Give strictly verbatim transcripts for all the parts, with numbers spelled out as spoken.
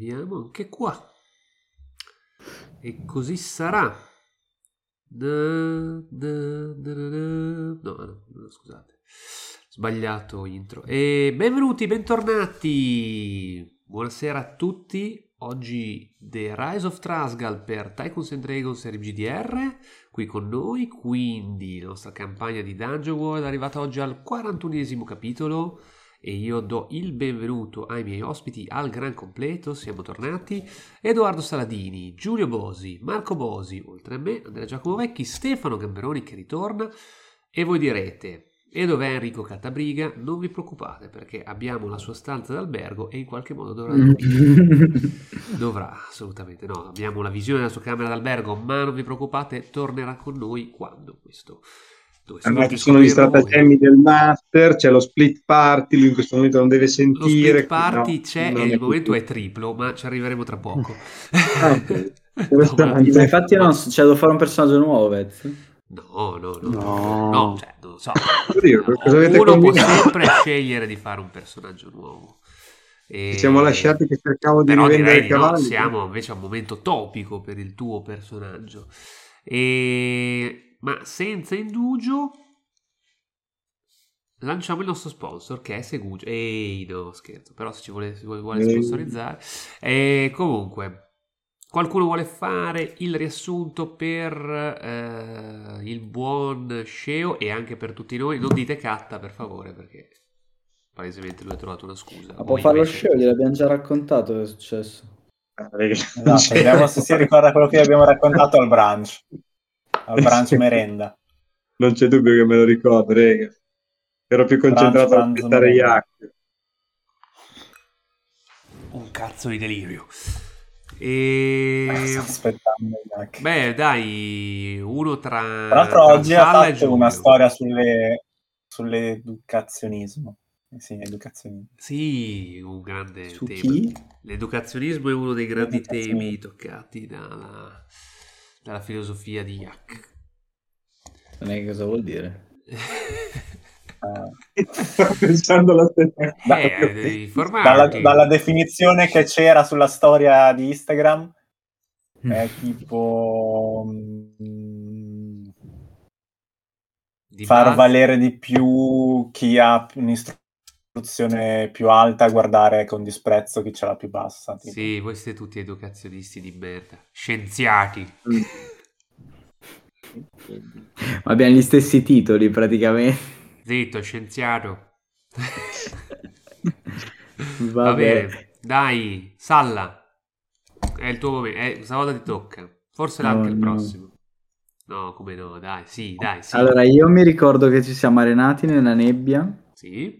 Proviamo anche qua. E così sarà. No, no, no, no, scusate, sbagliato intro. E benvenuti, bentornati. Buonasera a tutti. Oggi The Rise of Trasgal per Tycoons and Dragons R P G D R qui con noi, quindi la nostra campagna di Dungeon World è arrivata oggi al quarantunesimo capitolo e io do il benvenuto ai miei ospiti al gran completo. Siamo tornati: Edoardo Saladini, Giulio Bosi, Marco Bosi, oltre a me Andrea Giacomo Vecchi, Stefano Gamberoni che ritorna. E voi direte: e dov'è Enrico Cattabriga? Non vi preoccupate, perché abbiamo la sua stanza d'albergo e in qualche modo dovrà dormire. Dovrà, assolutamente no. Abbiamo la visione della sua camera d'albergo, ma non vi preoccupate, tornerà con noi quando questo... Allora, ci sono gli stratagemmi del master, c'è lo split party, lui in questo momento non deve sentire. Lo split party no, c'è e il momento così. È triplo, ma ci arriveremo tra poco. Ah, okay. no, ma, infatti no, c'è da fare un personaggio nuovo, Vez. No, no, no, no, no, no, cioè, non lo so. Oddio, uno può sempre scegliere di fare un personaggio nuovo. E... Ci siamo lasciati che cercavo di Però rivendere i cavalli. No, siamo invece a un momento topico per il tuo personaggio. E... Ma senza indugio lanciamo il nostro sponsor che è Segugio. Ehi, no, scherzo, però se ci vuole, se vuole sponsorizzare. E comunque, qualcuno vuole fare il riassunto per eh, il buon Sceo e anche per tutti noi? Non dite Catta, per favore, perché palesemente lui ha trovato una scusa. Ma può farlo invece... Sceo, gliel'abbiamo già raccontato che è successo. Esatto, vediamo se si ricorda quello che abbiamo raccontato al brunch. Al brunch merenda. Non c'è dubbio che me lo ricordo, rega. Ero più concentrato brunch, a aspettare Yak. Un cazzo di delirio. E... Sto aspettando Yak. Beh, dai, uno tra... Tra l'altro tra oggi ha fatto una storia sulle sull'educazionismo. Sì, educazionismo. Sì, un grande Su tema. Chi? L'educazionismo è uno dei grandi temi toccati dalla... dalla filosofia di Yak. Non è che cosa vuol dire? uh, Sto pensando la stessa eh, dalla, dalla definizione che c'era sulla storia di Instagram è tipo mh, di far base. valere di più chi ha un'istruzione più alta, guardare con disprezzo chi ce l'ha più bassa. Tipo. Sì, voi siete tutti educazionisti di merda, scienziati. Mm. Abbiamo gli stessi titoli praticamente. Zitto, scienziato. Va bene, dai, Salla. È il tuo momento, eh, questa volta ti tocca. Forse no, anche il no. prossimo. No, come no, dai, sì, dai, sì. Allora, io mi ricordo che ci siamo arenati nella nebbia. Sì.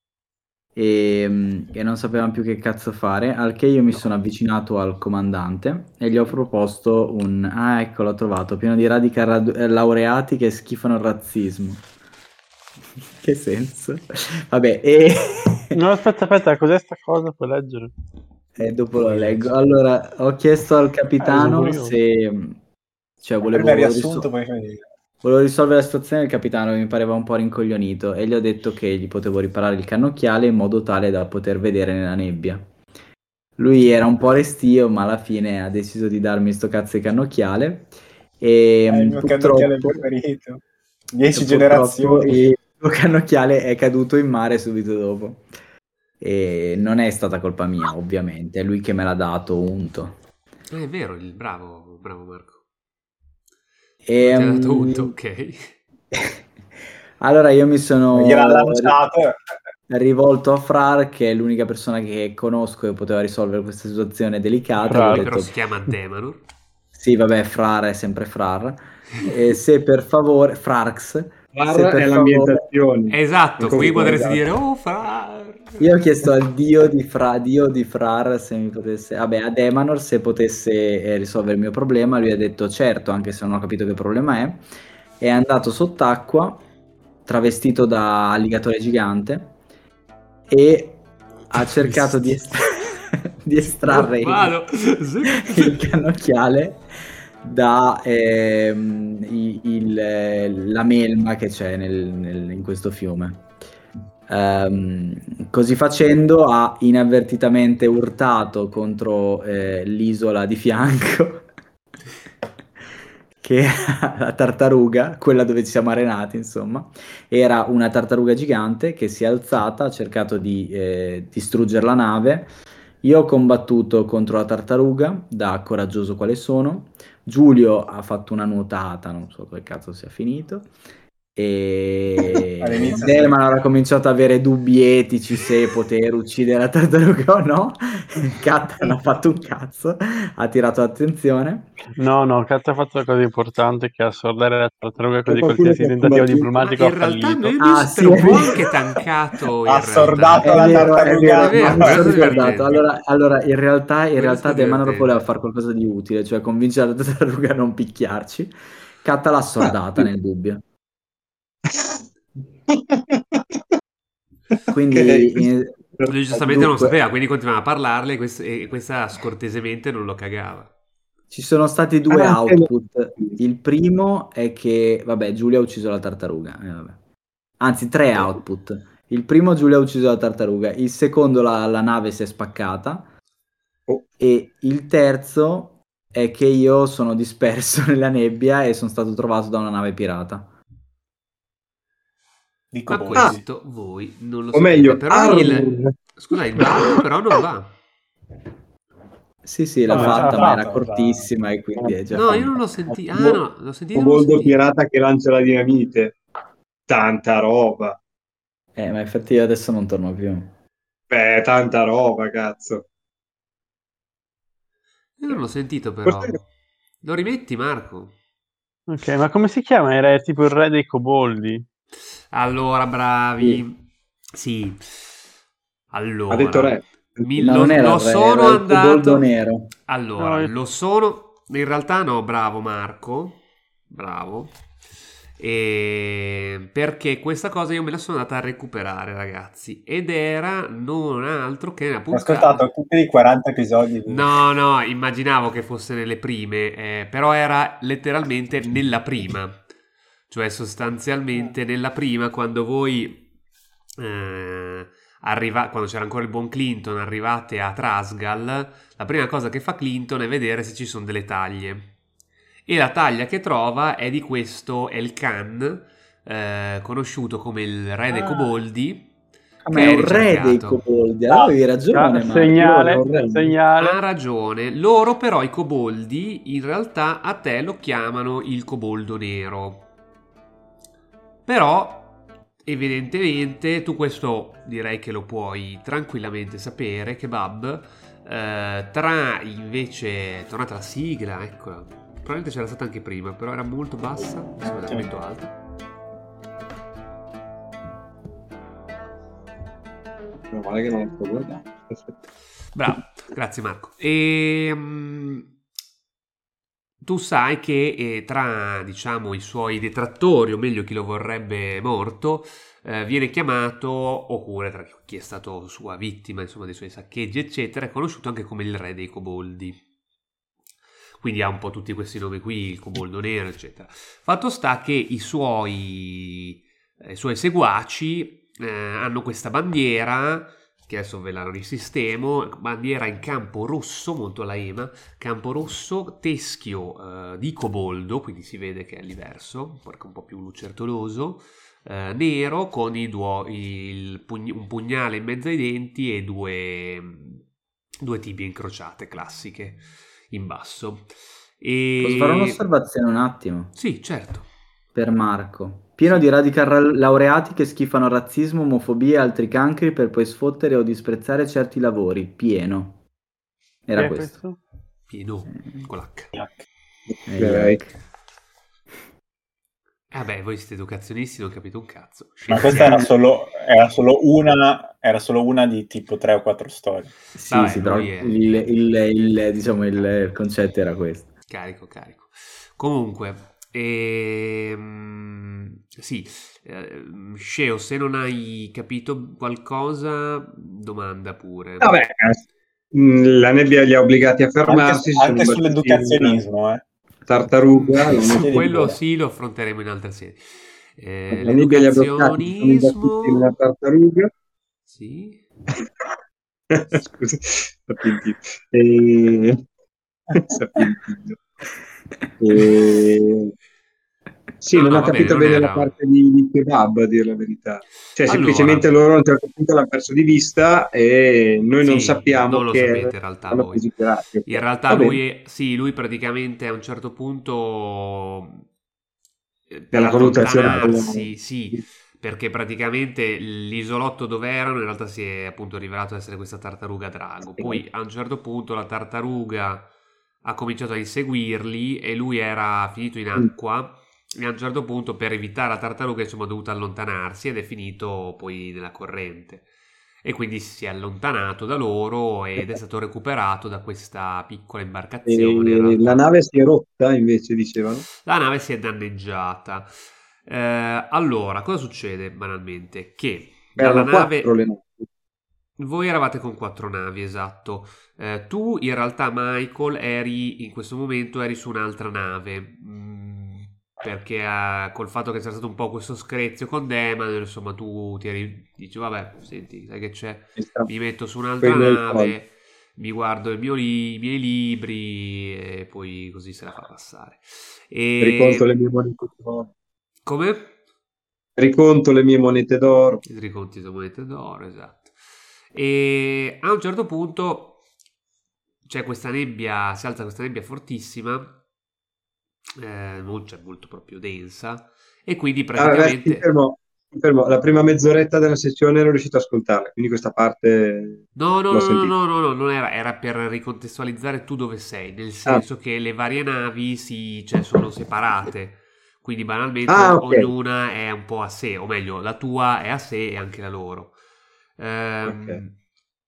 E, e non sapevamo più che cazzo fare, al che io mi no. sono avvicinato al comandante e gli ho proposto un ah ecco l'ho trovato pieno di radical ra- laureati che schifano il razzismo. Che senso? Vabbè, e... no aspetta aspetta cos'è sta cosa, puoi leggere? E dopo lo leggo. Allora ho chiesto al capitano ah, se cioè volevo riassunto poi finire. Volevo risolvere la situazione del capitano che mi pareva un po' rincoglionito e gli ho detto che gli potevo riparare il cannocchiale in modo tale da poter vedere nella nebbia. Lui era un po' restio, ma alla fine ha deciso di darmi sto cazzo di cannocchiale e è il mio cannocchiale preferito. Dieci generazioni. Il mio cannocchiale è caduto in mare subito dopo. E non è stata colpa mia, ovviamente, è lui che me l'ha dato unto. È vero, il bravo, bravo Marco. E, ti ha dato unto, ok. Allora io mi sono gliel'ha lanciato. rivolto a Frar, che è l'unica persona che conosco che poteva risolvere questa situazione delicata. Frar, detto... però si chiama Demanur. Sì, vabbè, Frar è sempre Frar. E se per favore, Frarx. Frar è favore... l'ambientazione. Esatto, qui potresti esatto. dire, oh Frar. Io ho chiesto al dio di, Fra, dio di Frar se mi potesse, vabbè, a Demanor se potesse eh, risolvere il mio problema. Lui ha detto certo, anche se non ho capito che problema è. È andato sott'acqua, travestito da alligatore gigante, e ha cercato di, est- di estrarre il, il cannocchiale da ehm, il, il, la melma che c'è nel, nel, in questo fiume. Ehm, così facendo ha inavvertitamente urtato contro eh, l'isola di fianco, che era la tartaruga, quella dove ci siamo arenati, insomma. Era una tartaruga gigante che si è alzata, ha cercato di eh, distruggere la nave. Io ho combattuto contro la tartaruga, da coraggioso quale sono. Giulio ha fatto una nuotata, non so dove cazzo sia finito. E All'inizio Deman ha cominciato ad avere dubbi etici se poter uccidere la tartaruga o no. Kat non ha fatto un cazzo, ha tirato l'attenzione. No, no, Kat ha fatto la cosa importante che è assordare la tartaruga, così qualcuno qualsiasi che ha tentativo combattuto- diplomatico Ma ha in realtà fallito. Möbius Ah, te sì, lo è può vero. anche tancato in Ha realtà. assordato È la vero, è tartaruga. vero, È vero, no, mi questo sono è ricordato. divertente. Allora, allora, in realtà, in Questo realtà è Deman divertente. voleva fare qualcosa di utile, cioè convincere la tartaruga a non picchiarci. Kat l'ha assordata nel dubbio. Quindi, in- Lui giustamente non lo dunque, sapeva, quindi continuava a parlarle e quest- e questa scortesemente non lo cagava. ci sono stati due Ah, sì. output. Il primo è che, vabbè, Giulia ha ucciso la tartaruga. eh, vabbè. Anzi, tre output. Il primo, Giulia ha ucciso la tartaruga. Il secondo, la, la nave si è spaccata. Oh. E il terzo è che io sono disperso nella nebbia e sono stato trovato da una nave pirata. Di Ma coboldi. questo voi non lo O sapete. meglio, Però arr. il... Scusa, il bug però non va. Sì, sì, l'ha No, fatta, era ma era fatto, cortissima e quindi è già No, io finita. non l'ho sentito. Ah no, l'ho sentito e non l'ho Coboldo sentito. pirata che lancia la dinamite. Tanta roba. Eh, ma infatti io adesso non torno più. Beh, tanta roba, cazzo. Io non l'ho sentito però. Forse- Lo rimetti, Marco? Ok, ma come si chiama? Era tipo il re dei coboldi. Allora, bravi. Sì. Ha detto Allora, re. mi- No, lo, non era lo il re, sono era il coboldo andato. nero. Allora, No, io- lo sono. In realtà no, bravo Marco. Bravo. E perché questa cosa io me la sono andata a recuperare, ragazzi. Ed era non altro che una Ho puntata. ascoltato tutti i quaranta episodi. di- No, no, immaginavo che fosse nelle prime, eh, però era letteralmente nella prima, cioè sostanzialmente nella prima quando voi eh, arriva, quando c'era ancora il buon Clinton, arrivate a Trasgal, la prima cosa che fa Clinton è vedere se ci sono delle taglie. E la taglia che trova è di questo Elkan, eh, conosciuto come il re dei Ah. Coboldi, Ah, che ma è è un re dei ricercato. coboldi. Allora avevi Ah, ragione, Marco. segnale, Io lo vorrei. Ha segnale. ragione, loro però i coboldi in realtà a te lo chiamano il coboldo nero. Però evidentemente tu questo direi che lo puoi tranquillamente sapere, Kebab, eh, tra invece, tornata la sigla, eccola, probabilmente c'era stata anche prima, però era molto bassa, adesso me la metto alta. Meno male che non lo sto guardando. Bravo, grazie Marco. E, mm, tu sai che eh, tra, diciamo, i suoi detrattori, o meglio chi lo vorrebbe morto, eh, viene chiamato, oppure tra chi è stato sua vittima, insomma, dei suoi saccheggi, eccetera, è conosciuto anche come il re dei coboldi. Quindi ha un po' tutti questi nomi qui, il coboldo nero, eccetera. Fatto sta che i suoi, eh, i suoi seguaci eh, hanno questa bandiera, che adesso ve la risistemo, bandiera in campo rosso, molto alla Ema, campo rosso, teschio eh, di coboldo, quindi si vede che è diverso, perché è un po' più lucertoloso, eh, nero con i duo- il pugn- un pugnale in mezzo ai denti e due, due tibie incrociate classiche in basso. E... Posso fare un'osservazione un attimo? Sì, certo. Per Marco. Pieno di radical laureati che schifano razzismo, omofobia e altri cancri per poi sfottere o disprezzare certi lavori. Pieno. Era Che è questo. questo? Pieno, con l'H. Eh, Ok. Eh beh, voi siete educazionisti, non capite un cazzo. Ma questa era Scienziati. solo, era solo una, era solo una di tipo tre o quattro storie. Sì, Vabbè, sì, però lui è- il, il- il- diciamo, il, il concetto era questo. Carico, carico. Comunque, ehm, sì, eh, Sceo, se non hai capito qualcosa, domanda pure. Vabbè, mh, la nebbia li ha obbligati a fermarsi. Anche, si sono anche imbattuti in sull'educazionismo, eh. una tartaruga. Su Sì, quello dico. sì, lo affronteremo in altra sede. Eh, La nebbia li ha bloccati, sono invertiti in una l'educazionismo. tartaruga. Sì. Scusa, sapientino. E... sapientino. E... Sì, No, non no, ho va bene, capito non bene la era... parte di, di kebab, a dire la verità. Cioè, Allora, semplicemente loro a un certo punto l'hanno perso di vista e noi non sì, sappiamo non lo che sapete in realtà hanno voi. preso i pirati. In Ok. realtà Va bene, lui, sì, lui praticamente a un certo punto, eh, per nella connotazione quella... allontanarsi, sì, perché praticamente l'isolotto dove erano in realtà si è appunto rivelato essere questa tartaruga drago. Poi a un certo punto la tartaruga ha cominciato a inseguirli e lui era finito in acqua e a un certo punto per evitare la tartaruga insomma ha dovuto allontanarsi ed è finito poi nella corrente e quindi si è allontanato da loro ed è stato recuperato da questa piccola imbarcazione in E la realtà. nave si è rotta, invece, dicevano. La nave si è danneggiata. Eh, allora, cosa succede banalmente? Che dalla Erano quattro nave... le navi. Voi eravate con quattro navi, esatto. Eh, tu in realtà, Michael, eri in questo momento eri su un'altra nave. mm, perché eh, col fatto che c'era stato un po' questo screzio con Deman, insomma, tu ti eri, dici, vabbè, senti, sai che c'è? Mi metto su un'altra Quello è il collo. nave, mi guardo il mio li- i miei libri e poi così se la fa passare. Riconto le E mie monete d'oro. come? Riconto le mie monete d'oro. I riconti di monete d'oro, esatto. E a un certo punto c'è questa nebbia, si alza questa nebbia fortissima, eh, non c'è molto proprio densa, e quindi Ah, vabbè, ti praticamente... fermo, ti fermo. La prima mezz'oretta della sessione ero riuscito a ascoltarla, quindi questa parte No, no, l'ho no, no, sentita. no, no, no, non era, era per ricontestualizzare tu dove sei, nel Ah, senso che le varie navi si, cioè, sono separate, quindi banalmente ah, og- ok. ognuna è un po' a sé, o meglio, la tua è a sé e anche la loro. Ok. Ehm,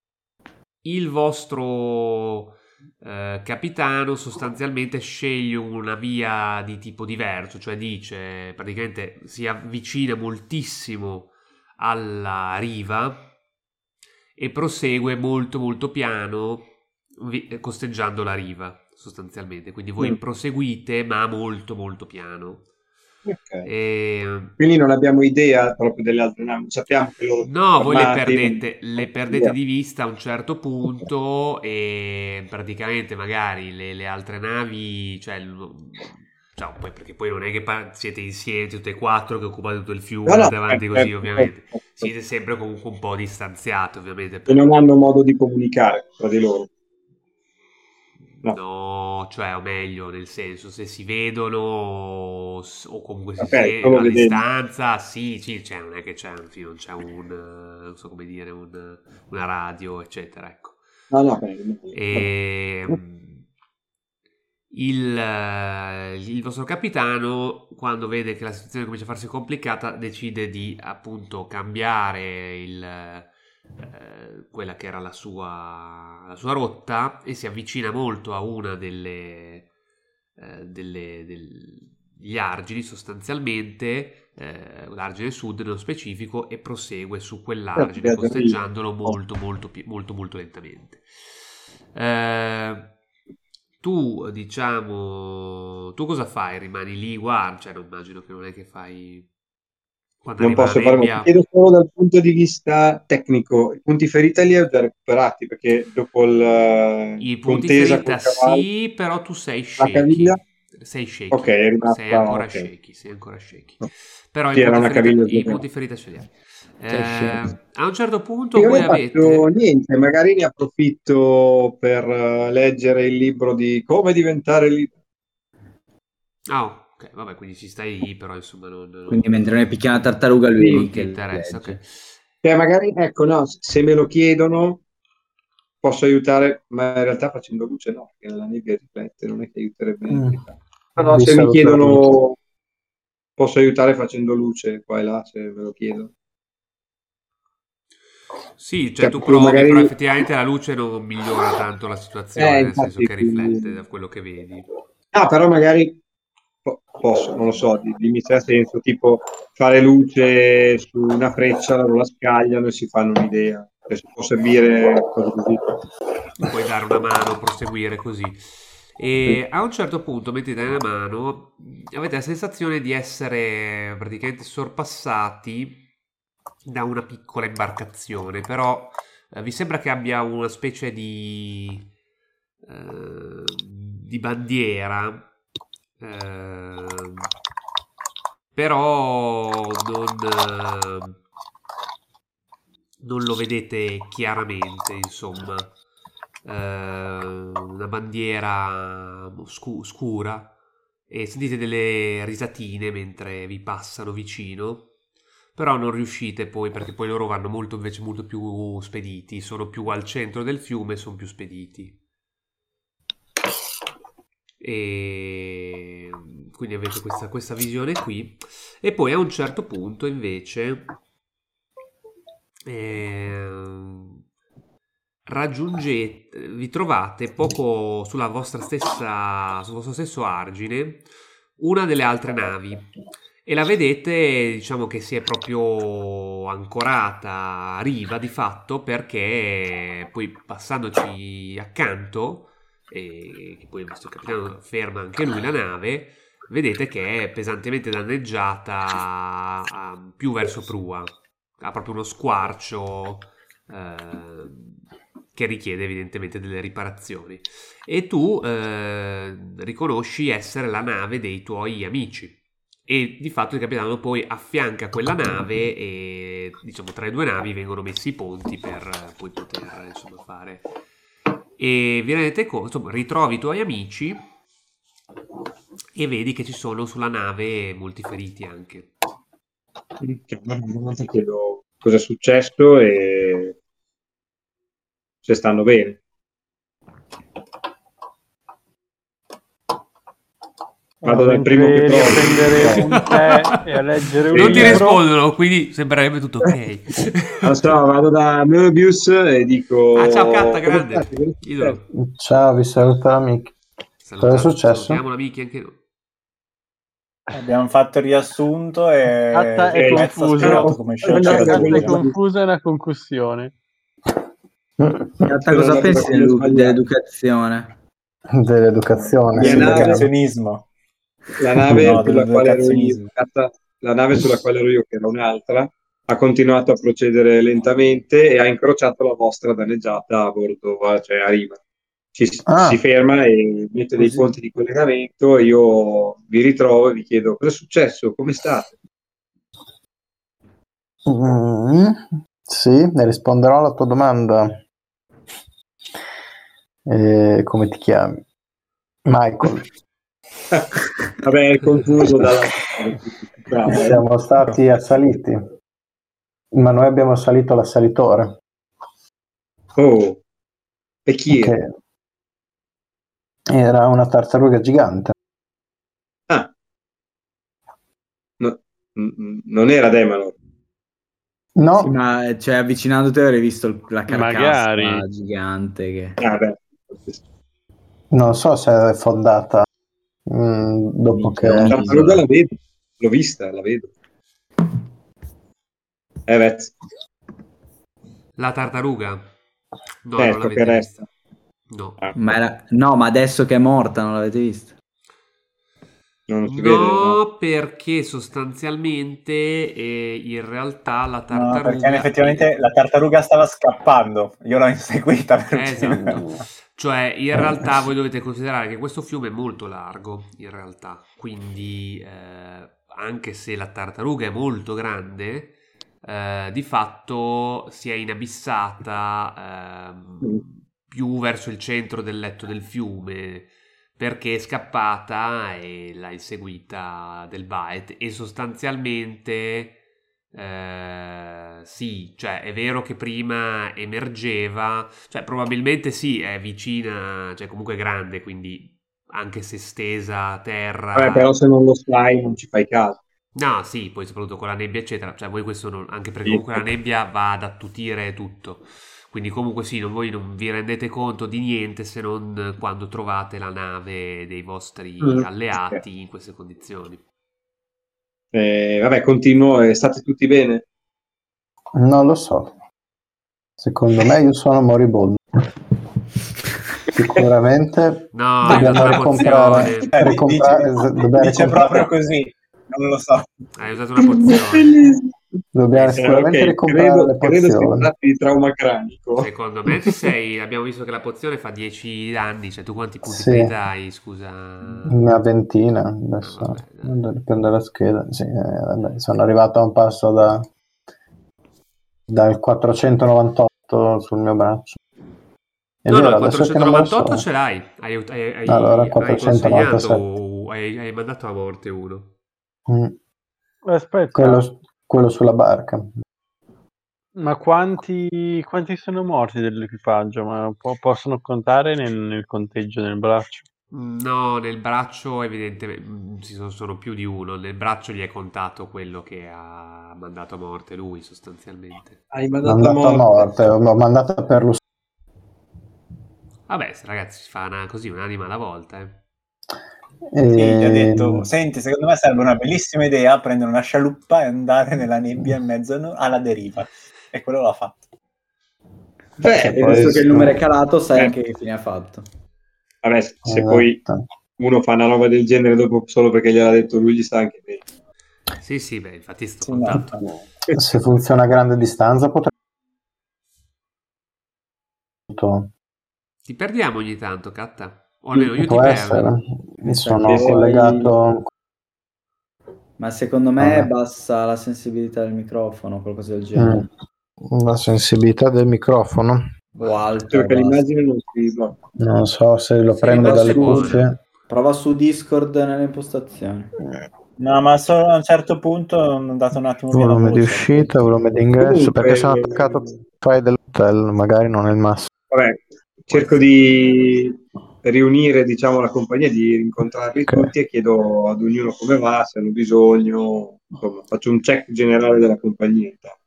il vostro eh, capitano sostanzialmente sceglie una via di tipo diverso, cioè dice praticamente si avvicina moltissimo alla riva e prosegue molto molto piano vi- costeggiando la riva sostanzialmente, quindi voi Mm, proseguite ma molto molto piano. ok. E Quindi non abbiamo idea proprio delle altre navi. Sappiamo che loro sono no, voi le armati, ma non perdete, le abbiamo perdete idea. di vista a un certo Ok. punto e praticamente magari le, le altre navi, cioè, il- cioè, poi, perché poi non è che pa- siete insieme tutte e quattro che occupate tutto il No, fiume, no, andate avanti certo, così certo, certo, ovviamente, certo. siete sempre comunque un po' distanziati ovviamente E non per... hanno modo di comunicare tra di loro. No, No, cioè, o meglio, nel senso, se si vedono s- o comunque si ok, se- solo a vedendo. distanza, sì, sì, cioè, non è che c'è, un- non c'è un, eh, non so come dire, un- una radio, eccetera, ecco. No, no, beh, no, vabbè. E, mm, il, eh, il vostro capitano, quando vede che la situazione comincia a farsi complicata, decide di appunto cambiare il, eh, quella che era la sua, la sua rotta e si avvicina molto a una delle, eh, delle- del- degli argini sostanzialmente, eh, l'argine sud nello specifico, e prosegue su Certo, quell'argine viaggio a riva. costeggiandolo molto molto pi- molto molto lentamente. Eh, tu, diciamo, tu cosa fai? Rimani lì, guarda, cioè non immagino che non è che fai quando Non arriva la posso fare molto. Ti nebbia. chiedo solo dal punto di vista tecnico, i punti ferita li ho già recuperati perché dopo la I punti contesa col ferita cavallo, sì, però tu sei la caviglia, shaky. Sei ok, shaky. è Sei rimasta, ancora ok. shaky. Sei ancora shaky. Però i Sì, era punti una ferita, caviglia i punti sbagliata. ferita ce li hai. Sei scemo. Eh, a un certo punto Io non voi ho fatto avete. niente, magari ne approfitto per eh, leggere il libro di come diventare libero. Ah, ok, vabbè, quindi ci stai lì, però insomma non, Quindi non- mentre noi picchiamo la tartaruga, lui è Sì, lì non ti che interessa, ok. legge. cioè magari, ecco, no, se me lo chiedono posso aiutare, ma in realtà facendo luce no, perché nella nebbia riflette, non è che aiuterebbe Mm. neanche. Però se mi Vista la luce. chiedono posso aiutare facendo luce qua e là, se me lo chiedono. Sì, cioè Cioè tu proprio provi, però magari... effettivamente la luce non migliora tanto la situazione, Eh, nel senso infatti... che riflette da quello che vedi. Ah, però magari po- posso, non lo so, di- dimmi se ha senso, tipo fare luce su una freccia, loro la scagliano e si fanno un'idea. Cioè, se può servire cose così. Puoi dare una mano, proseguire così. E a un certo punto mettete nella mano, avete la sensazione di essere praticamente sorpassati da una piccola imbarcazione, però eh, vi sembra che abbia una specie di, eh, di bandiera, eh, però non, eh, non lo vedete chiaramente, insomma. Eh, una bandiera scu- scura, e sentite delle risatine mentre vi passano vicino, però non riuscite poi, perché poi loro vanno molto invece molto più spediti, sono più al centro del fiume, sono più spediti, e quindi avete questa, questa visione qui. E poi a un certo punto invece ehm, raggiungete, vi trovate poco sulla vostra stessa, sul vostro stesso argine una delle altre navi, e la vedete, diciamo che si è proprio ancorata a riva di fatto, perché poi passandoci accanto, e che poi il vostro capitano ferma anche lui la nave, vedete che è pesantemente danneggiata a- più verso prua, ha proprio uno squarcio eh, che richiede evidentemente delle riparazioni, e tu eh, riconosci essere la nave dei tuoi amici, e di fatto il capitano poi affianca quella nave, e diciamo tra le due navi vengono messi i ponti per eh, poi poter insomma fare, e vi rendete conto, insomma, ritrovi i tuoi amici e vedi che ci sono sulla nave molti feriti anche. Ti chiedo cosa è successo e se stanno bene. Vado dal primo che Mentre trovo. riprendere un tè e a leggere un Non ti libro. rispondono, quindi sembrerebbe tutto ok. Non so, vado da Möbius e dico... Ah, ciao Catta, "Come grande. state? Cosa è successo?" Idolo. Ciao, vi saluto l'amico. Saluta- Cosa è successo? Salutiamo l'amica anche noi. Abbiamo fatto il riassunto e Catta è Eh, Pezzo ha confuso. spiegato come Quella sciogliere Catta quella è Giulio. confusa e una concussione. Gatta, cosa Sono pensi quello dell'edu- sbagliato. dell'educazione? Dell'educazione. La sì, nave- Dell'educazionismo. La nave No, sulla quale ero io, dell'educazionismo. la nave sulla quale ero io, che era un'altra, ha continuato a procedere lentamente e ha incrociato la vostra danneggiata a bordo, cioè a riva. Ci, Ah. si ferma e mette dei Così. ponti di collegamento. Io vi ritrovo e vi chiedo cosa è successo, come state? Mm, sì, ne risponderò alla tua domanda. Eh, come ti chiami? Michael. Vabbè, è confuso dalla... Siamo stati assaliti, ma noi abbiamo assalito l'assalitore. Oh, e chi è? Che era una tartaruga gigante. Ah, no, n- non era Demanor. No, Sì, ma cioè, avvicinandoti avrei visto il- la carcassa Magari. gigante che... Ah, beh. non so se è fondata mm, dopo Minchia, che... un- La tartaruga la vedo, l'ho vista, la vedo. Eh, Vez, La tartaruga? No, eh, non so l'avete che resta. vista. No. Ah, Ma era... No, ma adesso che è morta non l'avete vista? non si No, vede, no? perché sostanzialmente eh, in realtà la No, tartaruga... perché effettivamente la tartaruga stava scappando. Io l'ho inseguita. Eh, Perché... esatto. Cioè, in realtà voi dovete considerare che questo fiume è molto largo, in realtà, quindi eh, anche se la tartaruga è molto grande, eh, di fatto si è inabissata ehm, più verso il centro del letto del fiume, perché è scappata e l'ha inseguita del Baet, e sostanzialmente eh, sì, cioè è vero che prima emergeva, cioè probabilmente sì, è vicina, cioè comunque è grande, quindi anche se stesa a terra. Vabbè, però se non lo sai non ci fai caso. No, sì, poi soprattutto con la nebbia eccetera, cioè voi questo non, anche perché Sì. comunque la nebbia va ad attutire tutto, quindi comunque sì, non, voi non vi rendete conto di niente se non quando trovate la nave dei vostri Mm. alleati in queste condizioni. Eh, vabbè, continuo. eh, State tutti bene? Non lo so. Secondo me io sono moribondo. Sicuramente No, hai dobbiamo usato una ricomprare, pozione. Eh, ricomprare, dice, dobbiamo dice ricomprare- proprio così, non lo so. Hai usato una pozione. dobbiamo Eh, sicuramente ok, ricomprare credo, le credo si pozioni. tratti di trauma cranico. Secondo me ti sei. Abbiamo visto che la pozione fa dieci danni. Cioè, tu quanti punti Sì. ferita hai? Scusa. Una ventina adesso, Ah, vabbè, dai. dipende dalla scheda. Sì, eh, vabbè, sono arrivato a un passo da dal quattrocentonovantotto sul mio braccio. È No, vero, no, il adesso che non me lo so. quattrocentonovantotto ce l'hai. Hai, hai, hai, Allora, hai quattrocentonovantasette. consegnato. Hai, hai mandato a morte uno. Mm. Aspetta, Quello, quello sulla barca. ma quanti, quanti sono morti dell'equipaggio? Ma po- possono contare nel, nel conteggio del braccio? No, nel braccio evidentemente ci sono, sono più di uno. Nel braccio gli è contato quello che ha mandato a morte lui, sostanzialmente. Hai mandato a Mandato a morte. morte, ho mandato per lo Vabbè, ragazzi, si fa una, così un'anima alla volta, eh. e... Sì, gli ha detto, senti, secondo me sarebbe una bellissima idea prendere una scialuppa e andare nella nebbia in mezzo alla deriva. E quello l'ha fatto. Beh, E poi visto che il numero è sì. calato, sai Eh. anche che fine ha fatto. Vabbè, se Esatto. poi uno fa una roba del genere dopo solo perché gliel'ha detto lui, gli sta anche bene. Sì, sì, beh, infatti sto Sì, contatto. no. Se funziona a grande distanza potrebbe... Ti perdiamo ogni tanto, Catta. O almeno io ti Può perdo. essere. Mi sa Sono che sei- collegato... Ma secondo me Vabbè. basta la sensibilità del microfono, qualcosa del genere. Mm. La sensibilità del microfono. O alta. Perché basta. l'immagine non si va. Non so se lo Sì, prendo però dalle si può. cuffie. Prova su Discord nelle impostazioni. No, ma solo a un certo punto ho dato un attimo meno Volume di voce. uscita, volume di ingresso, Comunque, perché sono attaccato al wifi dell'hotel, magari non è il massimo. Vabbè, cerco di riunire, diciamo, la compagnia, di incontrarli Ok. tutti e chiedo ad ognuno come va, se hanno bisogno, insomma, faccio un check generale della compagnia.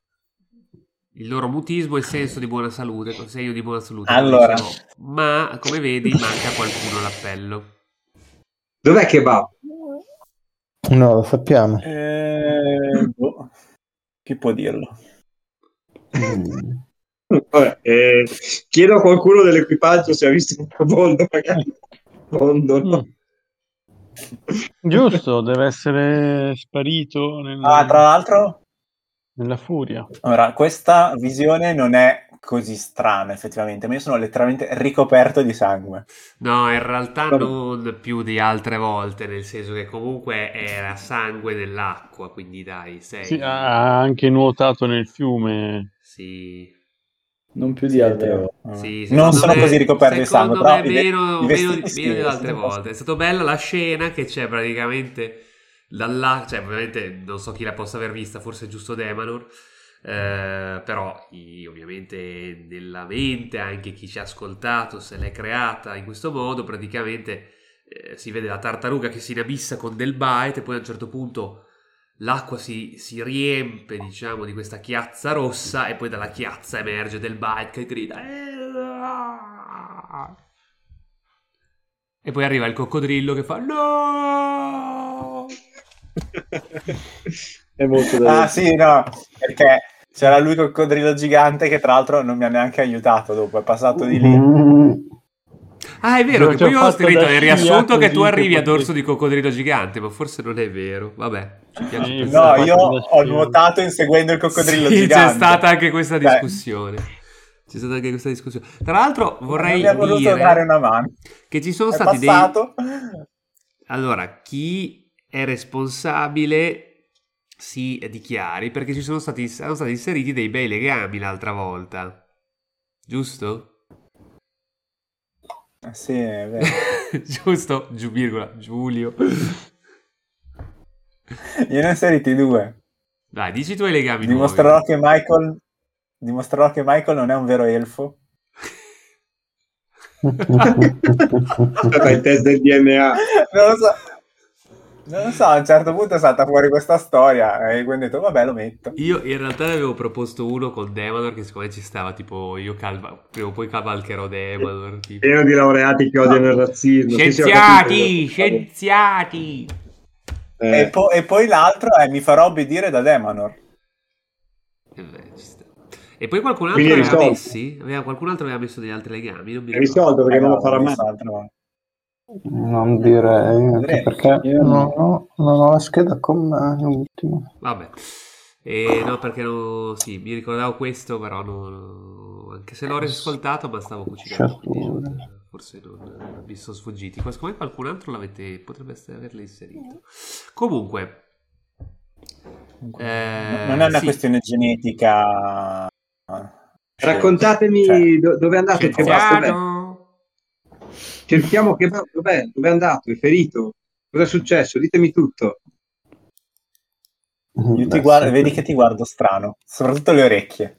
Il loro mutismo è senso di buona salute, con segno di buona salute, Allora. come dicevo. Ma, come vedi, manca qualcuno all'appello. Dov'è che va? No, lo sappiamo. Eh, boh. Chi può dirlo? Mm. Vabbè, eh, chiedo a qualcuno dell'equipaggio se ha visto un volo, magari. Fondo, no? Mm. Giusto, deve essere sparito nel- Ah, tra l'altro, nella furia. ora, questa visione non è così strana effettivamente, ma io sono letteralmente ricoperto di sangue. No, in realtà Vabbè. non più di altre volte, nel senso che comunque era sangue nell'acqua, quindi dai, sei... Sì, ha anche nuotato nel fiume. Sì. Non più di Sì, è altre vero. volte. Sì, Non secondo sono me- così ricoperto di sangue, secondo però me i ve- meno, i meno, vestiti di- sì, meno delle i altre vestiti volte. È stata bella la scena che c'è praticamente dalla, cioè ovviamente non so chi la possa aver vista, forse è giusto Demanor, eh, però i- ovviamente nella mente anche chi ci ha ascoltato se l'è creata in questo modo, praticamente eh, si vede la tartaruga che si inabissa con del bite e poi a un certo punto l'acqua si, si riempie, diciamo, di questa chiazza rossa e poi dalla chiazza emerge del bite che grida e poi arriva il coccodrillo che fa no. È molto da Ah sì, no, perché c'era lui coccodrillo gigante che tra l'altro non mi ha neanche aiutato dopo, è passato di lì. Mm. Ah, è vero, L'ho che già poi io ho fatto scritto da nel scia, riassunto che così tu arrivi che a dorso potevi- di coccodrillo gigante, ma forse non è vero. Vabbè, ci piace Sì, pensare. No, io fatto da ho scia. nuotato inseguendo il coccodrillo Sì, gigante. c'è stata anche questa Cioè, discussione. C'è stata anche questa discussione. Tra l'altro vorrei non mi ha voluto dire dare una mano. che ci sono È stati dei... passato. Allora, chi è responsabile si dichiari, perché ci sono stati, sono stati inseriti dei bei legami l'altra volta. Giusto? Eh, Sì, è vero. Giusto? Giù, virgola, Giulio. Io ne ho inseriti due. Dai, dici i tuoi legami Dimostrerò nuovi. che Michael dimostrerò che Michael non è un vero elfo. Aspetta, il test del D N A. Non lo so. Non lo so, a un certo punto è salta fuori questa storia e quindi ho detto vabbè, lo metto. Io in realtà ne avevo proposto uno con Demanor che siccome ci stava tipo io calva, prima o poi cavalcherò Demanor tipo. Pieno di laureati che odiano il razzismo. Sì, sì, ho Scienziati, capito. scienziati. Eh, E, po- e poi l'altro è mi farò obbedire da Demanor. Eh beh, ci sta. E poi qualcun altro Quindi è aveva risolto. messi? Aveva, qualcun altro aveva messo degli altri legami? Non mi È ricordo. risolto perché Eh, non no, lo farà l'ho mai. visto l'altra volta. Non direi, anche Vedremo. perché Io non no. ho, non ho la scheda con me, ultimo. Vabbè. E no, perché no, sì, mi ricordavo questo, però non- anche se l'ho risascoltato, ma stavo cucinando, quindi non- forse non mi sono sfuggiti. Qua- Secondo me qualcun altro l'avete, potrebbe essere, averlo inserito. Comunque, eh, Non è una sì, questione genetica. Raccontatemi Cioè, do- dove è andato il kebab. Dov'è? scienziato. Cerchiamo kebab. Dov'è? Dove è andato? È ferito? Cosa è successo? Ditemi tutto. Mm, io ti beh, guardo, sì. vedi che ti guardo strano, soprattutto le orecchie.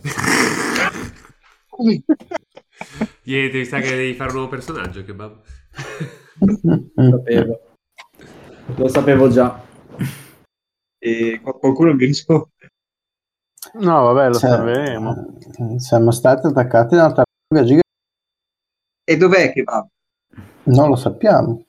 Niente, mi sa che devi fare un nuovo personaggio, kebab. Lo sapevo. Lo sapevo già. E qual- qualcuno mi risponde. No, vabbè, lo Cioè, salveremo. eh, siamo stati attaccati da una tartaruga gigante. E dov'è kebab? Non lo sappiamo.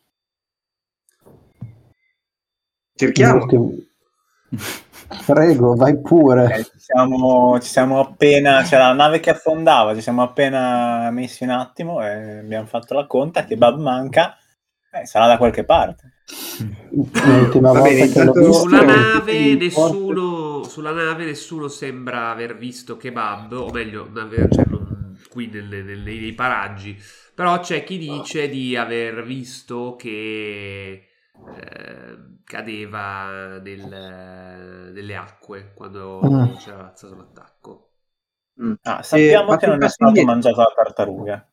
Cerchiamo. L'ultimo- Prego, vai Eh, pure. ci siamo, ci siamo appena, c'era la nave che affondava, ci siamo appena messi un attimo e abbiamo fatto la conta che Bab manca, eh, sarà da qualche parte. L'ultima Va volta bene, che l'ho intanto- visto, Sulla Sì, nave, sì, nessuno, sulla nave nessuno sembra aver visto kebab, o meglio, non aver- cioè, non- qui nelle- nelle- nei paraggi, però c'è chi dice di aver visto che eh, cadeva nel- nelle acque quando Mm. c'era stato l'attacco. Mm. Ah, sappiamo faccio che un non è passo stato indietro. mangiato la tartaruga.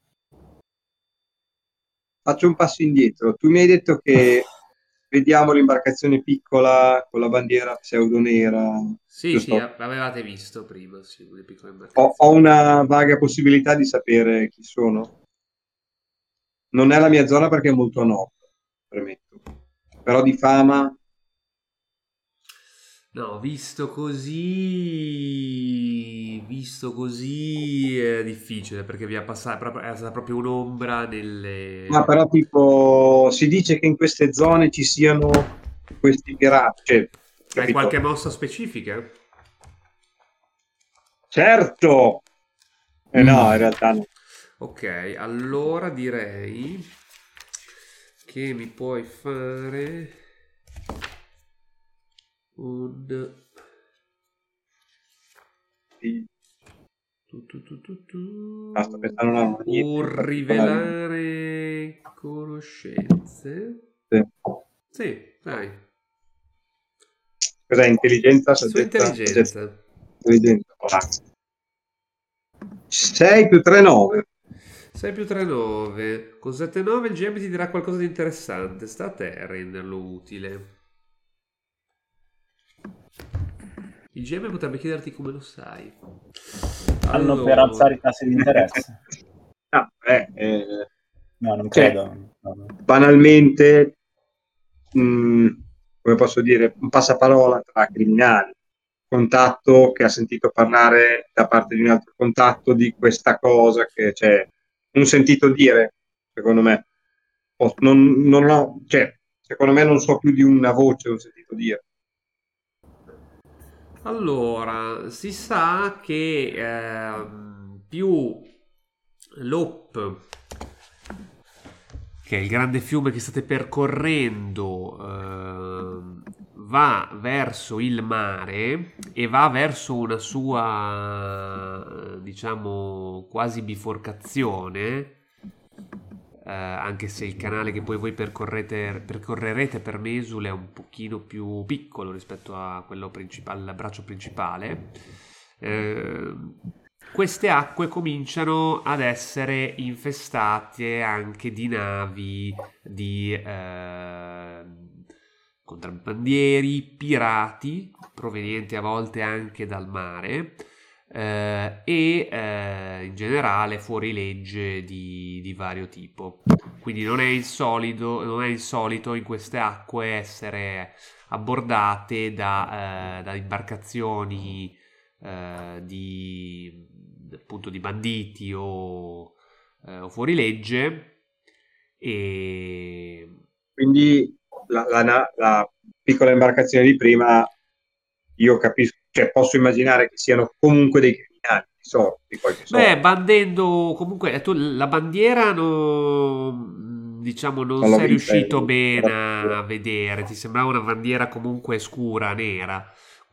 Faccio un passo indietro. Tu mi hai detto che vediamo l'imbarcazione piccola con la bandiera pseudonera. Sì, Giusto? sì, a- avevate visto prima, sì, le piccole Ho, imbarcazioni. ho una vaga possibilità di sapere chi sono. Non è la mia zona perché è molto a nord, premetto. Però di fama, No, visto così, visto così è difficile perché vi è passata proprio, è stata proprio un'ombra nelle... ma però tipo si dice che in queste zone ci siano questi pirati, cioè, Hai capito? qualche mossa specifica? Certo! Eh no, in realtà no. Ok, allora direi che mi puoi fare un... Sì. tu, tu, tu, tu, tu. Ah, sto pensando a una- niente Un in particolare. rivelare conoscenze. Sì. Sì, dai. Cos'è? Intelligenza? Su Saggezza? intelligenza. Saggezza. Intelligenza. sei più tre, nove. sei più tre, nove. Con sette, nove il G M ti dirà qualcosa di interessante. Sta a te a renderlo utile. Il G M potrebbe chiederti come lo sai. Hanno per Allora, alzare i tassi di interesse. Ah, eh, eh, No, non Cioè, credo. No, no. banalmente, mh, come posso dire, un passaparola tra criminali, contatto che ha sentito parlare da parte di un altro contatto di questa cosa che c'è un sentito dire, secondo me. O- Non, non ho, cioè, secondo me non so più di una voce, un sentito dire. allora, si sa che ehm, più l'Op, che è il grande fiume che state percorrendo, ehm, va verso il mare e va verso una sua, diciamo, quasi biforcazione, eh, anche se il canale che poi voi percorrete, percorrerete per Mesule è un pochino più piccolo rispetto a quello principale, al braccio principale. Eh, queste acque cominciano ad essere infestate anche di navi, di eh, contrabbandieri, pirati, provenienti a volte anche dal mare, eh, e eh, in generale fuorilegge di, di vario tipo. Quindi non è insolito, non è insolito in queste acque essere abbordate da, eh, da imbarcazioni eh, di, appunto, di banditi o, eh, o fuorilegge, e Quindi la, la- la piccola imbarcazione di prima, io capisco, cioè posso immaginare che siano comunque dei criminali. criminali, di sorte, di qualche Beh, sorta. bandendo comunque, eh, tu la bandiera non, diciamo, non Non l'ho sei vista, riuscito eh, bene era- a vedere, ti sembrava una bandiera comunque scura, nera,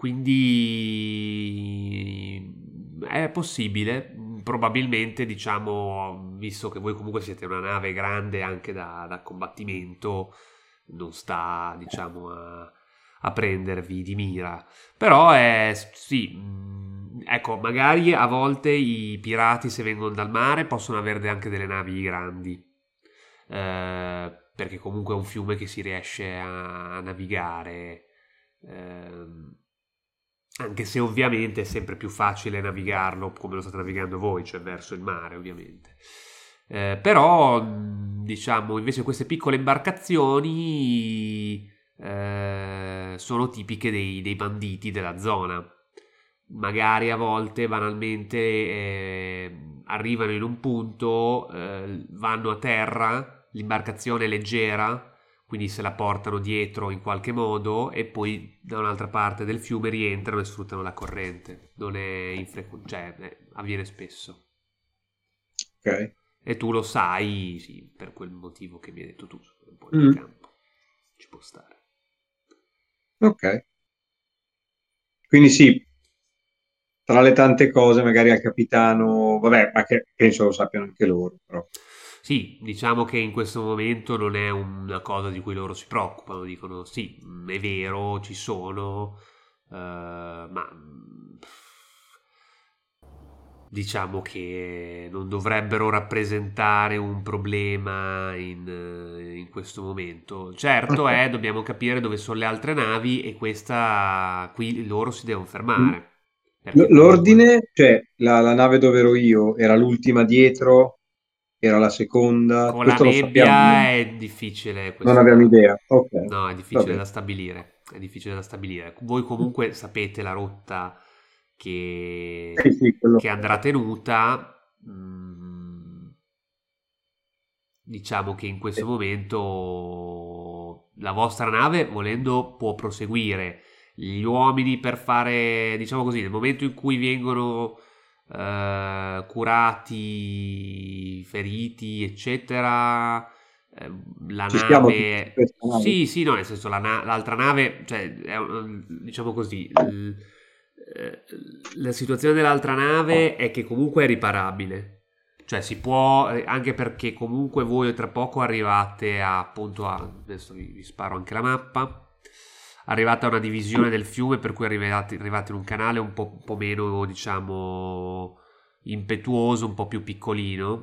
quindi è possibile, probabilmente, diciamo, visto che voi comunque siete una nave grande anche da, da combattimento, non sta, diciamo, a, a prendervi di mira. Però è sì, mh, ecco, magari a volte i pirati se vengono dal mare possono avere anche delle navi grandi, eh, perché comunque è un fiume che si riesce a, a navigare, ehm, anche se ovviamente è sempre più facile navigarlo come lo state navigando voi, cioè verso il mare ovviamente. Eh, però mh, diciamo invece queste piccole imbarcazioni eh, sono tipiche dei, dei banditi della zona. Magari a volte banalmente eh, arrivano in un punto, eh, vanno a terra, l'imbarcazione è leggera, quindi se la portano dietro in qualche modo e poi da un'altra parte del fiume rientrano e sfruttano la corrente. Non è infrequente, cioè eh, avviene spesso. Ok. E tu lo sai, sì, per quel motivo che mi hai detto tu, un po' Mm. nel campo. Ci può stare. Ok. Quindi sì, tra le tante cose magari al capitano, vabbè, ma che penso lo sappiano anche loro, però. Sì, diciamo che in questo momento non è una cosa di cui loro si preoccupano, dicono sì, mh, è vero, ci sono, eh, ma mh, diciamo che non dovrebbero rappresentare un problema in, eh, in questo momento. Certo Ok. è, dobbiamo capire dove sono le altre navi e questa qui loro si devono Mm. fermare. Perché L- comunque L'ordine, cioè la, la nave dove ero io era l'ultima dietro, era la seconda, con la questo lo sappiamo, nebbia è difficile non questo abbiamo dato. idea. Ok, No, è va difficile bene. da stabilire. È difficile da stabilire. Voi comunque sapete la rotta che, Sì, sì, quello che andrà tenuta. Mm, diciamo che in questo sì. momento la vostra nave, volendo, può proseguire. Gli uomini per fare, diciamo così, nel momento in cui vengono eh, curati, feriti, eccetera, eh, la Ci siamo tutti su nave, questa nave. sì, sì, no, nel senso la na- l'altra nave, cioè, è un- diciamo così, il- eh, la situazione dell'altra nave è che comunque è riparabile. Cioè si può, eh, anche perché comunque voi tra poco arrivate a, appunto a, adesso vi, vi sparo anche la mappa, arrivate a una divisione del fiume per cui arrivate, arrivate in un canale un po', un po' meno, diciamo, impetuoso, un po' più piccolino.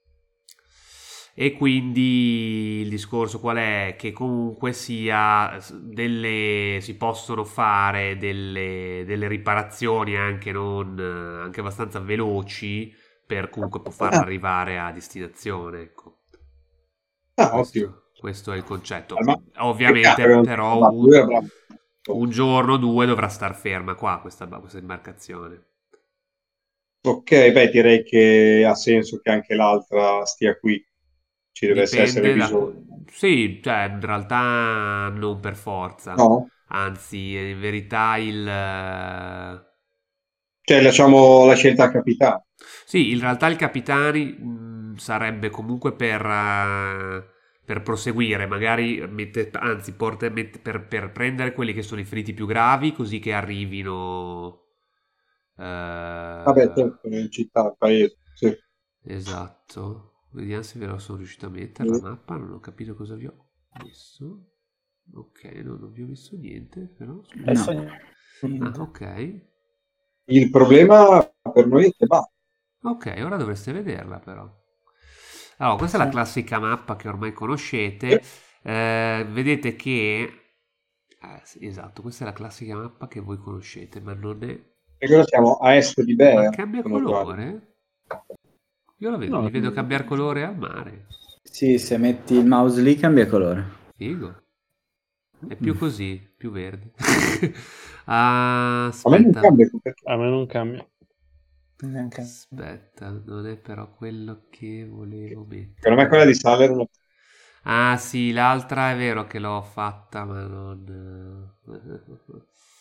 E quindi il discorso qual è? Che comunque sia delle, si possono fare delle, delle riparazioni anche, non, anche abbastanza veloci per comunque farla Ah, arrivare a destinazione. Ecco. ah, ottimo. Questo, questo è il concetto. Ah, ma peccato Ovviamente, che non sia però, andato, lui un, avrà- un giorno o due dovrà star ferma qua questa, questa imbarcazione. Ok, beh, direi che ha senso che anche l'altra stia qui. Ci dovesse essere Dipende da... bisogno. co- Sì, cioè in realtà non per forza. No? Anzi, in verità il... eh, Cioè, lasciamo la scelta al capitano. Sì, in realtà il capitani mh, sarebbe comunque per, eh, per proseguire, magari mette- anzi porta- mette- per, per prendere quelli che sono i feriti più gravi, così che arrivino... Vabbè, eh, certo, in città, al paese. Sì. esatto. Vediamo se ve lo sono riuscito a mettere la mappa, non ho capito cosa vi ho messo. Ok, no, non vi ho messo niente, però... Adesso No. niente. Ah, ok. Il problema per noi è che va. Ok, ora dovreste vederla però. Allora, questa è la Sì. classica mappa che ormai conoscete. Eh, vedete che... eh, sì, esatto, questa è la classica mappa che voi conoscete, ma non è... E cosa siamo? A est di Ma Bear, cambia se non sbaglio. colore? Io la vedo, No, li vedo cambiare colore al mare. Sì, se metti il mouse lì cambia colore. Figo. È più così, più verde. Ah, A me non aspetta. cambia perché. a me non cambia. Neanche- Aspetta, non è però quello che volevo mettere. Secondo me quella di Salerno. Ah sì, l'altra è vero che l'ho fatta, ma non...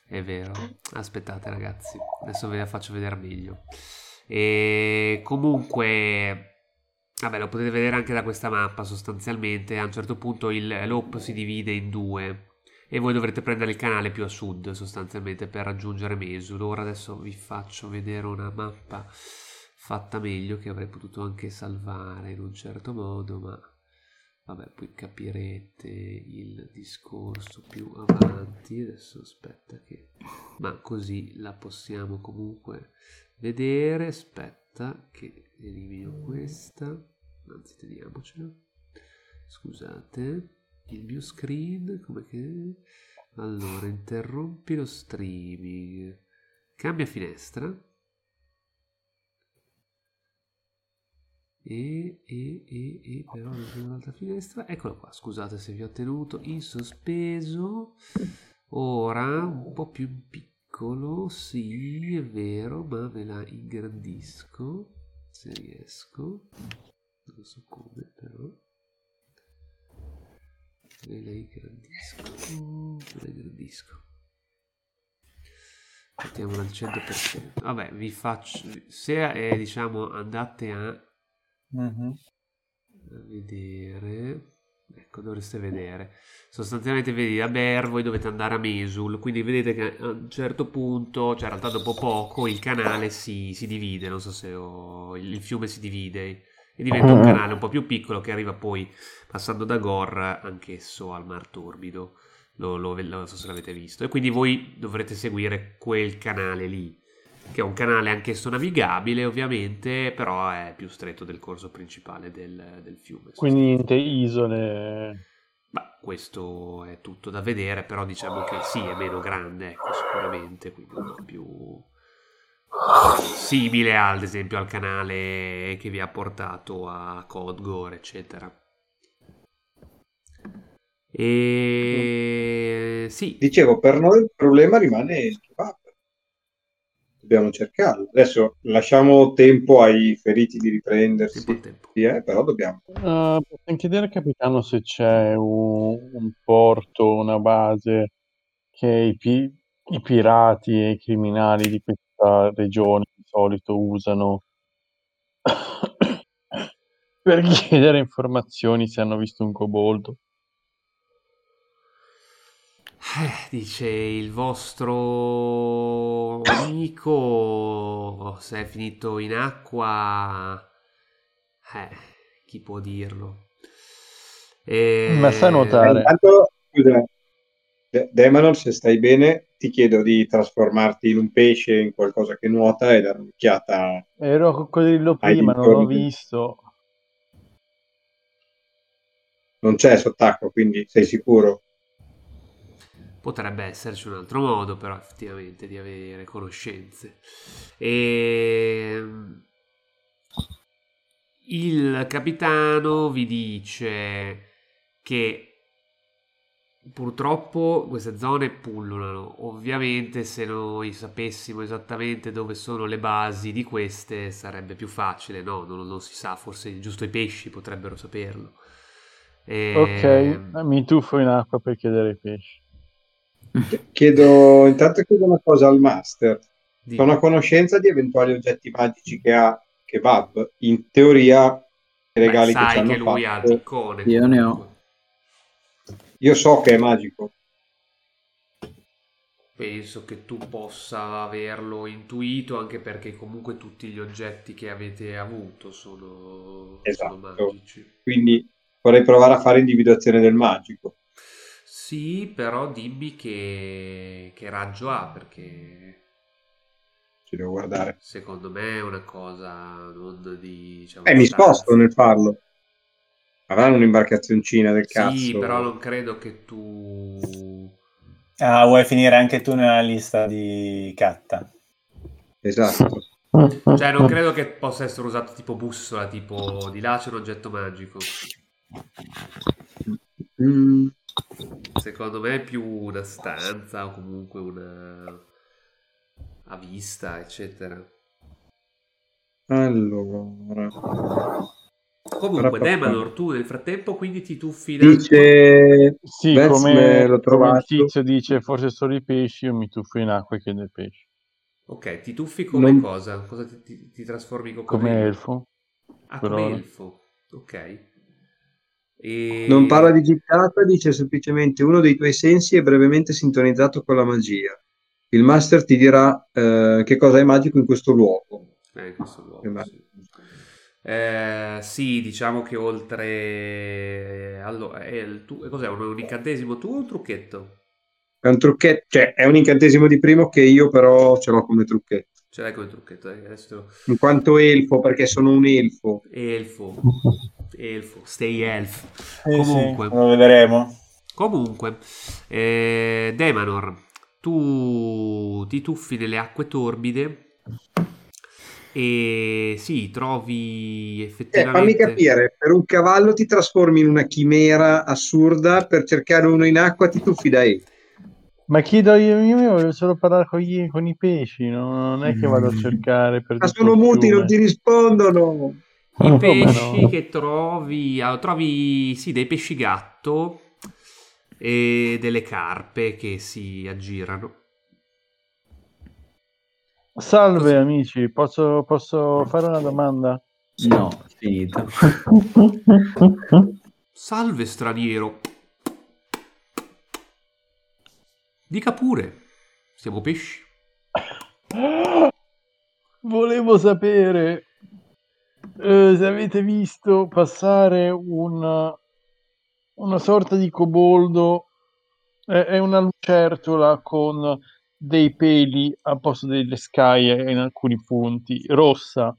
È vero. Aspettate ragazzi, adesso ve la faccio vedere meglio. E comunque, vabbè, lo potete vedere anche da questa mappa sostanzialmente. A un certo punto il loop si divide in due e voi dovrete prendere il canale più a sud sostanzialmente per raggiungere Mesul. Ora adesso vi faccio vedere una mappa fatta meglio che avrei potuto anche salvare in un certo modo, ma vabbè, poi capirete il discorso più avanti. Adesso aspetta che... ma così la possiamo comunque vedere. Aspetta che elimino questa, anzi teniamocela. Scusate, il mio screen, come che... allora, interrompi lo streaming, cambia finestra e, e, e, e però non vedo un'altra finestra. Eccolo qua, scusate se vi ho tenuto in sospeso. Ora un po' più in piccolo, sì, è vero, ma ve la ingrandisco se riesco, non so come, però ve la ingrandisco, ve la ingrandisco, mettiamola al cento per cento. Vabbè, vi faccio, se eh, diciamo andate a Mhm. a vedere, ecco, dovreste vedere sostanzialmente, vedi da Ber voi dovete andare a Mesul, quindi vedete che a un certo punto, cioè in realtà dopo poco il canale si, si divide, non so se ho, il, il fiume si divide e diventa un canale un po' più piccolo che arriva poi passando da Gor anch'esso al Mar Torbido, lo, lo, lo non so se l'avete visto, e quindi voi dovrete seguire quel canale lì, che è un canale anch'esso navigabile ovviamente, però è più stretto del corso principale del, del fiume. Quindi niente isole. Ma questo è tutto da vedere, però diciamo che sì, è meno grande, ecco, sicuramente, quindi un po' più simile ad esempio al canale che vi ha portato a Codgore, eccetera. E sì, Dicevo, per noi il problema rimane il kebab. Dobbiamo cercarlo. Adesso lasciamo tempo ai feriti di riprendersi, tempo al tempo. eh, però dobbiamo. Uh, posso chiedere al capitano se c'è un, un porto, una base che i, pi- i pirati e i criminali di questa regione di solito usano per chiedere informazioni se hanno visto un coboldo. Eh, dice il vostro amico, se è finito in acqua, eh, chi può dirlo? E... Ma sa Eh, nuotare? intanto, scusa, De- Demanor, se stai bene, ti chiedo di trasformarti in un pesce, in qualcosa che nuota e dare un'occhiata Ero coccodrillo ai prima, non l'ho dintorni del- visto. Non c'è sott'acqua, quindi sei sicuro? Potrebbe esserci un altro modo, però, effettivamente, di avere conoscenze. E... il capitano vi dice che purtroppo queste zone pullulano. Ovviamente, se noi sapessimo esattamente dove sono le basi di queste, sarebbe più facile, no? Non, non si sa, forse giusto i pesci potrebbero saperlo. E... Ok, mi tuffo in acqua per chiedere ai pesci. Chiedo, intanto chiedo una cosa al master. Di... Sono a conoscenza di eventuali oggetti magici che ha Kebab. In teoria, i regali Beh, che ci sai hanno che lui ha il fatto, piccone. Io ne ho. comunque. io so che è magico. Penso che tu possa averlo intuito, anche perché comunque tutti gli oggetti che avete avuto sono, sono Esatto. magici. Quindi vorrei provare a fare individuazione del magico. Sì, però dimmi che, che raggio ha, perché Ci devo guardare. secondo me è una cosa non di... diciamo, Eh, mi stanza. sposto nel farlo. Avranno un'imbarcazioncina del Sì, cazzo. però non credo che tu... Ah, vuoi finire anche tu nella lista di Catta? Esatto. Cioè, non credo che possa essere usato tipo bussola, tipo di là c'è un oggetto magico. Mm, Secondo me è più una stanza o comunque una... a vista, eccetera. allora. Comunque, Demanor, tu nel frattempo quindi ti tuffi in Dice Sì, Vez, come, me l'ho come il trovato. tizio dice forse solo i pesci, io mi tuffo in acqua e chiedo i pesci. Ok, ti tuffi come Non- cosa? Cosa ti, ti- ti trasformi co- Come come elfo. Ah, per come ora. elfo. Ok. E... Non parla di gittata, dice semplicemente uno dei tuoi sensi è brevemente sintonizzato con la magia. Il master ti dirà eh, che cosa è magico in questo luogo. Eh, in questo luogo, Sembra- sì. Eh, sì, diciamo che oltre... Allora, è il tu... cos'è? Un, un incantesimo tuo o un trucchetto? È un trucchetto, cioè è un incantesimo di primo che io però ce l'ho come trucchetto. Ce l'hai come trucchetto, eh, adesso... In quanto elfo, perché sono un elfo. Elfo. Elfo. Stay elf. Sì, Comunque... sì, lo vedremo. Comunque, eh, Demanor, tu ti tuffi nelle acque torbide e sì, trovi Eh, fammi effettivamente... capire, per un cavallo ti trasformi in una chimera assurda, per cercare uno in acqua ti tuffi da elfo. Ma chiedo io, io voglio solo parlare con, gli- con i pesci, no? Non è che vado a cercare per Ma tutto sono il muti, non fiume. ti rispondono. I Come pesci no? che trovi, ah, trovi sì, dei pesci gatto e delle carpe che si aggirano. Salve Così. amici, posso, posso fare una domanda? No, finito. Salve straniero. Dica pure, siamo pesci. Volevo sapere eh, se avete visto passare un, una sorta di coboldo, è, è una lucertola con dei peli a posto delle scaie in alcuni punti, rossa.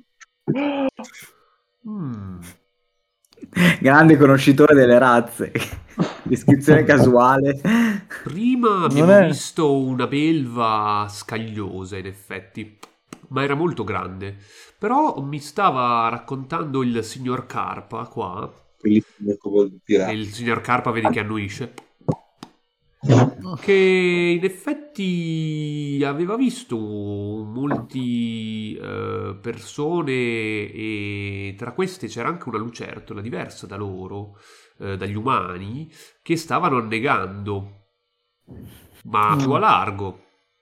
Mm. Grande conoscitore delle razze. Descrizione casuale. Prima Non abbiamo è... visto una belva scagliosa, in effetti, ma era molto grande. Però mi stava raccontando il signor Carpa qua, Bellissimo il coboldo e pirata. il signor Carpa vedi che annuisce, che in effetti aveva visto molti eh, persone e tra queste c'era anche una lucertola diversa da loro, eh, dagli umani, che stavano annegando, ma più a largo.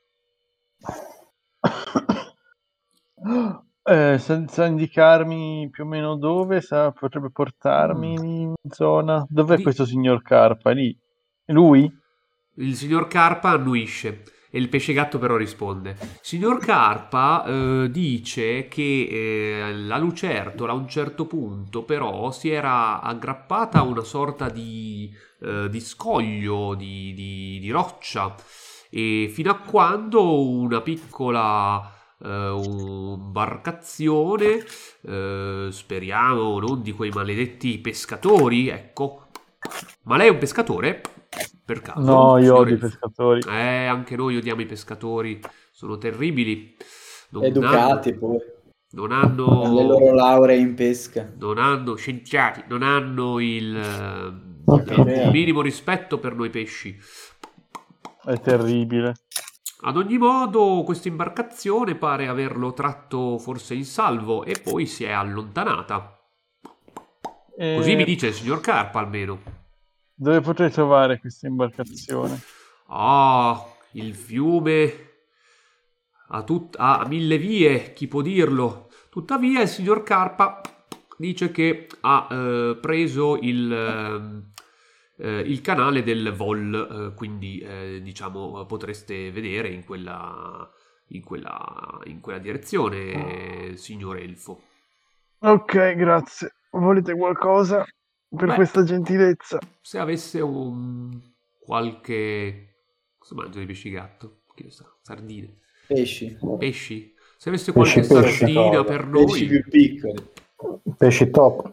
Eh, senza indicarmi più o meno dove sa, potrebbe portarmi in zona. Dov'è Di- questo signor Carpa? Lì? Lui? Il signor Carpa annuisce e il pesce gatto però risponde. Il signor Carpa eh, dice che eh, la lucertola a un certo punto però si era aggrappata a una sorta di, eh, di scoglio, di, di- di roccia, e fino a quando una piccola eh, imbarcazione, eh, speriamo non di quei maledetti pescatori, ecco. Ma lei è un pescatore? Per caso? No, io signor odio i Elfo? pescatori. Eh, anche noi odiamo i pescatori, sono terribili. Non Educati hanno, poi. non Con le loro hanno, lauree in pesca. non hanno scienziati, non hanno il, eh, È un vero. minimo rispetto per noi pesci. È terribile. Ad ogni modo, questa imbarcazione pare averlo tratto forse in salvo e poi si è allontanata. Così mi E dice il signor Carpa almeno. dove potrei trovare questa imbarcazione? Ah, il fiume ha, tut- ha mille vie, chi può dirlo? Tuttavia il signor Carpa dice che ha eh, preso il, ehm, eh, il canale del Vol, eh, quindi eh, diciamo potreste vedere in quella, in quella, in quella direzione, signor Elfo. Ok, grazie. Volete qualcosa per Beh, questa gentilezza? se avesse un qualche... cosa mangia di pesci gatto? Chi lo sa? Sardine. Pesci. Pesci? Se avesse Pesci, qualche pesci. sardina per Pesci noi... più piccoli. Pesci top.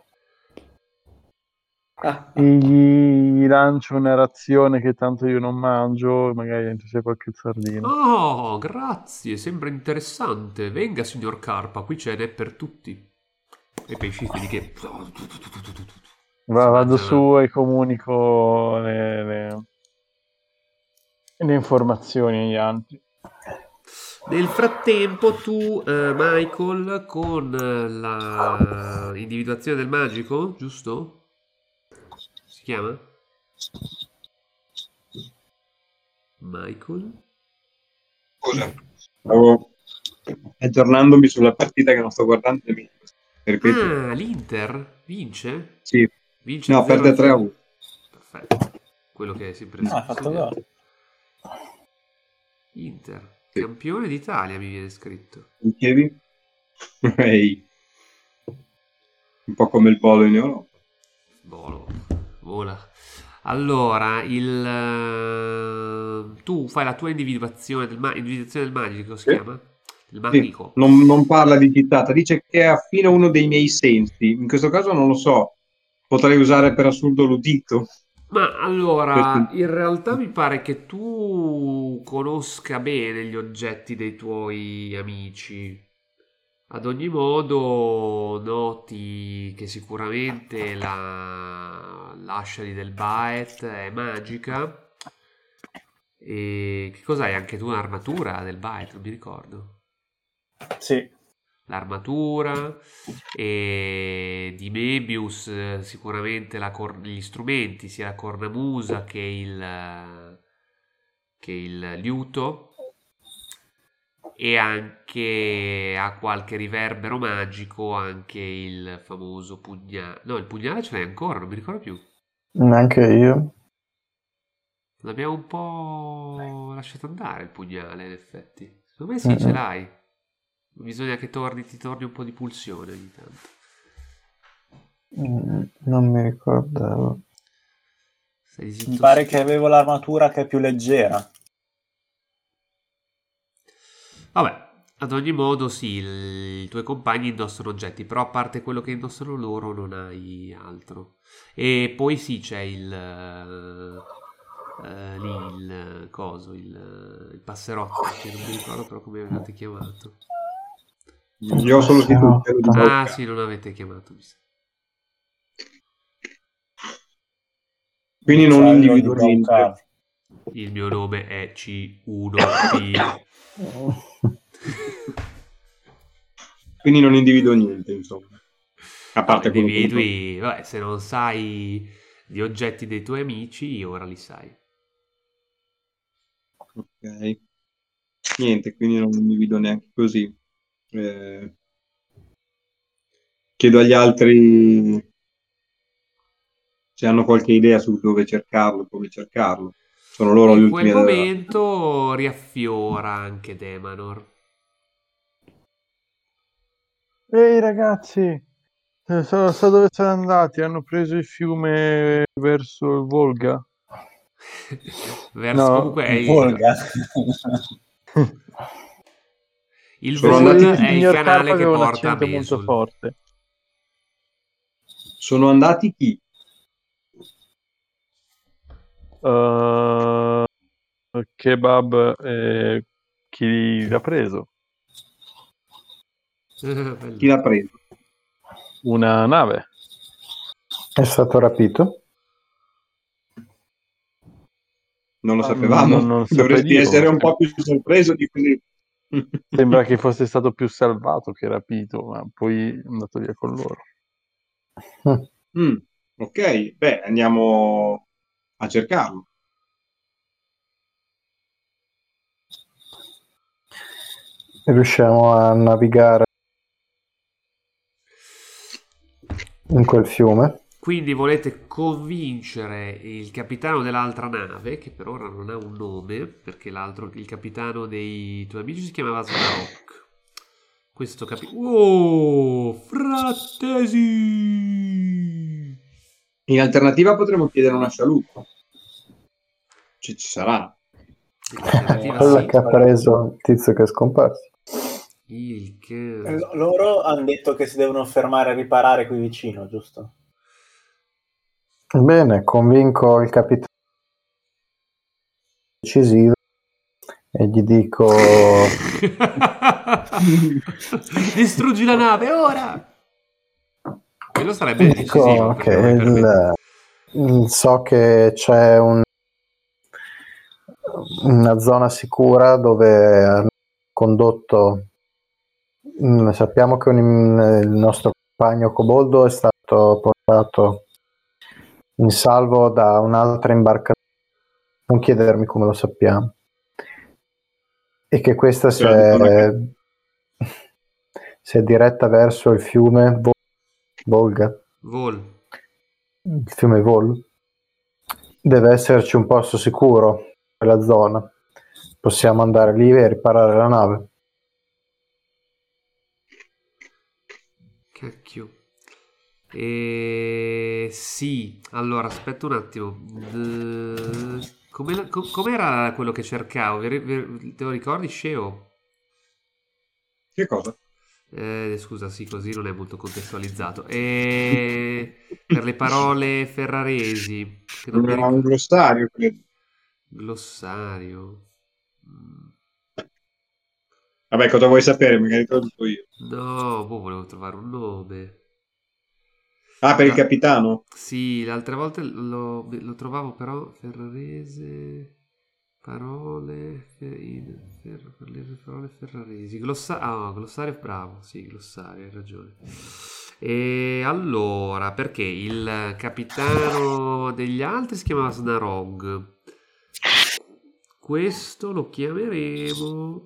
Ah, E gli lancio una razione che tanto io non mangio, magari dentro c'è qualche sardina. Oh, grazie, sembra interessante. Venga, signor Carpa, qui ce n'è per tutti. E i pesci vedi che... Va- si vado mangiano. su e comunico le, le- le informazioni agli altri. Nel frattempo tu, eh, Michael, con la individuazione del magico, giusto? Si chiama? Michael? Scusa, stavo aggiornandomi sulla partita che non sto guardando. Ripeto. Ah, l'Inter vince? Sì. Vince No, zero perde tre a zero. uno. Perfetto. Quello che è sempre Ah, ha fatto gol. Inter, Sì. campione d'Italia mi viene scritto. Mi chiedi? Ehi. Un po' come il polo in Europa. Bolo, vola. Allora, il eh, tu fai la tua individuazione del, ma- individuazione del magico, si Sì. chiama? Il Sì, magico. non, non parla di gittata, dice che è affine a uno dei miei sensi. In questo caso non lo so, potrei usare per assurdo l'udito. Ma allora, Questo- in realtà mi pare che tu conosca bene gli oggetti dei tuoi amici. Ad ogni modo, noti che sicuramente la l'ascia di Del Baet è magica. E che cos'hai? Anche tu un'armatura del Baet, non mi ricordo. Sì. L'armatura e di Mebius eh, sicuramente la cor- gli strumenti, sia la cornamusa che il, che il liuto, e anche ha qualche riverbero magico anche il famoso pugnale. No, il pugnale ce l'hai ancora, non mi ricordo più. Neanche io. L'abbiamo un po' lasciato andare il pugnale, in effetti. Secondo me sì, ce l'hai. Bisogna che torni, ti torni un po' di pulsione ogni tanto. Mm, Non mi ricordavo. Sei Mi zitto. pare che avevo l'armatura che è più leggera. Vabbè, ad ogni modo sì, il- i tuoi compagni indossano oggetti, però a parte quello che indossano loro non hai altro. E poi sì, c'è il... eh, lì il coso, il, il passerotto, che non mi ricordo però come avevate chiamato. Io ho solo scritto il pelo di Ah bocca. sì, non avete chiamato, mi sa. Quindi non Uccello individuo di niente. Braucar. Il mio nome è C uno P. Quindi non individuo niente, insomma. A No, parte quello che individui, vabbè, se non sai gli oggetti dei tuoi amici, ora li sai. Ok. Niente, quindi non individuo neanche così. Eh, Chiedo agli altri se hanno qualche idea su dove cercarlo, come cercarlo. Sono loro gli In ultimi quel ad aver... momento riaffiora anche Demanor. Ehi ragazzi, eh, so, so dove sono andati, hanno preso il fiume verso il Volga. Verso, No, comunque è il, Volga. il Sono Vol andati- il è il signor canale Carpa che aveva un porta a accento molto Mesul. forte. Sono andati chi? Uh, kebab, eh, chi l'ha preso? Bello. Chi l'ha preso? Una nave. È stato rapito? Non lo Ah, sapevamo. non- non Dovresti sapevo. essere un po' più sorpreso di così. Sembra che fosse stato più salvato che rapito, ma poi è andato via con loro. Mm, ok, beh, andiamo a cercarlo. Riusciamo a navigare in quel fiume? Quindi volete convincere il capitano dell'altra nave, che per ora non ha un nome, perché l'altro, il capitano dei tuoi amici si chiamava Svarok. Questo capitano... Oh, frattesi! In alternativa potremmo chiedere una scialuppa. Ci, ci sarà. In alternativa Quella sì. che ha preso il tizio che è scomparso. Il che... L- loro hanno detto che si devono fermare a riparare qui vicino, giusto? Bene, convinco il capitano decisivo e gli dico Distruggi la nave ora! Quello sarebbe decisivo dico per che noi, per me. il- il- so che c'è un- una zona sicura dove condotto. Mm, sappiamo che un- il nostro compagno Coboldo è stato portato in salvo da un'altra imbarcazione. Non chiedermi come lo sappiamo. E che questa si è, si è diretta verso il fiume Vo- Volga, Vol. il fiume Vol. Deve esserci un posto sicuro in quella zona. Possiamo andare lì e riparare la nave. Cacchio. E... Sì, allora aspetta un attimo. D- come- co- Com'era quello che cercavo? Vi- vi- Te lo ricordi, Sceo? Che cosa? Eh, scusa, sì, così non è molto contestualizzato. E... Per le parole ferraresi, che non mi Era un ricordo. glossario, credo. Glossario. Mm, Vabbè, cosa vuoi sapere? Magari te lo dico io. No, boh, volevo trovare un nome. Ah, per il La- capitano? Sì, le altre volte lo, lo trovavo però ferrarese, parole, fe- in- fer- per le parole ferraresi, Glossa- ah, glossario, bravo, sì, glossario, hai ragione. E allora, perché il capitano degli altri si chiamava Snarog, questo lo chiameremo...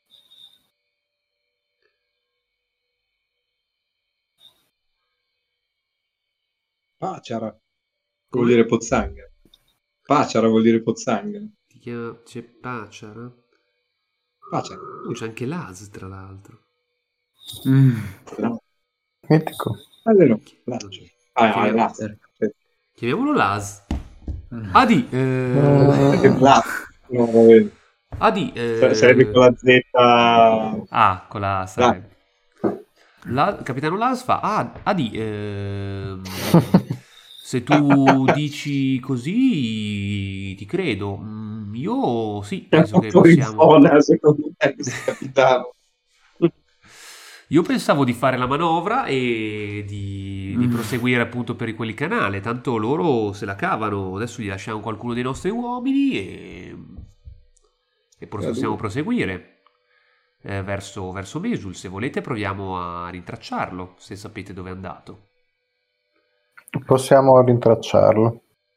Paciara. Vuol Come? dire pozzanghera. Paciara vuol dire pozzanghera. Ti chiama... C'è Paciara? Paciara. Oh, c'è anche Laz, tra l'altro. Mm. Mitico. Ah, vero. Chi- Lazio. Ah, no, è Chiamiamo- Lazio. Chiamiamolo Laz. Adi, eh, Mm. Lazio. No, va bene. Adi, eh, S- Sarebbe con la Z. ah, con la sarebbe. La, Capitano Laz fa, ah, Adi, ehm, se tu dici così, ti credo. Mm, io sì, penso che possiamo. Buona, secondo me, questo capitano. Io pensavo di fare la manovra e di, di Mm. proseguire appunto per quelli canale, tanto loro se la cavano, adesso gli lasciamo qualcuno dei nostri uomini e, e poi possiamo proseguire eh, verso, verso Mesul. Se volete proviamo a rintracciarlo, se sapete dove è andato. Possiamo rintracciarlo.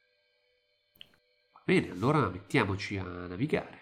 Bene, allora mettiamoci a navigare.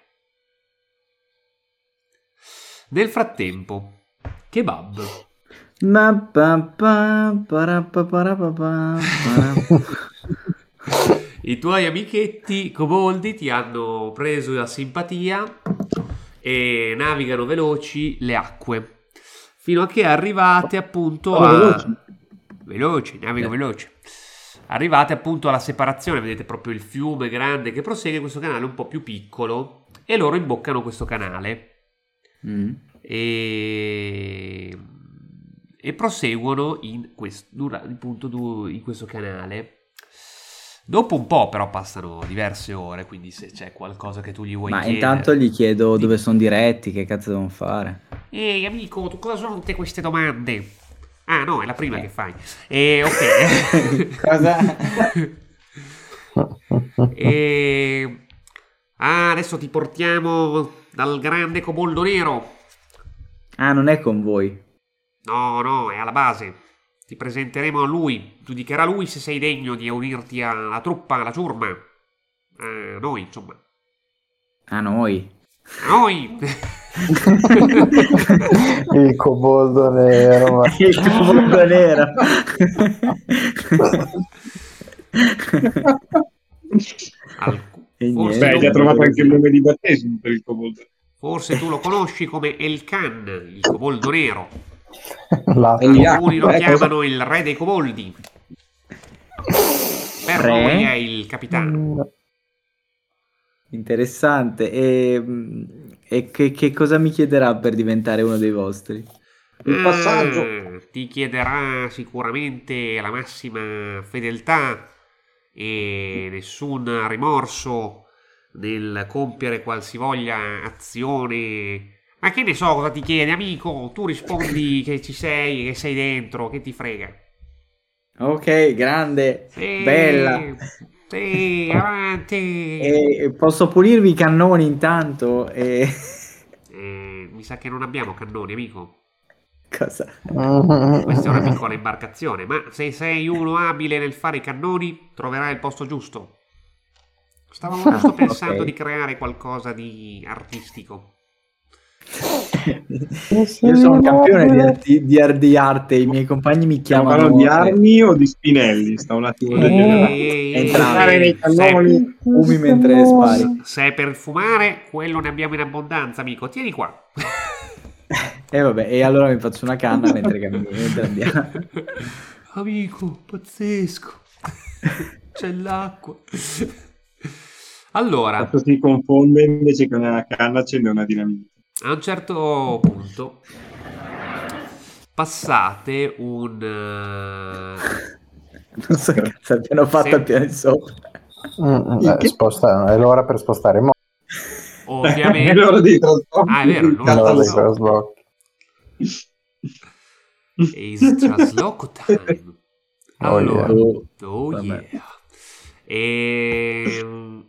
Nel frattempo, Kebab. Ma pa pa para pa para pa pa para. I tuoi amichetti coboldi ti hanno preso la simpatia e navigano veloci le acque fino a che arrivate appunto Oh, a veloci. veloci, navigo veloce. Arrivate appunto alla separazione, vedete proprio il fiume grande che prosegue, questo canale un po' più piccolo e loro imboccano questo canale Mm. e, e proseguono in questo, dura- appunto, du- in questo canale. Dopo un po' però passano diverse ore, quindi se c'è qualcosa che tu gli vuoi Ma chiedere... intanto gli chiedo Di- dove sono diretti, che cazzo devono fare. Ehi amico, tu cosa sono tutte queste domande? Ah no, è la prima che fai. E ok. Cosa? E... Ah, adesso ti portiamo dal grande Coboldo Nero. Ah, non è con voi. No, no, è alla base. Ti presenteremo a lui. Giudicherà lui se sei degno di unirti alla truppa, alla ciurma. A noi, insomma. A noi. A noi! Il coboldo nero. Ma... Il mondo nero. Al- E Forse, niente. Beh, hai già non- trovato anche il nome di battesimo per il coboldo. forse tu lo conosci come Elkan, il Coboldo Nero. La... Alcuni lo Eh, cosa- chiamano il re dei coboldi. Per Re? noi è il capitano. Interessante. E, e che, che cosa mi chiederà per diventare uno dei vostri? Il passaggio. Ah, ti chiederà sicuramente la massima fedeltà e nessun rimorso nel compiere qualsivoglia azione. Ma che ne so cosa ti chiede, amico? Tu rispondi che ci sei, che sei dentro, che ti frega. Ok, grande, Sì, bella. sì, avanti. E posso pulirvi i cannoni intanto? E... Eh, mi sa che non abbiamo cannoni, amico. Cosa? Questa è una piccola imbarcazione, ma se sei uno abile nel fare i cannoni, troverai il posto giusto. Stavamo giusto pensando ok. di creare qualcosa di artistico. Io sono un campione di, arti, di, ar- di arte, i miei compagni mi Stiamo chiamano... parlando di armi o di spinelli? Sta un attimo degenerando. Entrambi. nei cannoni. Fumi mentre spari. Se è per fumare, quello ne abbiamo in abbondanza, amico. Tieni qua. E vabbè, e allora mi faccio una canna mentre cammino, mentre andiamo. Amico, pazzesco. C'è l'acqua. Allora, Questo si confonde, invece che una canna accende una dinamite. a un certo punto passate un... eh, Non so che cazzo abbiano fatto Sì. al piano di sopra. Mm, eh, sposta- è l'ora per spostare i mo- È ovviamente... l'ora dei trasporti. Ah, è vero, di l'ora è l'ora casa. dei so. traslochi. Is trasloco time. Oh, Allora, yeah. Oh, oh vabbè. yeah. E...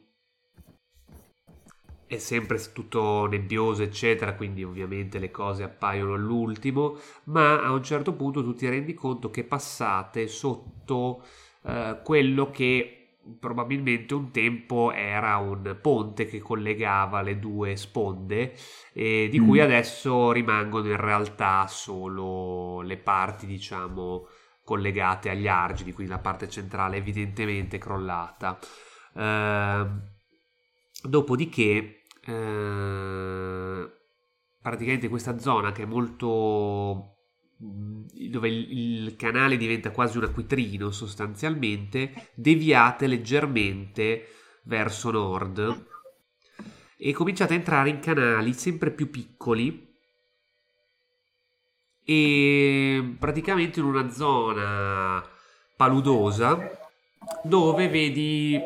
È sempre tutto nebbioso, eccetera, quindi ovviamente le cose appaiono all'ultimo, ma a un certo punto tu ti rendi conto che passate sotto eh, quello che probabilmente un tempo era un ponte che collegava le due sponde, e di cui Mm. adesso rimangono in realtà solo le parti, diciamo, collegate agli argini, quindi la parte centrale evidentemente crollata. Eh, dopodiché, eh, praticamente questa zona che è molto, dove il, il canale diventa quasi un acquitrino sostanzialmente, deviate leggermente verso nord e cominciate a entrare in canali sempre più piccoli e praticamente in una zona paludosa dove vedi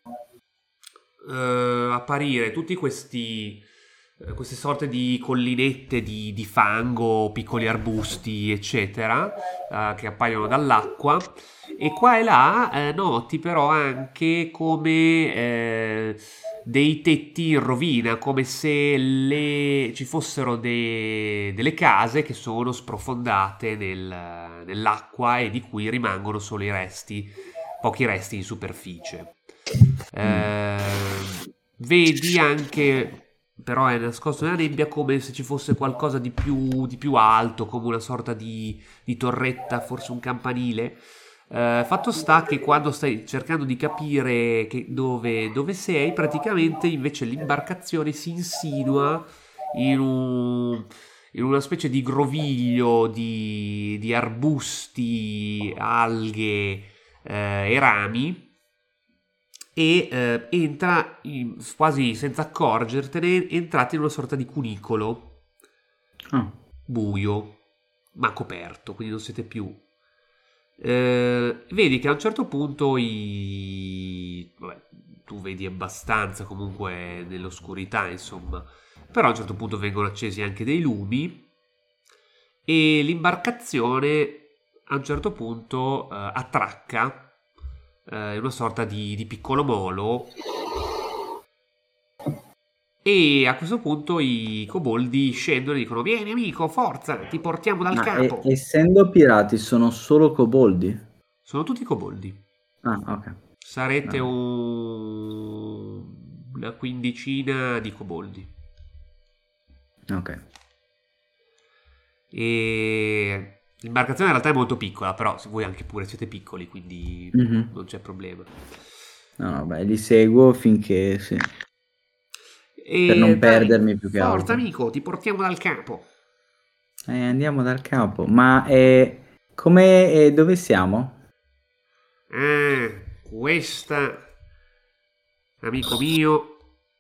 eh, apparire tutti questi eh, queste sorte di collinette di, di fango, piccoli arbusti, eccetera, eh, che appaiono dall'acqua. E qua e là eh, noti però anche come eh, dei tetti in rovina, come se le, ci fossero de- delle case che sono sprofondate nel- nell'acqua e di cui rimangono solo i resti, pochi resti in superficie. Eh, vedi anche, però è nascosto nella nebbia, come se ci fosse qualcosa di più, di più alto, come una sorta di, di torretta, forse un campanile. Eh, fatto sta che quando stai cercando di capire che dove, dove sei, praticamente invece l'imbarcazione si insinua in, un, in una specie di groviglio di, di arbusti, alghe eh, e rami, e eh, entra in- quasi senza accorgertene, entrate in una sorta di cunicolo Ah. buio ma coperto, quindi non siete più. Eh, vedi che a un certo punto i... vabbè, tu vedi abbastanza comunque nell'oscurità, insomma, però a un certo punto vengono accesi anche dei lumi e l'imbarcazione a un certo punto eh, attracca eh, in una sorta di, di piccolo molo, e a questo punto i coboldi scendono e dicono: vieni amico, forza, ti portiamo dal Ma capo. e- essendo pirati sono solo coboldi? Sono tutti coboldi. Ah, ok. Sarete No. un... una quindicina di coboldi. Ok. E l'imbarcazione in realtà è molto piccola, però se voi anche pure siete piccoli, quindi Mhm. non c'è problema. No, vabbè, li seguo finché sì. E Per non dai, perdermi più che forza altro. amico, ti portiamo dal capo. Eh, andiamo dal capo. Ma eh, come eh, dove siamo? Ah, questa, amico mio,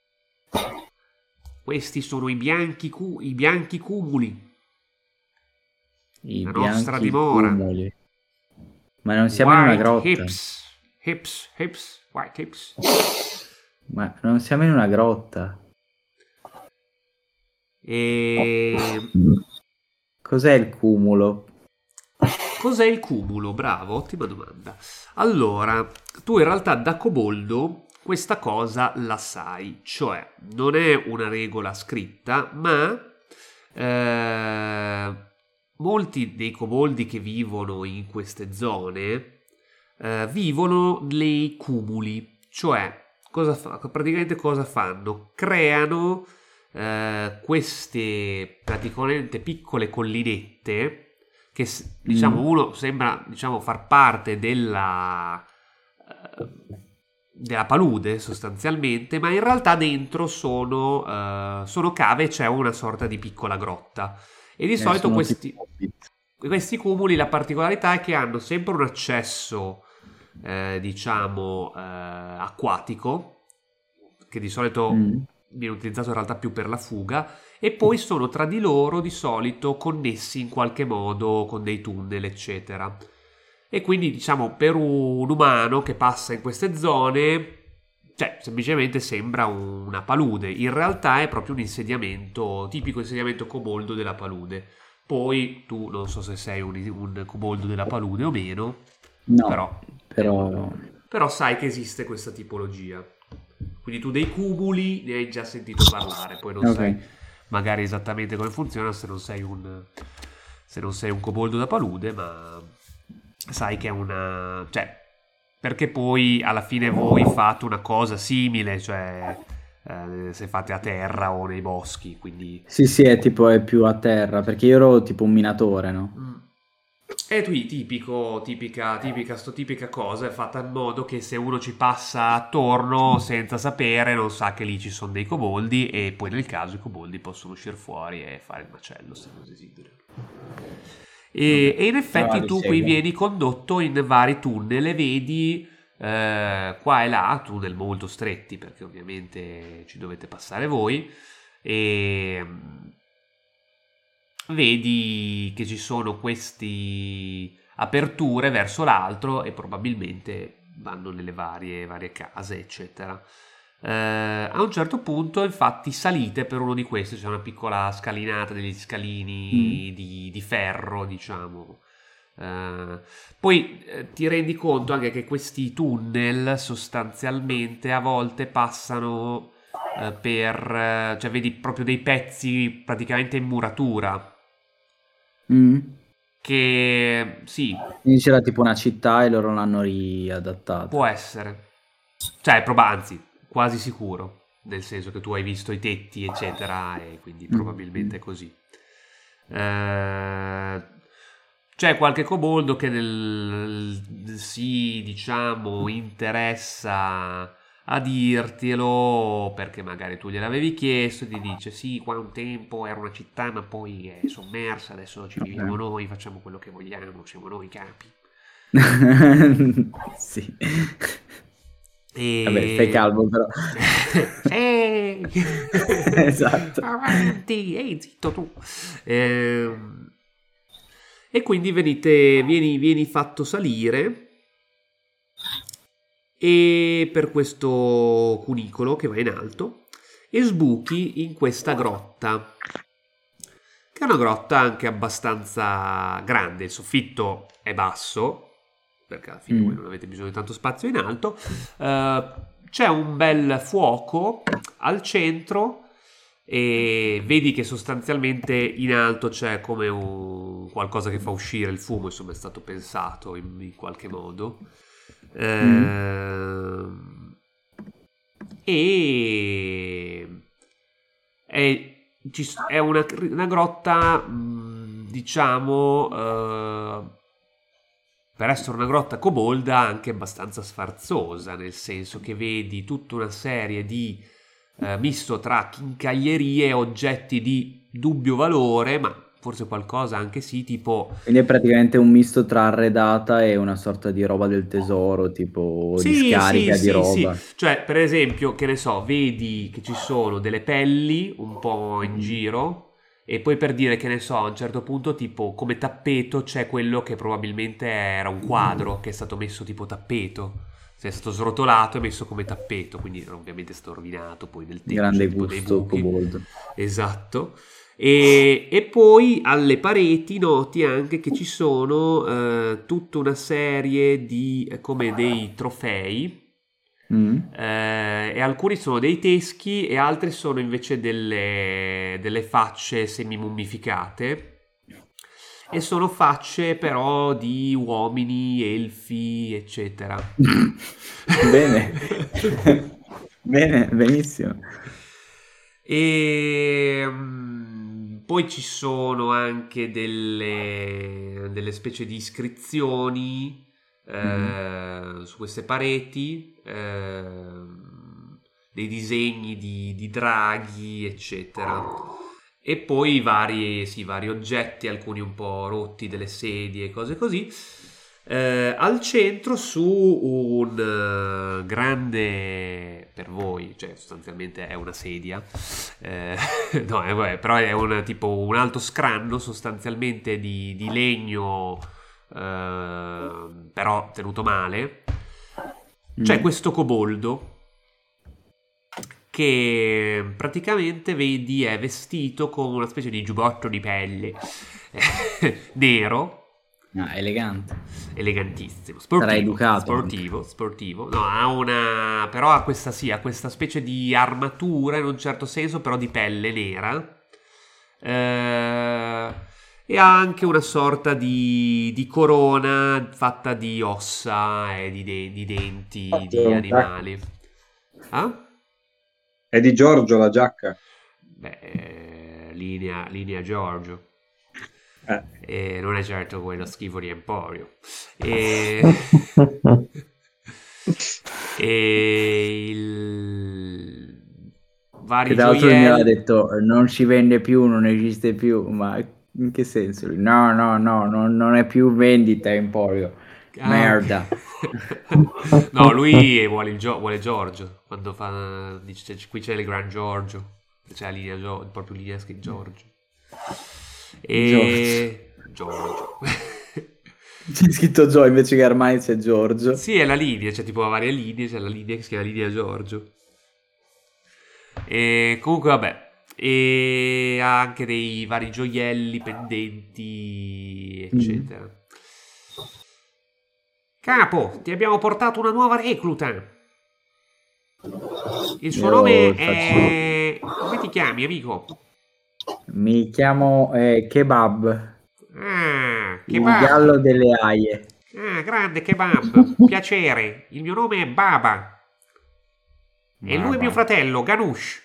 questi sono i bianchi, cu- i bianchi cumuli, I la nostra bianchi dimora. cumuli. Ma non siamo in una White grotta. hips, hips, hips, white hips. Ma non siamo in una grotta. E Cos'è il cumulo? cos'è il cumulo? Bravo, ottima domanda. Allora, tu in realtà da coboldo questa cosa la sai, cioè non è una regola scritta, ma eh, molti dei coboldi che vivono in queste zone eh, vivono nei cumuli, cioè cosa fa, praticamente cosa fanno? Creano eh, queste praticamente piccole collinette che diciamo Mm. uno sembra diciamo far parte della eh, della palude sostanzialmente, ma in realtà dentro sono, eh, sono cave e c'è una sorta di piccola grotta. E di Eh, solito sono questi, tipo Hobbit. questi cumuli, la particolarità è che hanno sempre un accesso, eh, diciamo, eh, acquatico, che di solito Mm. viene utilizzato in realtà più per la fuga, e poi sono tra di loro di solito connessi in qualche modo con dei tunnel, eccetera. E quindi, diciamo, per un umano che passa in queste zone, cioè, semplicemente sembra una palude. In realtà è proprio un insediamento, tipico insediamento coboldo della palude. Poi tu non so se sei un, un coboldo della palude o meno, No, però, però... però sai che esiste questa tipologia. Quindi tu dei cumuli ne hai già sentito parlare, poi non Ok. sai magari esattamente come funziona se non sei un, se non sei un coboldo da palude, ma sai che è una... cioè, perché poi alla fine voi fate una cosa simile, cioè eh, se fate a terra o nei boschi, quindi... Sì, sì, è tipo è più a terra, perché io ero tipo un minatore, no? Mm. E qui tipico, tipica, tipica, sto tipica cosa è fatta in modo che se uno ci passa attorno senza sapere non sa che lì ci sono dei coboldi e poi nel caso i coboldi possono uscire fuori e fare il macello se non desiderano. E, e in effetti Ah, li tu qui seguo. vieni condotto in vari tunnel e vedi eh, qua e là tunnel molto stretti perché ovviamente ci dovete passare voi e vedi che ci sono queste aperture verso l'altro e probabilmente vanno nelle varie, varie case, eccetera. Eh, a un certo punto, infatti, salite per uno di questi, c'è una piccola scalinata, degli scalini Mm. di, di ferro, diciamo. Eh, poi eh, ti rendi conto anche che questi tunnel sostanzialmente a volte passano eh, per, eh, cioè vedi proprio dei pezzi praticamente in muratura Mm. che sì, Quindi c'era tipo una città e loro l'hanno riadattata. può essere, cioè proba- anzi quasi sicuro, nel senso che tu hai visto i tetti eccetera e quindi Mm. probabilmente è così. Eh, c'è qualche coboldo che nel, si diciamo interessa a dirtelo perché magari tu gliel'avevi chiesto e ti dice sì, qua un tempo era una città ma poi è sommersa, adesso ci Ok. viviamo noi, facciamo quello che vogliamo, siamo noi i capi. Sì. E... Vabbè, stai calmo però. Sì! Esatto. Avanti, ehi, zitto tu. Ehm, E quindi venite, vieni, vieni fatto salire e per questo cunicolo che va in alto e sbuchi in questa grotta, che è una grotta anche abbastanza grande. Il soffitto è basso, perché alla fine Mm. voi non avete bisogno di tanto spazio in alto. Eh, c'è un bel fuoco al centro e vedi che sostanzialmente in alto c'è come un qualcosa che fa uscire il fumo, insomma è stato pensato in, in qualche modo. Ehm, e è, ci- è una, una grotta mh, diciamo eh, per essere una grotta cobolda anche abbastanza sfarzosa, nel senso che vedi tutta una serie di eh, misto tra chincaglierie e oggetti di dubbio valore, ma forse qualcosa anche sì, tipo Quindi è praticamente un misto tra arredata e una sorta di roba del tesoro, tipo sì, discarica sì, di sì, sì. roba. Cioè, per esempio, che ne so, vedi che ci sono delle pelli un po' in giro e poi per dire che ne so, a un certo punto tipo come tappeto c'è quello che probabilmente era un quadro che è stato messo tipo tappeto. Cioè, è stato srotolato e messo come tappeto, quindi ovviamente è stato rovinato poi nel tempo, Grande c'è tipo dei gusto buchi. coboldo. Esatto. E, e poi alle pareti noti anche che ci sono eh, tutta una serie di eh, come dei trofei Mm. Eh, e alcuni sono dei teschi e altri sono invece delle, delle facce semi-mummificate. E sono facce però di uomini, elfi, eccetera. Bene. Bene, benissimo. E mm, poi ci sono anche delle, delle specie di iscrizioni eh, su queste pareti, eh, dei disegni di, di draghi, eccetera. E poi vari, sì, vari oggetti, alcuni un po' rotti, delle sedie, cose così. Eh, al centro su un eh, grande, per voi, cioè sostanzialmente è una sedia, eh, no, è- vabbè, però è un tipo un alto scranno sostanzialmente di, di legno, eh, però tenuto male. C'è Mm. questo coboldo che praticamente vedi è vestito con una specie di giubbotto di pelle nero, Ah, elegante. elegantissimo, Sarà sportivo, educato sportivo, sportivo. No, ha una, però ha questa sì, ha questa specie di armatura in un certo senso, però di pelle nera. Eh, e ha anche una sorta di, di corona fatta di ossa e di, de- di denti di animali. Ah? È di Giorgio la giacca. Beh, eh, linea, linea Giorgio. Eh. E non è certo quello schifo di Emporio. E, e il vari Che tra l'altro lui mi aveva gioielli. detto non ci vende più, non esiste più, ma in che senso? Lui, No, no, no, non, non è più vendita Emporio. Ah, Merda. ok. No, lui vuole, il Gio- vuole Giorgio. Quando fa, dice, qui c'è il Gran Giorgio. C'è la linea Gio- proprio linea scritto Giorgio. E Giorgio. C'è scritto Joe invece che Armani c'è Giorgio. Sì, è la linea, c'è tipo varie linee, c'è la linea che si chiama linea Giorgio. E comunque vabbè, e ha anche dei vari gioielli, pendenti, eccetera. Capo, ti abbiamo portato una nuova recluta. Il suo Io nome faccio- è... Come ti chiami, amico? Mi chiamo eh, Kebab, Ah, il gallo Kebab. delle aie. Ah, grande Kebab. Piacere. Il mio nome è Baba. E lui è mio fratello, Ganush.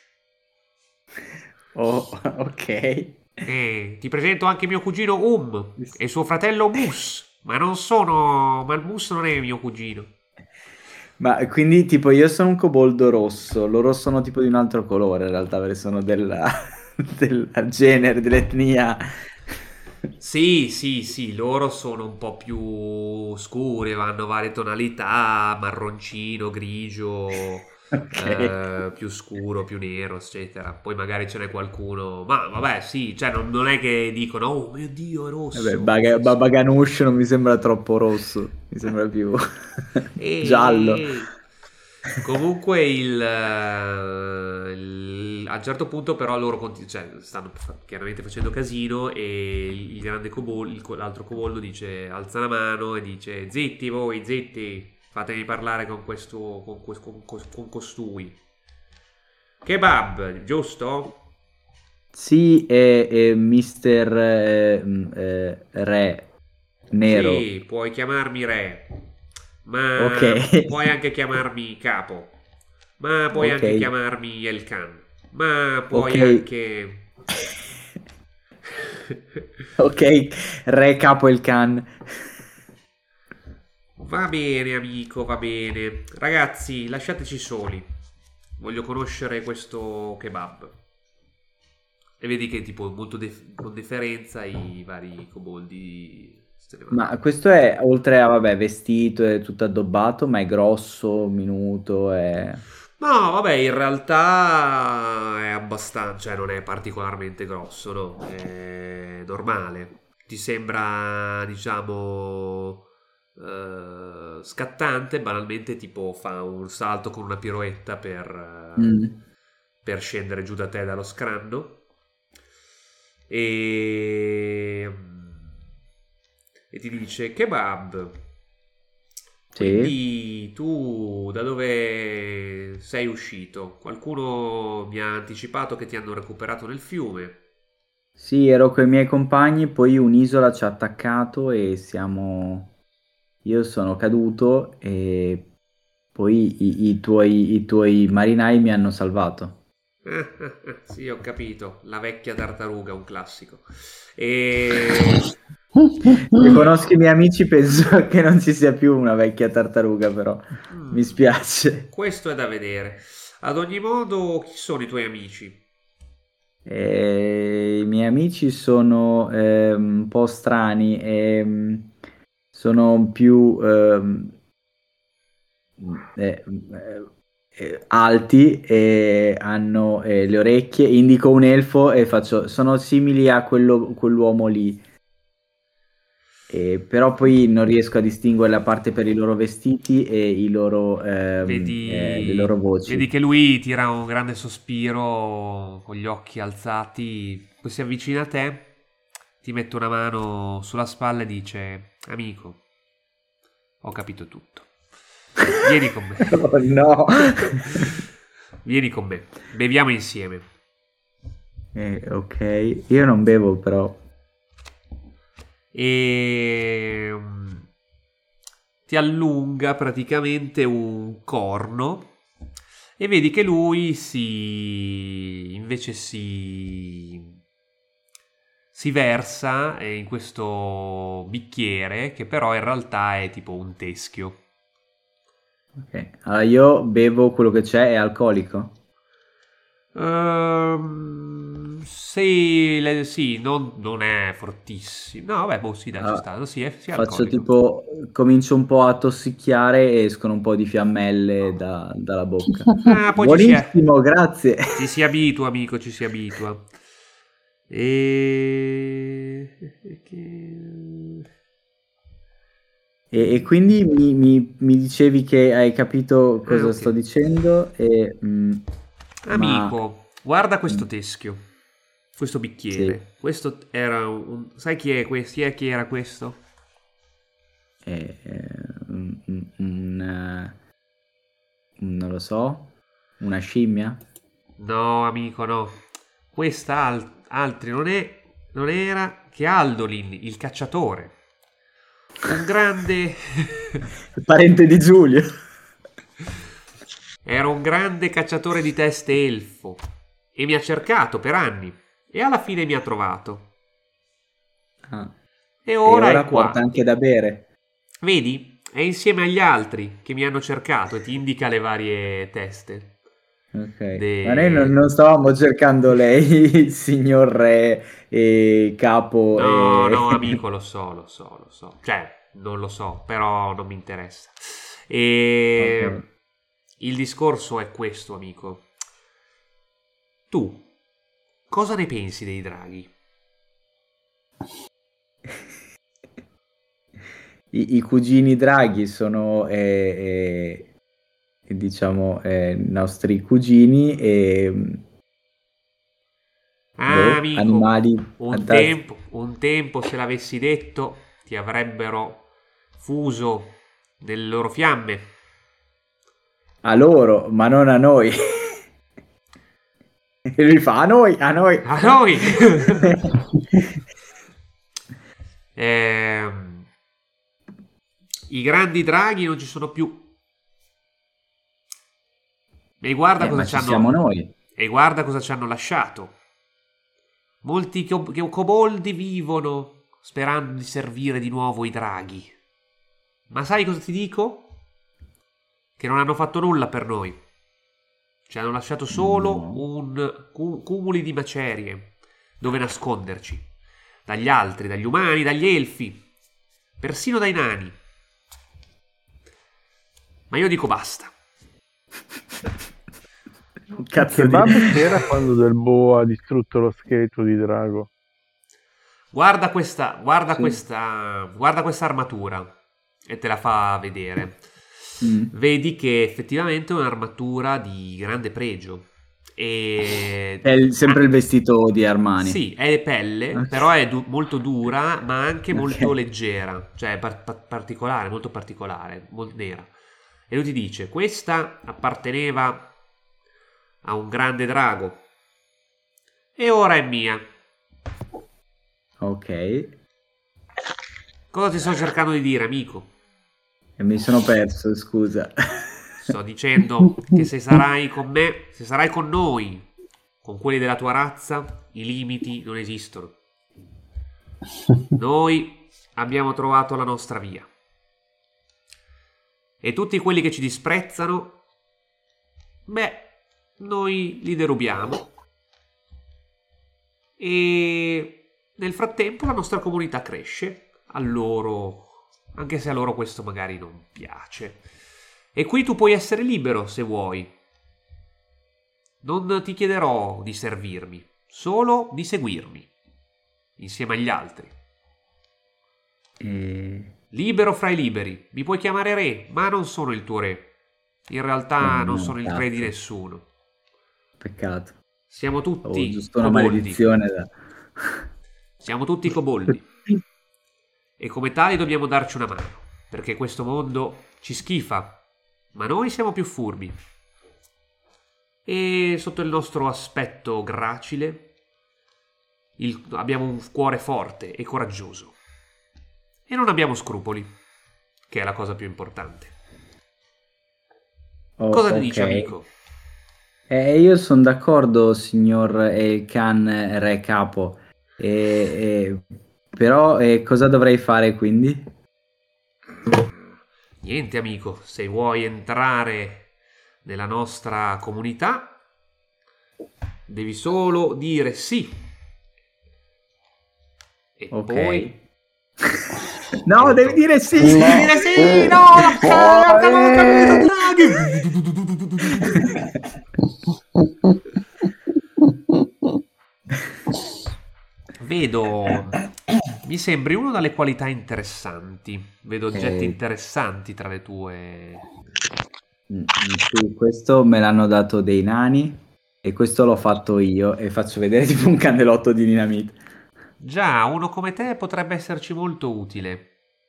Oh, ok. Eh, ti presento anche mio cugino Um e suo fratello Mus. Ma non sono... Ma il Mus non è mio cugino. Ma quindi tipo io sono un coboldo rosso, loro sono tipo di un altro colore in realtà perché sono della, del genere, dell'etnia. Sì, sì, sì, loro sono un po' più scuri, vanno varie tonalità, marroncino, grigio, Ok. eh, più scuro, più nero, eccetera. Poi magari ce n'è qualcuno, ma vabbè, sì, cioè non, non è che dicono, oh mio Dio, è rosso. Vabbè, Baga- Baba Ganoush non mi sembra troppo rosso, mi sembra più Ehi, giallo. ehi. Comunque il, eh, il- a un certo punto però loro conti- cioè, stanno fa- chiaramente facendo casino e il, il grande coboldo, il co- l'altro coboldo dice alza la mano e dice zitti voi, zitti, fatemi parlare con questo con, quest- con cos- con costui. Kebab, giusto? Sì, è, è mister eh, mm, eh, Re Nero. Sì, puoi chiamarmi re, ma Ok. puoi anche chiamarmi capo, ma puoi Ok. anche chiamarmi El Khan, ma puoi Ok. anche... Ok, Re Capo il Can. Va bene, amico, va bene. Ragazzi, lasciateci soli. Voglio conoscere questo kebab. E vedi che tipo molto def- con deferenza i vari coboldi se ne vanno. Ma questo è, oltre a, vabbè, vestito e tutto addobbato, ma è grosso, minuto, è... No, vabbè, in realtà è abbastanza, cioè non è particolarmente grosso, no? È normale. Ti sembra, diciamo, eh, scattante, banalmente tipo fa un salto con una piroetta per, eh, Mm. per scendere giù da te dallo scranno. E, e ti dice, Kebab, Sì. Quindi tu da dove sei uscito? Qualcuno mi ha anticipato che ti hanno recuperato nel fiume. Sì, ero con i miei compagni, poi un'isola ci ha attaccato e siamo... Io sono caduto e poi i, i tuoi, i tuoi marinai mi hanno salvato. Sì, ho capito, la vecchia tartaruga, un classico. E... Se conosco i miei amici penso che non ci sia più una vecchia tartaruga, però Mm, mi spiace. questo è da vedere. Ad ogni modo, chi sono i tuoi amici? E i miei amici sono eh, un po' strani e sono più ehm, eh, eh, eh, alti e hanno eh, le orecchie. Indico un elfo e faccio, sono simili a quello, quell'uomo lì. E però poi non riesco a distinguere la parte per i loro vestiti e i loro, ehm, eh, le loro Vedi, voci. vedi che lui tira un grande sospiro con gli occhi alzati, poi si avvicina a te, ti mette una mano sulla spalla e dice: amico, ho capito tutto. Vieni con me. Oh, no! Vieni con me, beviamo insieme. Eh, ok, io non bevo però. E mm, ti allunga praticamente un corno e vedi che lui si invece si si versa eh, in questo bicchiere che però in realtà è tipo un teschio. Ok, allora io bevo quello che c'è, è alcolico? Ehm, sì, le- sì, non, non è fortissimo. No, vabbè, boh, sì, dai, ci Allora, sta. Sì, è, sì, è faccio alcolico. tipo, comincio un po' a tossicchiare e escono un po' di fiammelle da- dalla bocca. Ah, poi ci si è. Buonissimo, grazie. Ci si abitua, amico, ci si abitua. E... E, e quindi mi, mi- mi dicevi che hai capito Ah, cosa ok. sto dicendo, e, mm, ma Amico, guarda questo mm, teschio, questo sì, bicchiere. Questo era un... Sai chi è questo? Chi è chi era questo? è, è un, un- un, eh, non lo so, una scimmia? No, amico, no. Questa al- altri non è, non era che Aldolin, il cacciatore. Un grande... Parente di Giulio. Era un grande cacciatore di teste elfo e mi ha cercato per anni e alla fine mi ha trovato. Ah. E E ora ora è porta qua. anche da bere. Vedi? È insieme agli altri che mi hanno cercato e ti indica le varie teste. Ok, ma noi non, De... non stavamo cercando lei, il signor re e capo No, e... no, amico, lo so, lo so, lo so. Cioè, non lo so, però non mi interessa. E Ok. il discorso è questo, amico. Tu cosa ne pensi dei draghi? I, i cugini Draghi sono, eh, eh, diciamo, eh, nostri cugini e, Ah, boh, amico, animali un fantastici. tempo, un tempo se l'avessi detto ti avrebbero fuso nelle loro fiamme. A loro, ma non a noi. E lui fa a noi, a noi. A noi! Ehm, I grandi draghi non ci sono più. E guarda Eh, cosa ma ci ci siamo hanno, noi. e guarda cosa ci hanno lasciato. Molti co- che- coboldi vivono sperando di servire di nuovo i draghi. Ma sai cosa ti dico? Che non hanno fatto nulla per noi. Ci hanno lasciato solo No. un cu- cumuli di macerie dove nasconderci. Dagli altri, dagli umani, dagli elfi, persino dai nani. Ma io dico basta. Un Che cazzo di... kebab c'era quando Del Boa ha distrutto lo scheletro di drago? Guarda questa, guarda Sì. questa, guarda questa armatura e te la fa vedere. Mm. Vedi che effettivamente è un'armatura di grande pregio E... È il- sempre il vestito di Armani. Sì, è pelle, Ok. però è du- molto dura, ma anche molto Ok. leggera, cioè par- par- particolare, molto particolare, molto nera. E lui ti dice, questa apparteneva a un grande drago e ora è mia. Ok. E Cosa ti sto cercando di dire, amico? mi sono perso, scusa. Sto dicendo che se sarai con me, se sarai con noi, con quelli della tua razza, i limiti non esistono. Noi abbiamo trovato la nostra via. E tutti quelli che ci disprezzano, beh, noi li derubiamo. E nel frattempo la nostra comunità cresce, a loro, anche se a loro questo magari non piace. E qui tu puoi essere libero se vuoi. Non ti chiederò di servirmi, solo di seguirmi, insieme agli altri. E... Libero fra i liberi, mi puoi chiamare re, ma non sono il tuo re. In realtà Oh, non no, sono il re di cazzo. nessuno. Peccato. Siamo Oh, tutti giusto una coboldi. maledizione da... Siamo tutti coboldi. E come tali dobbiamo darci una mano, perché questo mondo ci schifa, ma noi siamo più furbi. E sotto il nostro aspetto gracile il- abbiamo un cuore forte e coraggioso. E non abbiamo scrupoli, che è la cosa più importante. Oh, Cosa ne ok. dici, amico? Eh, io sono d'accordo, signor Elkan Re Capo. E, e- Però eh, cosa dovrei fare quindi? Niente, amico, se vuoi entrare nella nostra comunità, devi solo dire sì. E Ok. poi... No, devi dire sì! Devi dire sì, no, la cagata, non ho capito, Vedo, mi sembri uno dalle qualità interessanti. Vedo oggetti Eh. interessanti tra le tue. Mm, sì, questo me l'hanno dato dei nani e questo l'ho fatto io e faccio vedere tipo un cannellotto di dinamite. Già, uno come te potrebbe esserci molto utile.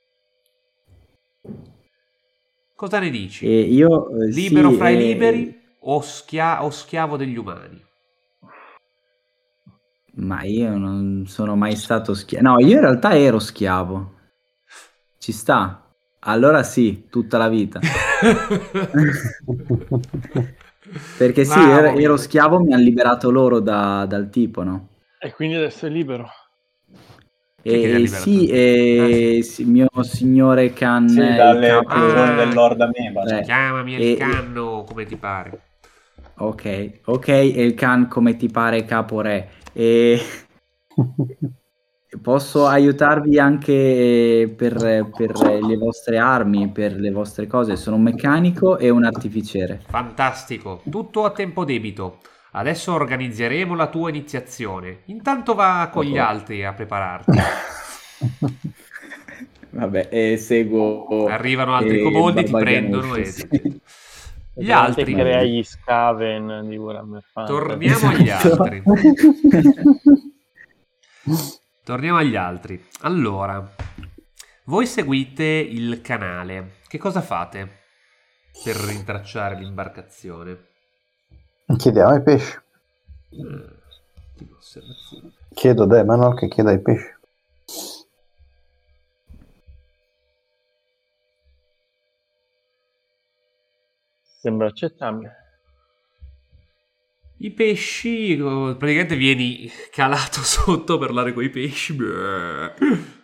Cosa ne dici? E io eh, Libero sì, fra i eh, liberi o, schia- o schiavo degli umani? ma io non sono mai stato schiavo. No, io in realtà ero schiavo. Ci sta. Allora sì, tutta la vita. Perché sì, Bravo, ero, amico. ero schiavo, mi hanno liberato loro da- dal tipo, no? E quindi adesso è libero. Chi è che ti ha E liberato? sì, e sì, mio signore Khan, Sì, il dalle capo- prigioni Ah. del Lord Ameba. Eh, Chiamami e- il canno come ti pare. Ok, ok, e il Khan come ti pare capo re. E posso aiutarvi anche per, per le vostre armi, per le vostre cose. Sono un meccanico e un artificiere. Fantastico, tutto a tempo debito. Adesso organizzeremo la tua iniziazione. Intanto va con gli Oh. altri a prepararti. Vabbè, e seguo. Arrivano altri eh, coboldi, ti Baba prendono Ganoush, e... sì. Gli Praticamente altri. crea gli Skaven di Warhammer Fantasy. Torniamo agli Esatto. altri. Torniamo agli altri. Allora, voi seguite il canale. Che cosa fate per rintracciare l'imbarcazione? Chiediamo ai pesci. Eh, tipo osservazione. Chiedo a Emanuel che chieda ai pesci. Sembra accettabile. I pesci, oh, praticamente vieni calato sotto per parlare con i pesci. Beh.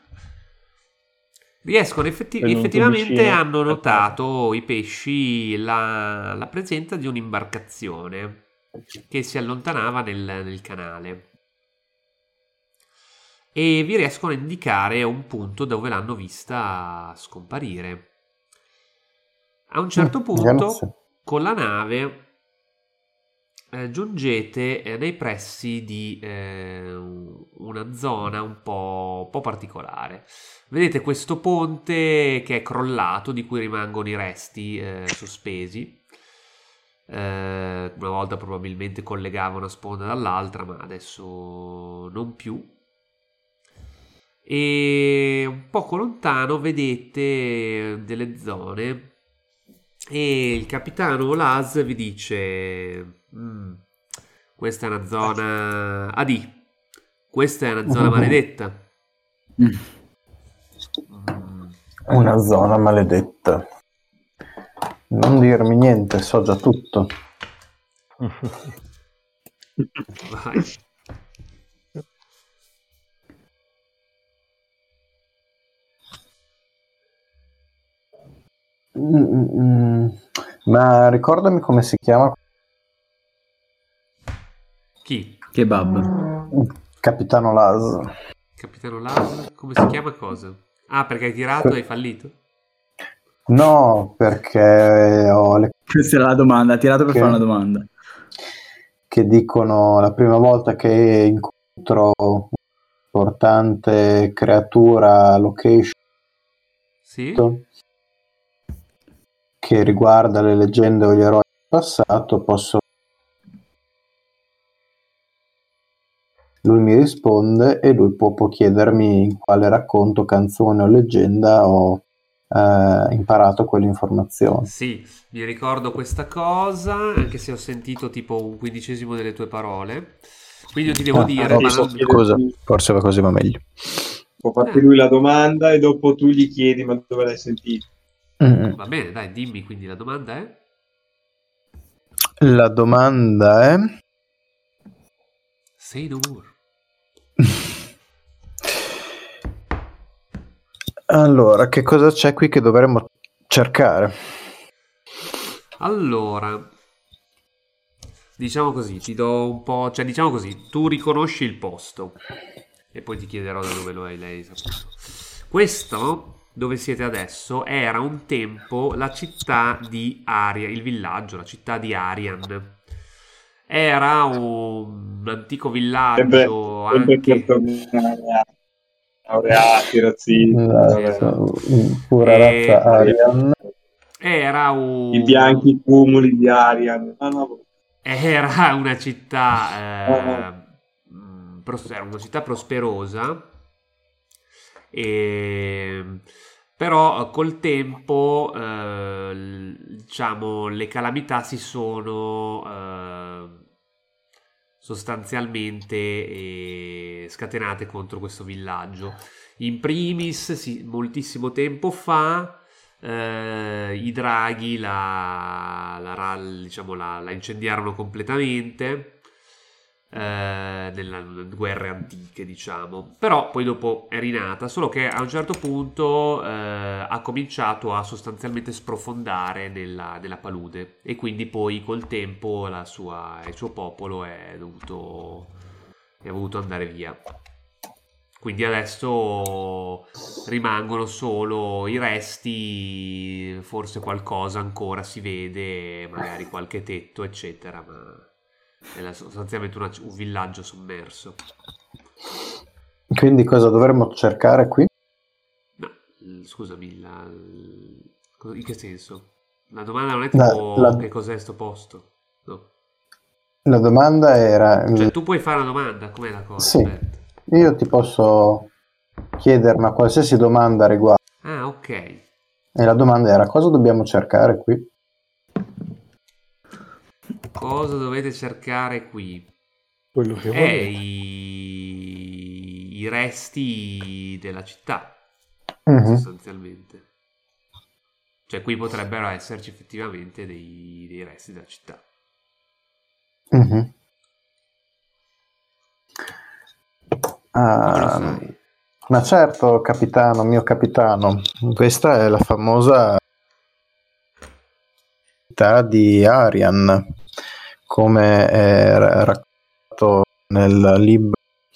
Riescono effetti- Venuto effettivamente vicino, hanno aspetta. notato i pesci la, la presenza di un'imbarcazione che si allontanava nel, nel canale e vi riescono a indicare un punto dove l'hanno vista scomparire. A un certo Mm, punto, grazie. con la nave eh, giungete eh, nei pressi di eh, una zona un po', un po' particolare. Vedete questo ponte che è crollato, di cui rimangono i resti eh, sospesi. Eh, una volta probabilmente collegava una sponda dall'altra, ma adesso non più. E un poco lontano vedete delle zone e il capitano Laz vi dice: "Mm, questa è una zona Adi, questa è una zona maledetta." Mm. Una zona maledetta. Non dirmi niente, so già tutto. Vai. Mm-mm. Ma ricordami come si chiama? Chi? Kebab. Capitano Laz. Capitano Laz? Come si chiama cosa? Ah, perché hai tirato e hai fallito? No, perché ho le Questa era la domanda, ha tirato per che, fare una domanda. Che dicono la prima volta che incontro un'importante creatura location, sì? che riguarda le leggende o gli eroi del passato, posso... Lui mi risponde e lui può, può chiedermi in quale racconto, canzone o leggenda ho eh, imparato quell'informazione. Sì, mi ricordo questa cosa, anche se ho sentito tipo un quindicesimo delle tue parole. Quindi io ti devo Ah, dire... oh, banalmente- scusa, forse va così va meglio. Può farti lui la domanda e dopo tu gli chiedi ma dove l'hai sentito. Mm. Va bene, dai, dimmi, quindi la domanda è... La domanda è... Say no more. Allora, che cosa c'è qui che dovremmo cercare? Allora, diciamo così, ti do un po'... Cioè, diciamo così, tu riconosci il posto e poi ti chiederò da dove lo hai lei saputo. Questo, dove siete adesso, era un tempo la città di Arian, il villaggio, la città di Arian. Era un antico villaggio Sempre, sempre anche... per tornare a laureati, razzisti, Esatto, pura E- razza Arian. Era un... i bianchi cumuli di Arian. No, no, Era una città, eh, Oh. mh, pros- era una città prosperosa, e, però col tempo, eh, l- diciamo, le calamità si sono eh, sostanzialmente eh, scatenate contro questo villaggio. In primis, sì, moltissimo tempo fa, eh, i draghi la, la, ra- diciamo, la, la incendiarono completamente eh, nella- nelle guerre antiche, diciamo. Però poi dopo è rinata, solo che a un certo punto eh, ha cominciato a sostanzialmente sprofondare nella, nella palude e quindi poi col tempo la sua, il suo popolo è dovuto, è dovuto andare via. Quindi adesso rimangono solo i resti, forse qualcosa ancora si vede, magari qualche tetto, eccetera, ma è sostanzialmente una- un villaggio sommerso. Quindi cosa dovremmo cercare qui? No, l- scusami, la- l- co- in che senso? La domanda non è La- tipo la- che cos'è sto posto? No. La domanda era... Cioè tu puoi fare una domanda, com'è la cosa? Sì. Aspetta. Io ti posso chiedere una qualsiasi domanda a riguardo. Ah, ok. E la domanda era: cosa dobbiamo cercare qui? Cosa dovete cercare qui? Quello che È volete. i... i resti della città, Mhm. sostanzialmente. Cioè qui potrebbero esserci effettivamente dei, dei resti della città. Mhm. Come lo Ah, sai? ma certo, capitano, mio capitano, questa è la famosa città di Arian, come è ra- raccontato nel libro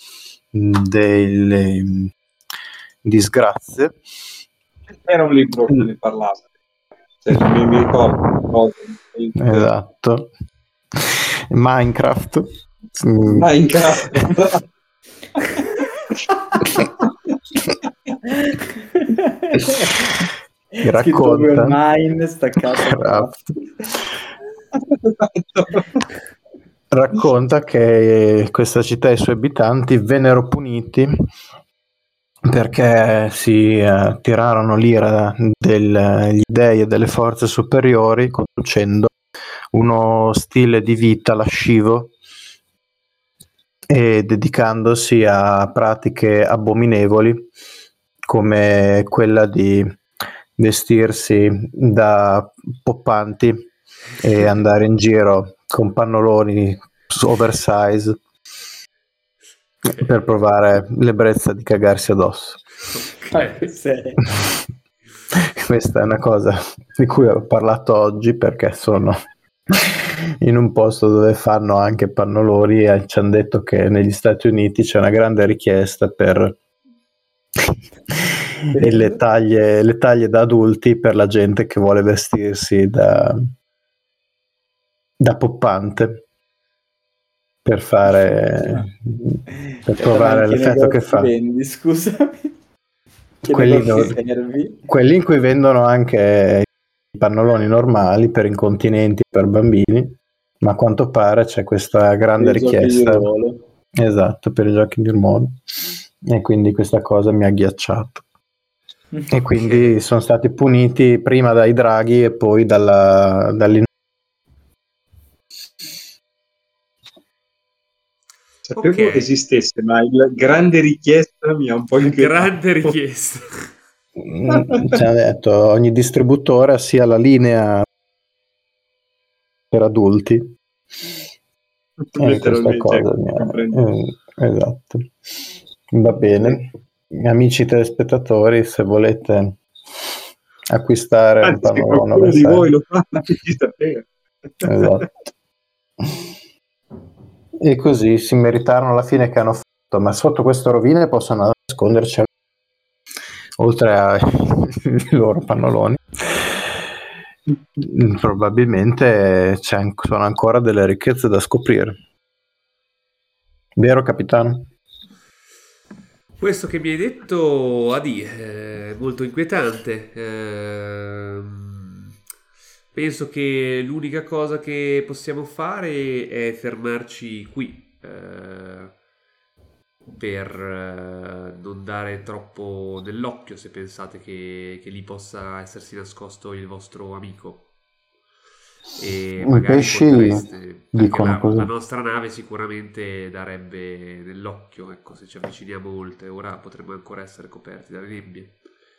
delle disgrazie. Era un libro che ne parlava. Cioè, mi, mi ricordo cosa. Esatto. Minecraft. Mm, Minecraft. Che racconta Scritto Mine staccato. Craft. Racconta che questa città e i suoi abitanti vennero puniti perché si eh, tirarono l'ira degli dei e delle forze superiori, conducendo uno stile di vita lascivo e dedicandosi a pratiche abominevoli come quella di vestirsi da poppanti e andare in giro con pannoloni oversize per provare l'ebbrezza di cagarsi addosso. Ma che sei? Questa è una cosa di cui ho parlato oggi perché sono in un posto dove fanno anche pannoloni e ci hanno detto che negli Stati Uniti c'è una grande richiesta per le taglie, le taglie da adulti per la gente che vuole vestirsi da, da poppante per fare per provare l'effetto che fa. Vendi, scusami. Che Quelli, no, servi? quelli in cui vendono anche i pannoloni normali per incontinenti, per bambini, ma a quanto pare c'è questa grande Per i richiesta. giochi di ruolo. Esatto, per i giochi di ruolo. E quindi questa cosa mi ha ghiacciato. E quindi sono stati puniti prima dai draghi e poi dalla, dall'in- Sapevo Ok. esistesse, ma il grande richiesta mi ha un po' inquietato. Grande richiesta. Mm, ci hanno detto ogni distributore sia la linea per adulti e questa Letteralmente, cosa ecco, mi ha- comprendo. eh, esatto, va bene. Amici telespettatori, se volete acquistare un Anzi, se pannolone qualcuno di oversize, voi lo fa, fateci sapere. esatto. E così si meritarono alla fine che hanno fatto, ma sotto queste rovine possono nasconderci, oltre ai loro pannoloni, probabilmente c'è an- sono ancora delle ricchezze da scoprire. Vero, capitano? Questo che mi hai detto, Adi, è molto inquietante. Ehm, penso che l'unica cosa che possiamo fare è fermarci qui, eh, per eh, non dare troppo nell'occhio se pensate che, che lì possa essersi nascosto il vostro amico. E I magari pesci potreste, perché dicono la, così. la nostra nave sicuramente darebbe nell'occhio, ecco, se ci avviciniamo oltre. Ora potremmo ancora essere coperti dalle nebbie.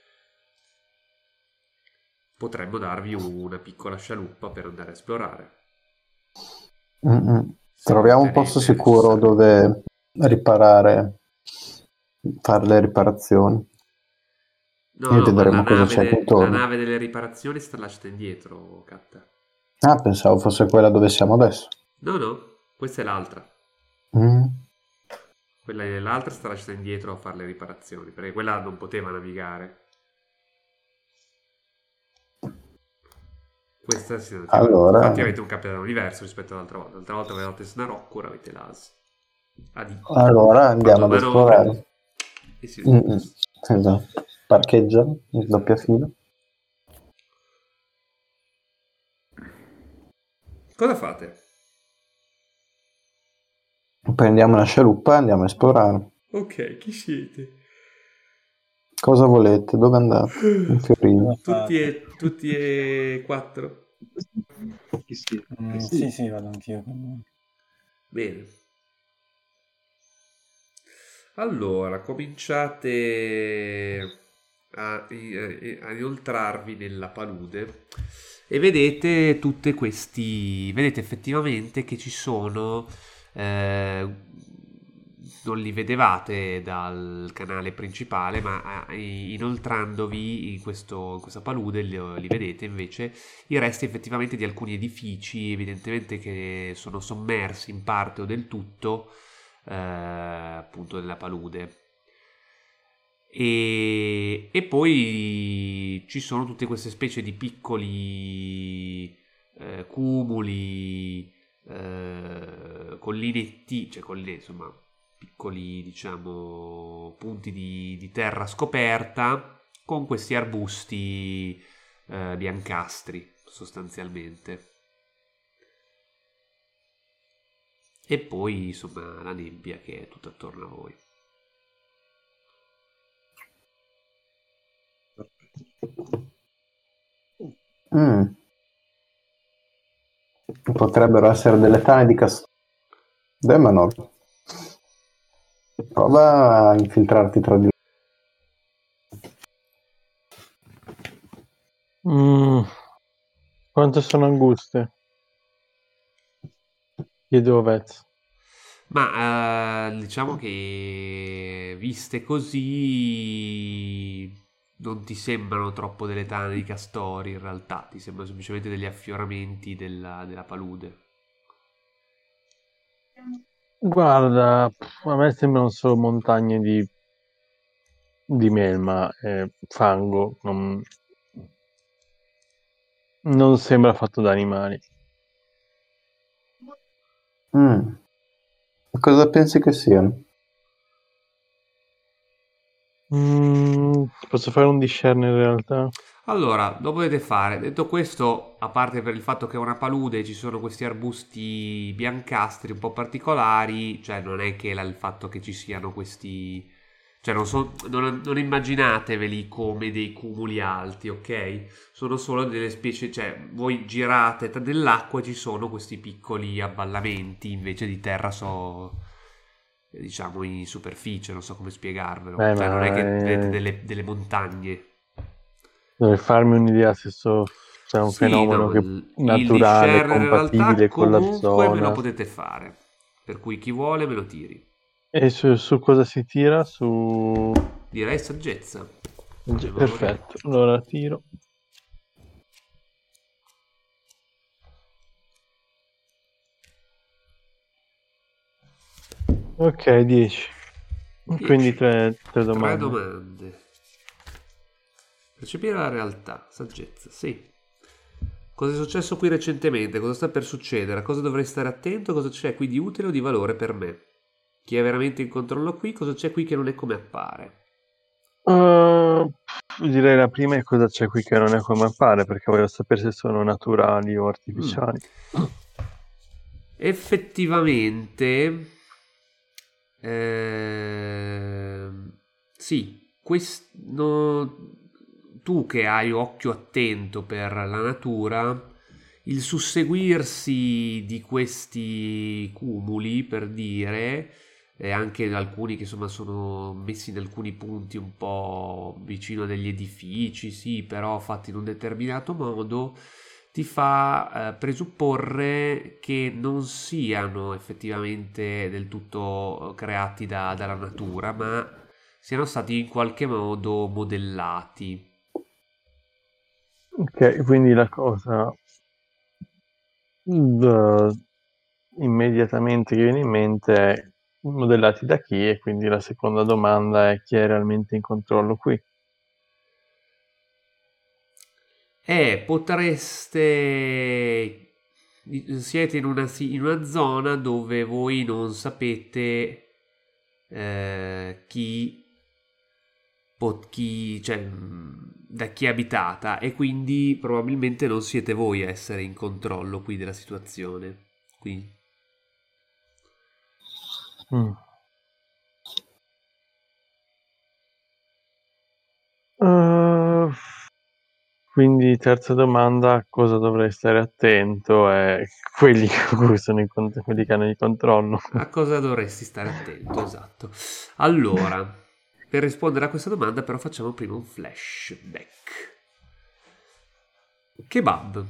Potremmo darvi una piccola scialuppa per andare a esplorare. Mm-mm. Se Troviamo lo un posto ritenete sicuro necessario. dove riparare, fare le riparazioni No, e no, ma la vedremo cosa nave, c'è de- la intorno. nave delle riparazioni sta lasciata indietro, Catta. Ah, pensavo fosse quella dove siamo adesso. No, no, questa è l'altra. Mm. Quella dell'altra sta lasciata indietro a fare le riparazioni, perché quella non poteva navigare. Questa si Allora, infatti avete un capitano diverso rispetto all'altra volta. L'altra volta avevate Snarocco, ora avete l'As. Adi. allora andiamo ad Fate manovre esplorare. e si vede. Mm-mm. Esatto. Parcheggia in doppia fila. Cosa fate? Prendiamo una scialuppa e andiamo a esplorare. Ok, chi siete? Cosa volete? Dove andate? In Fiorino. Tutti e, tutti e quattro? Chi siete? Mm, Sì. sì, sì, vado anch'io. Bene. Allora, cominciate a, a- a inoltrarvi nella palude e vedete tutti questi, vedete effettivamente che ci sono, eh, non li vedevate dal canale principale, ma eh, inoltrandovi in, questo, in questa palude li, li vedete invece i resti effettivamente di alcuni edifici, evidentemente che sono sommersi in parte o del tutto, eh, appunto nella palude. E, e poi ci sono tutte queste specie di piccoli eh, cumuli, eh, collinetti, cioè colline, insomma, piccoli, diciamo, punti di, di terra scoperta con questi arbusti eh, biancastri, sostanzialmente. e poi insomma la nebbia che è tutta attorno a voi. Mm. Potrebbero essere delle tane di Castor. Demanor, prova a infiltrarti tra di Mm. Quante sono anguste? Chiedo a Vez. Ma eh, diciamo che viste così non ti sembrano troppo delle tane di castori, in realtà ti sembrano semplicemente degli affioramenti della, della palude. Guarda, a me sembrano solo montagne di, di melma e fango. Non, non sembra fatto da animali. Mm. Cosa pensi che siano? Mm, posso fare un discern in realtà? Allora, lo potete fare. Detto questo, a parte per il fatto che è una palude, ci sono questi arbusti biancastri un po' particolari, cioè non è che la- il fatto che ci siano questi... Cioè non, so- non, non immaginateveli come dei cumuli alti, ok? Sono solo delle specie, cioè voi girate tra dell'acqua e ci sono questi piccoli avvallamenti invece di terra, so, diciamo in superficie, non so come spiegarvelo. Eh, Cioè non è ma che vedete eh, delle, delle montagne. dovrei farmi un'idea se so, se è un Sì, fenomeno no, che il, il naturale, discern in realtà compatibile con la comunque me lo zona. potete fare, per cui chi vuole me lo tiri. E su, su cosa si tira? Su... Direi saggezza. Ge- Come vorrei. Perfetto, allora tiro. Ok, dieci. Quindi dieci. tre, tre Tre domande. domande. Percepire la realtà, saggezza, sì. Cosa è successo qui recentemente? Cosa sta per succedere? A cosa dovrei stare attento? Cosa c'è qui di utile o di valore per me? Chi è veramente in controllo qui? Cosa c'è qui che non è come appare? Uh, direi la prima è cosa c'è qui che non è come appare, perché voglio sapere se sono naturali o Mm. artificiali. Effettivamente, ehm, sì, quest- no, tu che hai occhio attento per la natura, il susseguirsi di questi cumuli, per dire, e anche alcuni che insomma sono messi in alcuni punti un po' vicino a degli edifici, sì, però fatti in un determinato modo, ti fa eh, presupporre che non siano effettivamente del tutto creati da- dalla natura, ma siano stati in qualche modo modellati. Ok, quindi la cosa uh, immediatamente che viene in mente è modellati da chi, e quindi la seconda domanda è chi è realmente in controllo qui. E potreste... Siete in una, si- in una zona dove voi non sapete eh, chi, pot- chi, cioè, mh, da chi è abitata e quindi probabilmente non siete voi a essere in controllo qui della situazione. Qui. Mm. Uh, quindi terza domanda, a cosa dovrei stare attento è quelli con cui sono in cont- quelli che hanno il controllo. A cosa dovresti stare attento? Esatto. Allora, per rispondere a questa domanda però facciamo prima un flashback. Kebab.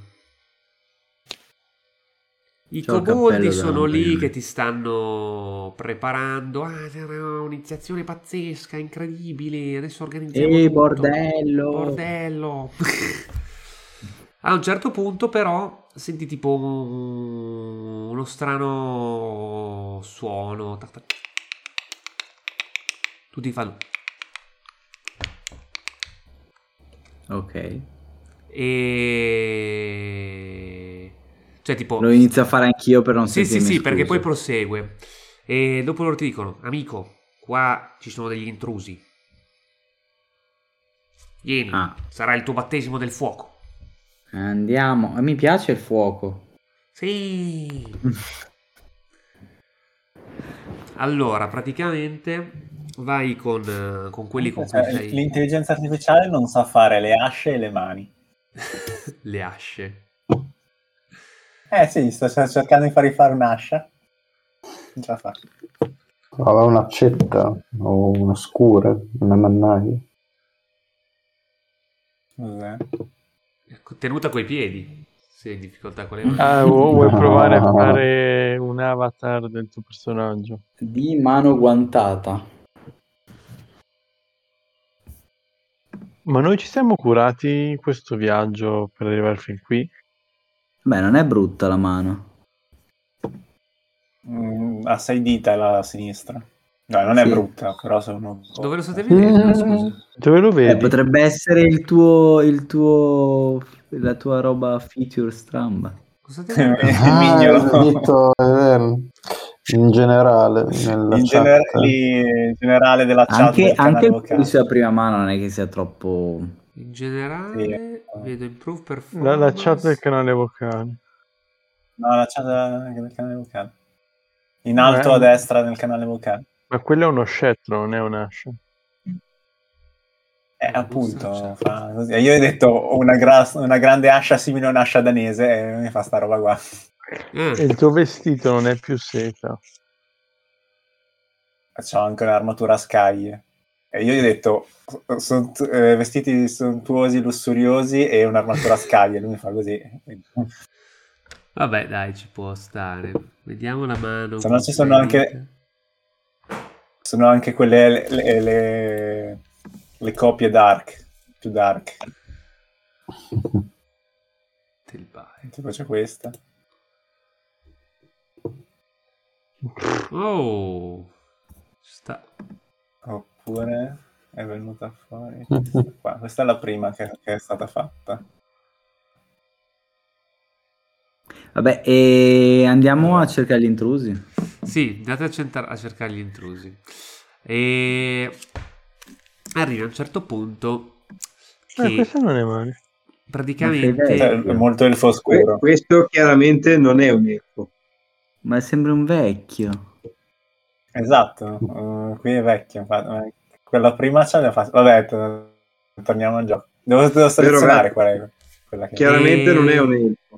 I C'ho il coboldi cappello sono lì davanti. che ti stanno preparando. Ah, sarà un'iniziazione pazzesca, incredibile. Adesso organizziamo Ehi, tutto. bordello! Bordello. A un certo punto, però, senti tipo un- uno strano suono. Tac, tac. Tutti fanno. Ok. E. Cioè, tipo. Lo inizio a fare anch'io per non Sì, sì, sentirmi sì, perché poi escluso. prosegue. E dopo loro ti dicono: Amico, qua ci sono degli intrusi. Vieni, Ah, sarà il tuo battesimo del fuoco. andiamo. Mi piace il fuoco. Sì. Allora, praticamente vai con, eh, con quelli con cui Cioè, sei... l'intelligenza artificiale non sa fare le asce e le mani. le asce. Eh sì, sto sto cercando di far rifare un'ascia. Non ce la fa. Aveva un'accetta o una scura, una mannaia. Cos'è? Tenuta coi piedi. Sei in difficoltà con le mani. Ah, vu- vuoi No. provare a fare un avatar del tuo personaggio? Di mano guantata. Ma noi ci siamo curati questo viaggio per arrivare fin qui? Beh, non è brutta la mano. Mm, ha sei dita la sinistra. No, non è Sì. brutta, però sono... Dove lo state vedendo? Scusa. Dove lo Eh, vedi? potrebbe essere il tuo, il tuo, la tua roba feature stramba. Cosa state vedendo? Il Ah, mignolo. il dito, è vero. In generale, nella In, chat. gener- lì, in generale della chat Anche, del canale anche il vocale. pollice a prima mano non è che sia troppo... In generale, Sì. vedo improve La, performance. la chat del canale vocale. No, la chat del, del canale vocale. In alto Beh, a destra nel canale vocale. Ma quello è uno scettro, non è un'ascia. Eh, No, appunto, mostra fa così. E io ho detto una, gra- una grande ascia simile a un'ascia danese e mi fa sta roba qua. Ah, E il tuo vestito non è più seta. C'ho anche un'armatura a scaglie. E io gli ho detto sono eh, vestiti sontuosi, lussuriosi e un'armatura a scaglie. Lui mi fa così. vabbè, dai, ci può stare. Vediamo la mano. Se no con ci cui sono hai anche- dita. Sono anche quelle le, le, le, le copie dark, più dark. Del Bite. Tipo c'è questa. Oh, sta. Oppure è venuta fuori questa qua. Questa è la prima che, che è stata fatta. Vabbè, e andiamo a cercare gli intrusi. Sì, andate a, centra- a cercare gli intrusi. E arrivi a un certo punto Eh, che questo non è male. praticamente Ma sei Cioè, è molto elfo Que- oscuro. questo chiaramente non è un elfo. Ma sembra un vecchio. Esatto, uh, qui è vecchio. infatti. Eh, Quella prima ce l'ha fatta. Vabbè, to- torniamo al gioco. Devo, devo selezionare Però, qual è quella che... Chiaramente E- non è un elfo.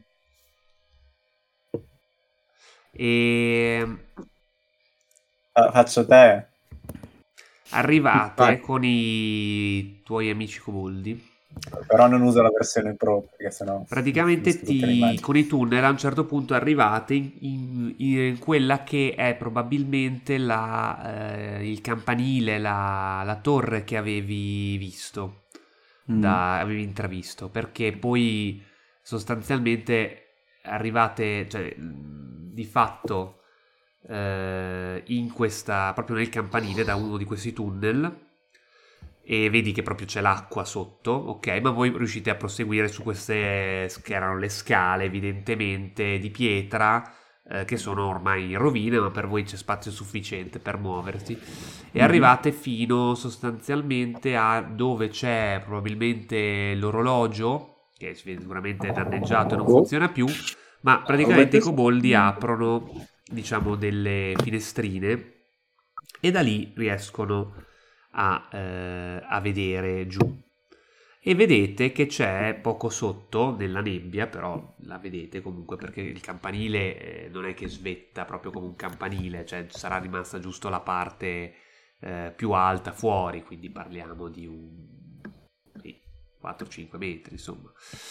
e Ah, faccio te. arrivate Vai. con i tuoi amici coboldi. Però non uso la versione pro perché sennò Praticamente distruggo tutte le ti, immagini. con i tunnel a un certo punto arrivate in, in- in quella che è probabilmente la, eh, il campanile, la, la torre che avevi visto, Mm. da, avevi intravisto, perché poi sostanzialmente arrivate, cioè mh, di fatto eh, in questa, proprio nel campanile da uno di questi tunnel, e vedi che proprio c'è l'acqua sotto, ok, ma voi riuscite a proseguire su queste che erano le scale evidentemente di pietra, eh, che sono ormai in rovine, ma per voi c'è spazio sufficiente per muoversi e arrivate fino sostanzialmente a dove c'è probabilmente l'orologio, che sicuramente è danneggiato e non Oh. funziona più, ma praticamente i Dove- coboldi aprono, diciamo, delle finestrine e da lì riescono a, eh, a vedere giù. E vedete che c'è poco sotto nella nebbia, però la vedete comunque perché il campanile eh, non è che svetta proprio come un campanile, cioè sarà rimasta giusto la parte eh, più alta fuori, quindi parliamo di un sì, quattro cinque metri insomma.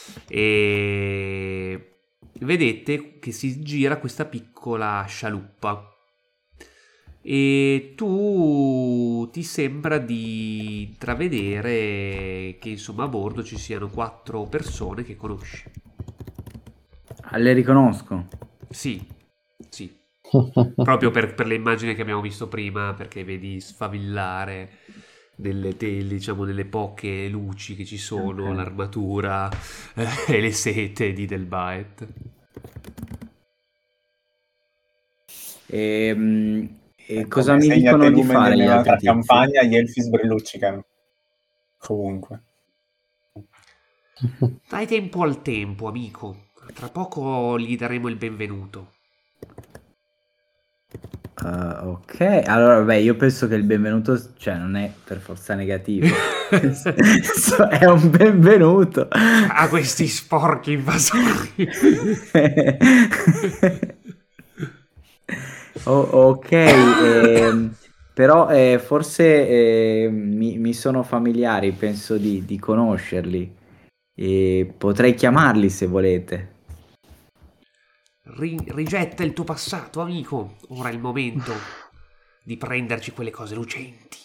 E vedete che si gira questa piccola scialuppa e tu ti sembra di intravedere che insomma a bordo ci siano quattro persone che conosci. Ah, le riconosco. Sì, sì, proprio per, per le immagini che abbiamo visto prima, perché vedi sfavillare delle, te- diciamo, delle poche luci che ci sono, Ok. l'armatura eh, e le sete di Delbite. E, e Ecco, cosa mi segnate dicono di lumen fare gli nell'altra altri tizi? campagna, gli elfi sbrilluccicano. Comunque. Dai tempo al tempo, amico. Tra poco gli daremo il benvenuto. Uh, ok, allora beh, io penso che il benvenuto, cioè, non è per forza negativo. È un benvenuto a questi sporchi invasori. Oh, ok, ehm, però eh, forse eh, mi, mi sono familiari, penso di, di conoscerli e potrei chiamarli se volete. Ri- rigetta il tuo passato, amico. Ora è il momento di prenderci quelle cose lucenti.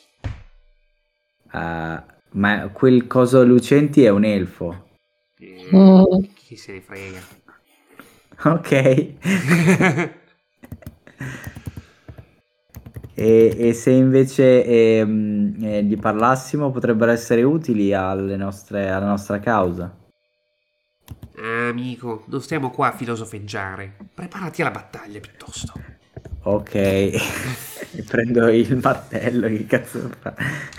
Ah, ma quel coso lucenti è un elfo. Eh, Mm. Chi se ne frega. Ok. E, e se invece ehm, eh, gli parlassimo potrebbero essere utili alle nostre, alla nostra causa. Amico, non stiamo qua a filosofeggiare. Preparati alla battaglia piuttosto. Ok. Prendo il martello, che cazzo fa?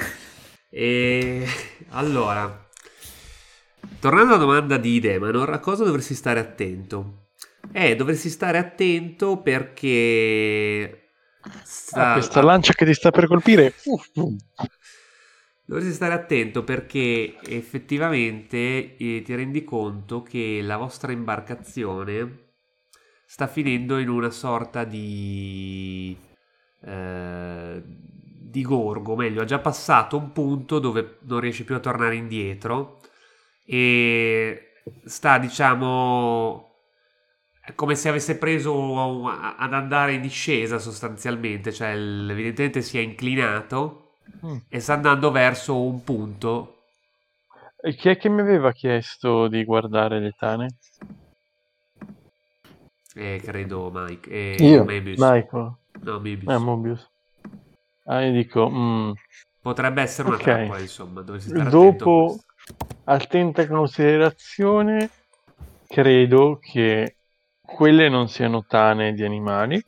E allora, tornando alla domanda di Demanor, a cosa dovresti stare attento? Eh, dovresti stare attento perché sta, Ah, questa lancia che ti sta per colpire. Uff. dovresti stare attento perché effettivamente eh, ti rendi conto che la vostra imbarcazione sta finendo in una sorta di eh, di gorgo, meglio, ha già passato un punto dove non riesce più a tornare indietro e sta, diciamo, è come se avesse preso a- ad andare in discesa sostanzialmente, cioè il- evidentemente si è inclinato Mm. e sta andando verso un punto. E chi è che mi aveva chiesto di guardare le tane? Eh, credo Mike e Io, Mebius. Michael. No, Eh, Mebius. Mobius. Ah, io dico, mm, Potrebbe essere una ok. trappola, insomma, dovresti stare attento a Dopo questo. attenta considerazione, credo che quelle non siano tane di animali.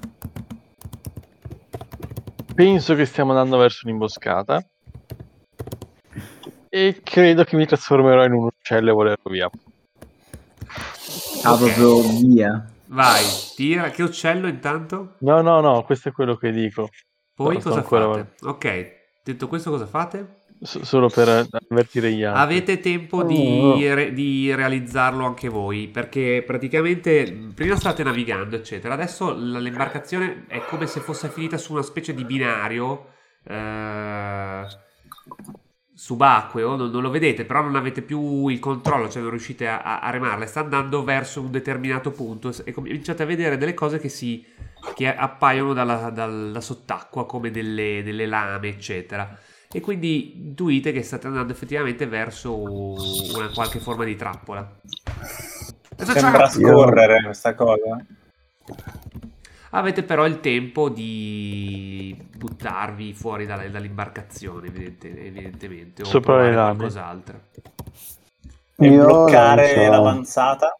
Penso che stiamo andando verso un'imboscata. E credo che mi trasformerò in un uccello e volerlo via. Ah, Ok. proprio via. Vai, tira. Che uccello intanto? No, no, no, questo è quello che dico. Poi No, sto cosa ancora- fate? Ok, detto questo cosa fate? S- solo per avvertire gli altri. Avete tempo di, re- di realizzarlo anche voi, perché praticamente mh, prima state navigando, eccetera. Adesso l- l'imbarcazione è come se fosse finita su una specie di binario eh, subacqueo, non, non lo vedete, però non avete più il controllo, cioè non riuscite a, a, a remarla. Sta andando verso un determinato punto e cominciate a vedere delle cose che si che appaiono dalla, dal- da sott'acqua come delle, delle lame, eccetera. E quindi intuite che state andando effettivamente verso una qualche forma di trappola. Cosa Sembra c'è? scorrere questa cosa. Avete però il tempo di buttarvi fuori dalla- dall'imbarcazione, evidente- evidentemente, o Sopra provare le lame. qualcos'altro. E Io bloccare lancio- l'avanzata.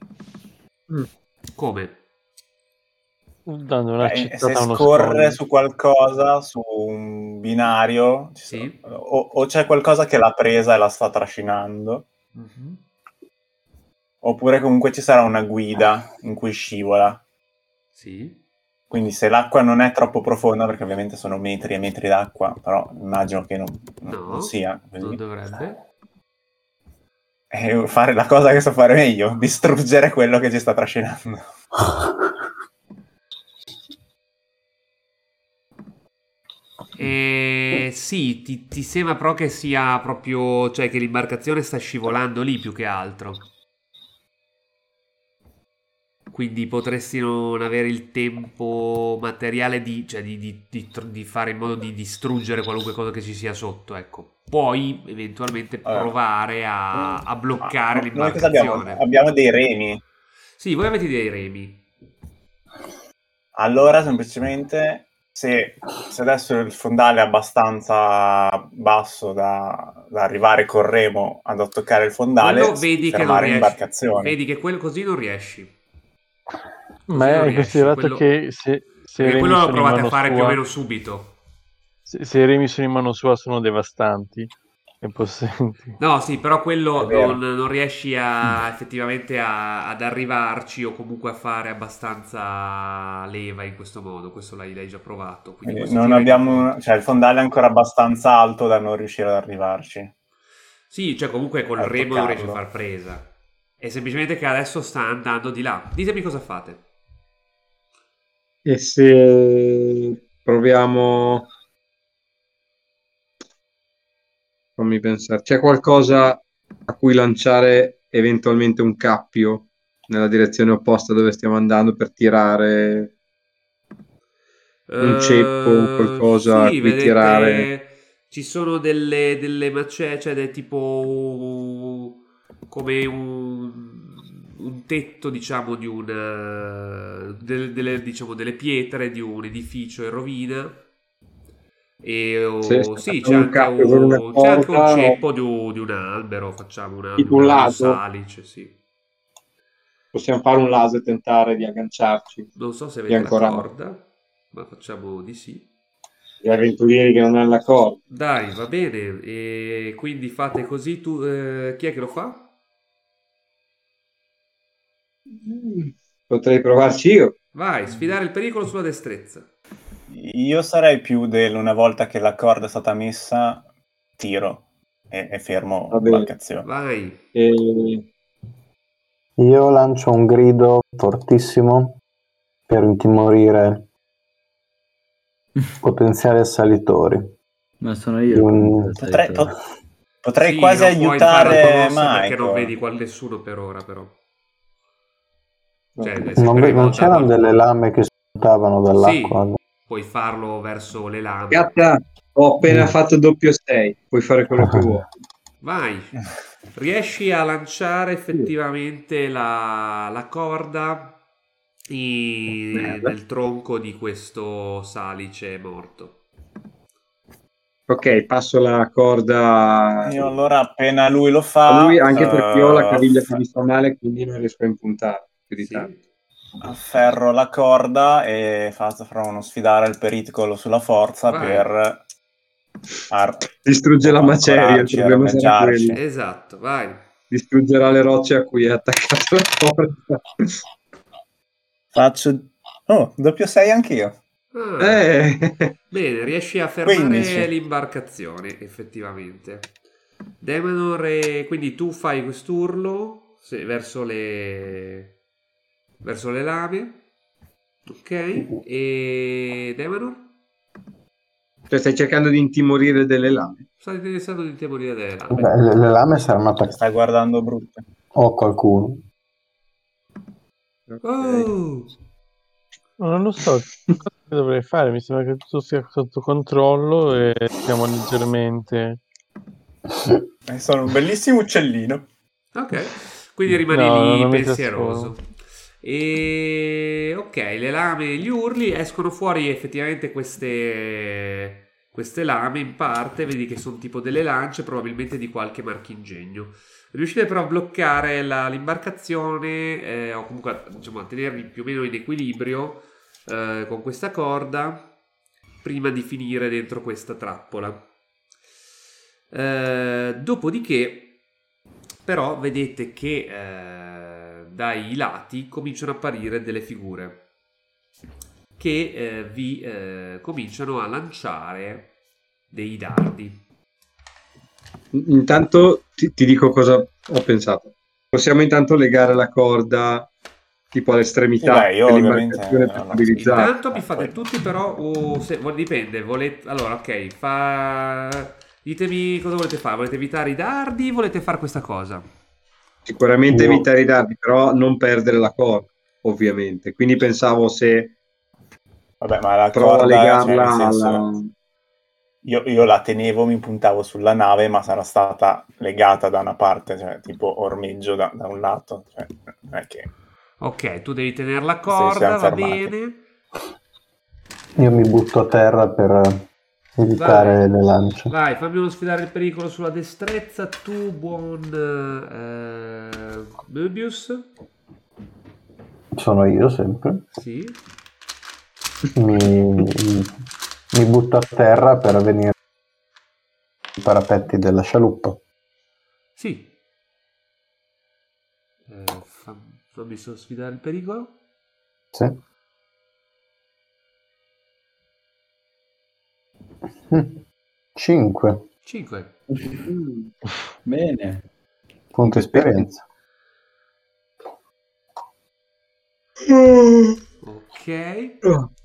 Come? Dando una Eh, città se a uno scorre scoglio. su qualcosa, su un binario, ci Sì. sono- o, o c'è qualcosa che l'ha presa e la sta trascinando, Mhm. oppure comunque ci sarà una guida in cui scivola. Sì. Quindi se l'acqua non è troppo profonda, perché ovviamente sono metri e metri d'acqua, però immagino che non, non- No, non sia così. non dovrebbe. E fare la cosa che so fare meglio, distruggere quello che ci sta trascinando. E sì, ti, ti sembra però che sia proprio, cioè che l'imbarcazione sta scivolando lì più che altro. Quindi potresti non avere il tempo materiale di, cioè di, di- di tr- di fare in modo di distruggere qualunque cosa che ci sia sotto, ecco. Puoi eventualmente Allora. provare a, a bloccare Ah, noi cosa abbiamo? l'imbarcazione. Abbiamo dei remi. Sì, voi avete dei remi. Allora, semplicemente, se, se adesso il fondale è abbastanza basso da, da arrivare col remo ad toccare il fondale, Quello vedi che non fermare riesci. l'imbarcazione. Vedi che quello così non riesci. Ma non hai riesci, considerato quello- che se, se i Perché remi quello lo sono in provate a mano fare più o sua, meno subito. se, se i remi sono in mano sua sono devastanti, e possenti. No, sì, però quello È vero. non, non riesci a effettivamente a- ad arrivarci o comunque a fare abbastanza leva in questo modo. Questo l'hai, l'hai già provato. Quindi Quindi questo non ti rendi abbiamo, conto. cioè il fondale è ancora abbastanza alto da non riuscire ad arrivarci, Sì, cioè comunque col a remo non riesci a toccarlo. far presa. È semplicemente che adesso sta andando di là. Ditemi cosa fate. E se proviamo, fammi pensare, c'è qualcosa a cui lanciare eventualmente un cappio nella direzione opposta dove stiamo andando per tirare un ceppo, un Eh, qualcosa a sì, cui tirare? vedete, ci sono delle, delle macerie, cioè del tipo come un, un tetto, diciamo, di un, eh, del- delle, diciamo, delle pietre di un edificio in rovina. E Se, oh, se sì, c'è facciamo un anche cappio con una un, c'è anche un corda o ceppo di un, di un albero, facciamo una, di tipo un un raggio laso, salice, sì. possiamo fare un laso e tentare di agganciarci, Non so se di avete la ancorare corda, ma facciamo di sì. gli avventurieri che non hanno la corda. Dai, va bene. E quindi fate così. Tu, eh, chi è che lo fa? Mm, Potrei provarci io. Vai, sfidare il pericolo sulla destrezza. Io sarei più del una volta che la corda è stata messa, tiro e, e fermo Va bene. l'imbarcazione. Vai. E Io lancio un grido fortissimo per intimorire potenziali assalitori. Ma sono Di io. un- Potrei, po- potrei Sì, quasi non puoi farlo aiutare mosse perché non vedi Michael. qual- nessuno per ora, però. Cioè, è ok. sempre Non, ve- non rivolta a c'erano delle qualcuno. lame che spuntavano dall'acqua? Sì, puoi farlo verso le lame. Gatta, ho appena Mm. fatto doppio sei, puoi fare quello che vuoi. Vai. Riesci a lanciare effettivamente la, la corda i- Merda. nel tronco di questo salice morto. Ok, passo la corda Io allora appena lui lo a fa, lui, anche perché ho la eh, caviglia che aff- mi fa male, quindi non riesco a impuntare più di tanto. Sì? afferro la corda e faccio farò uno sfidare il pericolo sulla forza Vai. per ar- Distrugge la maceria, il ancorarci e problema sarà ormeggiarci. quello. Esatto, vai. Distruggerà le rocce a cui è attaccata la corda. Faccio... Oh, doppio sei anch'io. Ah, Eh, bene, riesci a fermare quindici. l'imbarcazione, effettivamente. Demenor, e quindi tu fai quest'urlo se- verso le verso le lame. Ok? E Demenor? cioè stai cercando di intimorire delle lame. Stai interessando di intimorire delle lame. Beh, le, le lame saranno Mi attaccate stai guardando brutto. o a qualcuno. Ok. Oh! Non lo so, cosa dovrei fare? Mi sembra che tutto sia sotto controllo e siamo leggermente... Eh, Sono un bellissimo uccellino. Ok, quindi rimani No, no, lì non mi pensieroso. trasformo. E ok, le lame, gli urli, escono fuori effettivamente queste, queste lame in parte, vedi che sono tipo delle lance, probabilmente di qualche marchingegno. Riuscite però a bloccare la- l'imbarcazione eh, o comunque a, diciamo, a tenervi più o meno in equilibrio eh, con questa corda prima di finire dentro questa trappola. Eh, dopodiché però vedete che eh, dai lati cominciano a apparire delle figure che eh, vi eh, cominciano a lanciare dei dardi. Intanto ti, ti dico cosa ho pensato. Possiamo intanto legare la corda tipo Sì, all'estremità beh, io dell'imbarcazione ovviamente per non la stabilizzare. Intanto vi Ah, fate quello. tutti però o se, vol- dipende, volete allora ok, fa ditemi cosa volete fare, volete evitare i dardi, volete fare questa cosa? Sicuramente Io- evitare i dardi, però non perdere la corda, ovviamente. Quindi pensavo se Vabbè, ma la provo a corda, cioè legarla nel senso, alla... io, io la tenevo, mi puntavo sulla nave, ma sarà stata legata da una parte, cioè tipo ormeggio da, da un lato. Cioè, non è che Ok, tu devi tenere la se siamo corda, va fermati. bene. Io mi butto a terra per evitare Vai. le lance. Vai, fammi uno sfidare il pericolo sulla destrezza. Tu, buon eh, Möbius. Sono io sempre. Sì. Mi, mi butto a terra per venire i parapetti della scialuppa. Sì. Eh, fam- fammi solo sfidare il pericolo. Sì. cinque cinque. Bene. punti esperienza. Ok.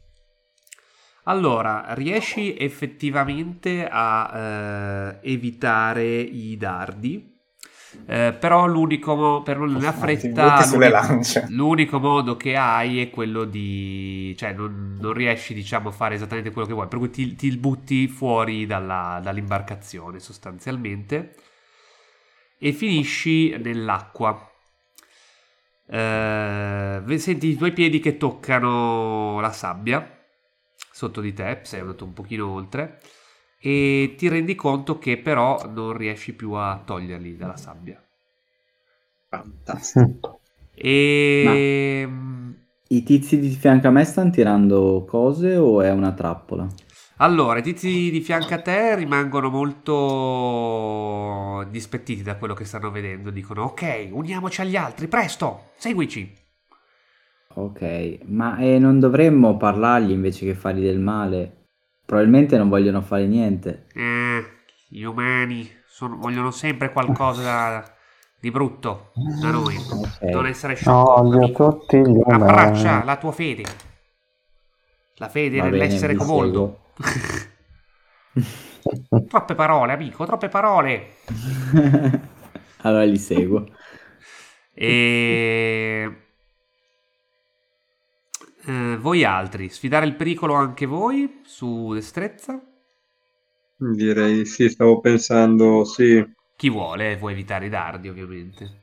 Allora, riesci effettivamente a eh, evitare i dardi, eh, però l'unico mo- per non la Ti fretta, butti sulle l'unico, lance. l'unico modo che hai è quello di, cioè non, non riesci diciamo a fare esattamente quello che vuoi, per cui ti, ti butti fuori dalla- dall'imbarcazione sostanzialmente e finisci nell'acqua. Eh, senti i tuoi piedi che toccano la sabbia sotto di te, sei andato un pochino oltre e ti rendi conto che però non riesci più a toglierli dalla sabbia. Fantastico. E I tizi di fianco a me stanno tirando cose o è una trappola? allora, i tizi di fianco a te rimangono molto dispettiti da quello che stanno vedendo. Dicono: ok, uniamoci agli altri, presto, seguici. Ok, ma eh, non dovremmo parlargli invece che fargli del male? Probabilmente non vogliono fare niente. Eh, gli umani sono- vogliono sempre qualcosa da- di brutto da noi. Non Ok. essere sciocco, Odio amico. tutti gli Abbraccia umani. la tua fede. La fede Va bene, nell'essere vi coboldo. Troppe parole, amico, troppe parole. Allora li seguo. E... eh, voi altri, sfidare il pericolo anche voi su destrezza? Direi sì, stavo pensando sì. Chi vuole, vuoi evitare i dardi ovviamente.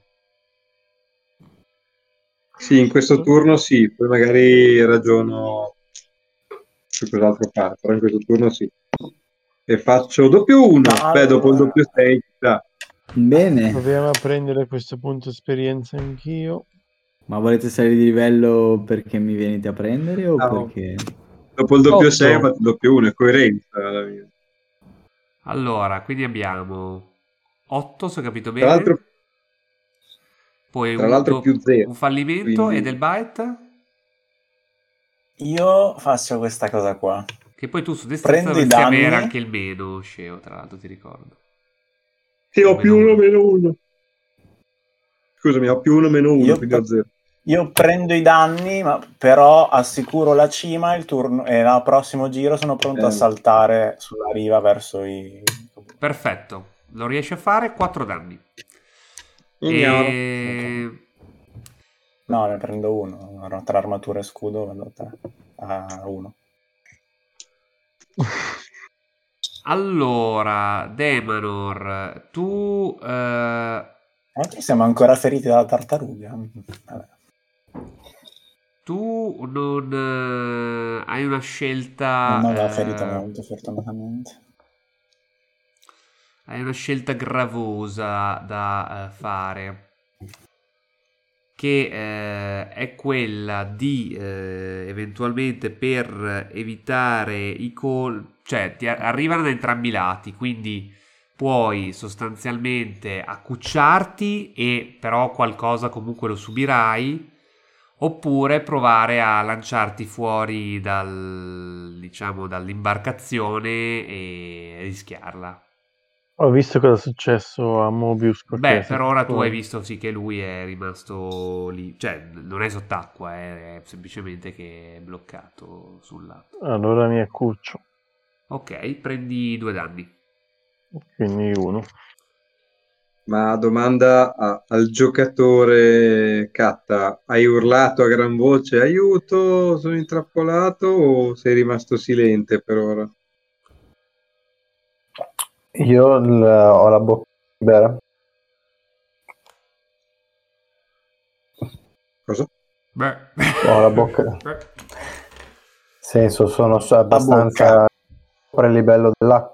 Sì, in questo turno sì, poi magari ragiono su cos'altro fare, però in questo turno sì. E faccio doppio uno, No, beh, dopo il allora, doppio sei, chissà. Bene, Proviamo a prendere questo punto esperienza anch'io. ma volete salire di livello perché mi venite a prendere o No. perché... Dopo il doppio Otto. sei ho fatto il doppio uno, è coerenza la mia. Allora, quindi abbiamo otto, se ho capito Tra bene. l'altro, Poi tra un, l'altro do- più zero, un fallimento quindi e del bite. io faccio questa cosa qua. Che poi tu su destrezza Prendo i dovresti avere danni. anche il meno, Sceo, tra l'altro ti ricordo. sì, O ho più meno uno, uno. meno uno. Scusami, ho più uno, meno uno, Io, quindi ho pre- zero. io prendo i danni, ma però assicuro la cima il turno, e al prossimo giro sono pronto a Eh. saltare sulla riva verso i... Perfetto, lo riesci a fare, quattro danni. Ignaro. E... No, ne prendo uno. Tra armatura e scudo vado a tre. A uno. Allora, Demanor, tu... eh, Oggi siamo ancora feriti dalla tartaruga. Vabbè. tu non eh, hai una Non scelta... mi aveva ferito eh, molto, fortunatamente. hai una scelta gravosa da eh, fare. Che eh, è quella di eh, eventualmente per evitare i colpi, cioè ti a- arrivano da entrambi i lati, quindi puoi sostanzialmente accucciarti e però qualcosa comunque lo subirai, oppure provare a lanciarti fuori dal, diciamo, dall'imbarcazione e rischiarla. Ho visto cosa è successo a Mobius. Beh, Perché per ora tu hai fuori. visto sì che lui è rimasto lì, cioè non è sott'acqua, è semplicemente che è bloccato sul lato. Allora mi accuccio, Ok, prendi due danni. quindi uno. Ma domanda a- al giocatore Catta, hai urlato a gran voce aiuto, sono intrappolato o sei rimasto silente per ora? Io l- ho la bocca libera. Cosa? Beh. Ho la bocca. Beh. Nel senso, sono so- A abbastanza sopra il livello dell'acqua.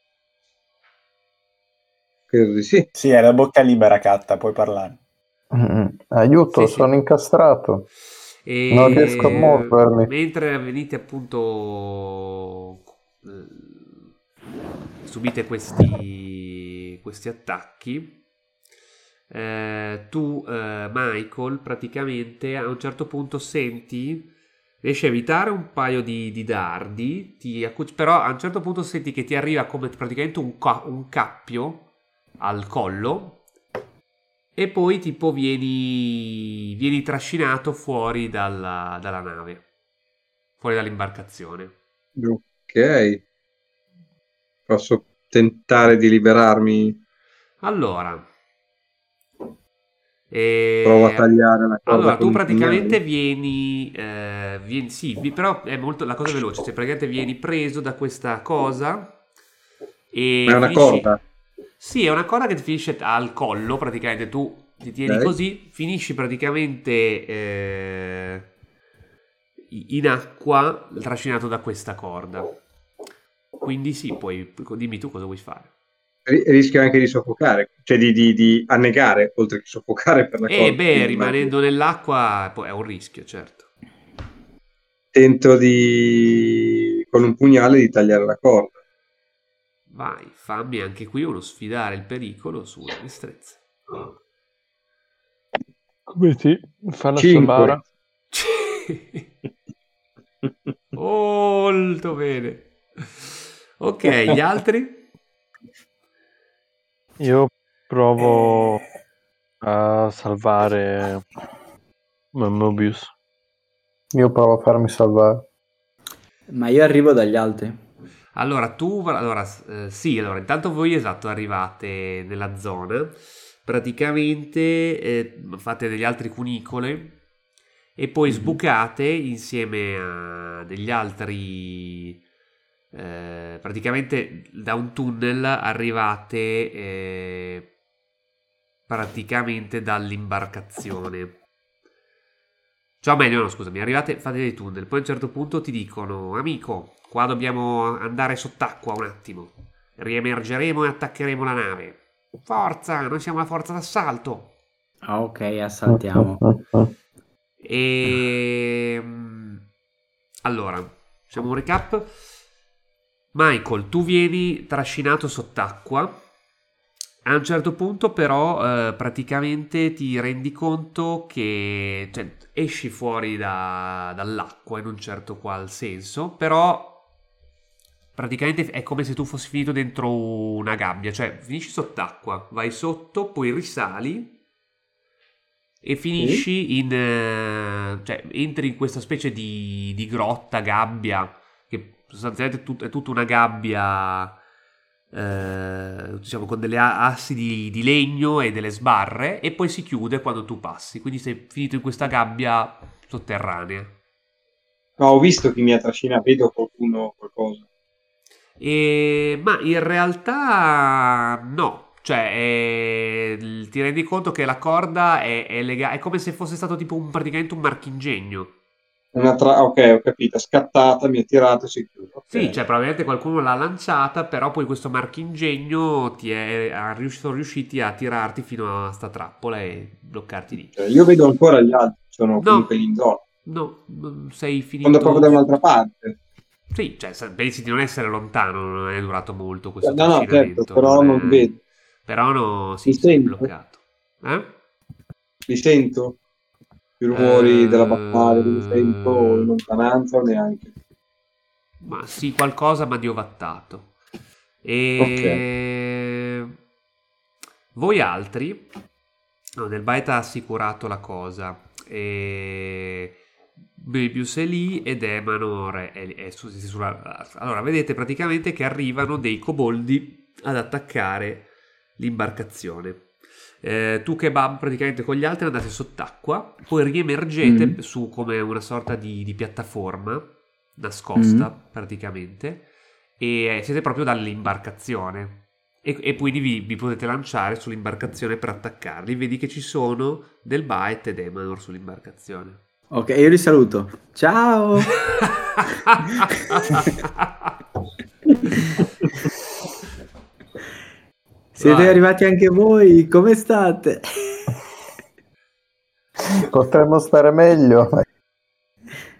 Credo di sì. Sì, è la bocca libera, Catta, puoi parlare. Mm, Aiuto, Sì, sì. sono incastrato. E Non riesco a muovermi. mentre venite appunto eh, subite questi, questi attacchi, eh, tu, eh, Michael, praticamente a un certo punto senti, riesci a evitare un paio di, di dardi, ti accu- però a un certo punto senti che ti arriva come praticamente un, ca- un cappio al collo e poi tipo vieni, vieni trascinato fuori dalla, dalla nave, fuori dall'imbarcazione. Ok. Posso tentare di liberarmi? Allora, e... Provo a tagliare la corda allora con tu un praticamente pugnale. vieni, eh, vieni sì, vi- però è molto la cosa veloce, cioè praticamente vieni preso da questa cosa Ma e è una finisci. corda? Sì, è una corda che ti finisce al collo, praticamente tu ti tieni Ok. così, finisci praticamente eh, in acqua trascinato da questa corda. Quindi sì, poi dimmi tu cosa vuoi fare. Ri- Rischio anche di soffocare, cioè di, di- di annegare, oltre che soffocare per la E corda. beh, Quindi immagino. rimanendo nell'acqua poi è un rischio, certo. Tento di, con un pugnale, di tagliare la corda. Vai, fammi anche qui uno sfidare il pericolo sulla destrezza. Come ti fa la sua cinque. bara? Molto bene. Ok, gli altri? Io provo a salvare Mobius. Io provo a farmi salvare. Ma io arrivo dagli altri. Allora, tu, allora, eh, sì, allora, intanto voi, esatto, arrivate nella zona, praticamente eh, fate degli altri cunicole e poi sbucate insieme a degli altri, eh, praticamente da un tunnel arrivate eh, praticamente dall'imbarcazione. Cioè, o meglio, no, scusami, arrivate, fate dei tunnel, poi a un certo punto ti dicono, amico, qua dobbiamo andare sott'acqua un attimo, riemergeremo e attaccheremo la nave. Forza, noi siamo la forza d'assalto. Ah, ok, assaltiamo. E allora, facciamo un recap. Michael, tu vieni trascinato sott'acqua. A un certo punto però eh, praticamente ti rendi conto che cioè, esci fuori da- dall'acqua in un certo qual senso, però praticamente è come se tu fossi finito dentro una gabbia, cioè finisci sott'acqua, vai sotto, poi risali e finisci in... eh, cioè entri in questa specie di, di grotta, gabbia, che sostanzialmente è, tut- è tutta una gabbia eh, diciamo con delle a- assi di, di legno e delle sbarre e poi si chiude quando tu passi, quindi sei finito in questa gabbia sotterranea. Ma ho visto chi mi ha trascinato, vedo qualcuno, qualcosa. E, ma in realtà no, cioè è- ti rendi conto che la corda è, è, lega- è come se fosse stato tipo un, praticamente un marchingegno. Una tra- ok, ho capito, è scattata, mi ha tirato e si è chiuso. Ok. Sì, cioè probabilmente qualcuno l'ha lanciata, però poi questo marchingegno ti è, ha rius- sono riusciti a tirarti fino a sta trappola e bloccarti lì. Cioè, io vedo ancora gli altri, sono comunque lì No, in zona. no, non sei Quando proprio finito. da un'altra parte. Sì, cioè se- pensi di non essere lontano, non è durato molto questo No, no, certo, trascinamento, non però non li è... vedo. Però no, Li sì, sei sento, bloccato. Eh? li sento. I rumori della battaglia, li sento in Eh, lontananza o neanche. Ma sì, qualcosa, ma di ovattato. Ok. E... Voi altri... No, Del Byte ha assicurato la cosa. E... Möbius è lì ed Emanor è, è, è su- sulla... Allora, vedete praticamente che arrivano dei coboldi ad attaccare l'imbarcazione. Eh, tu Kebab praticamente con gli altri andate sott'acqua, poi riemergete Mm. su come una sorta di, di piattaforma nascosta Mm. praticamente e siete proprio dall'imbarcazione e, e quindi vi, vi potete lanciare sull'imbarcazione per attaccarli. Vedi che ci sono Del Byte ed Emanor sull'imbarcazione. Ok, io li saluto. Ciao! Siete Vai. arrivati anche voi? Come state? Potremmo stare meglio.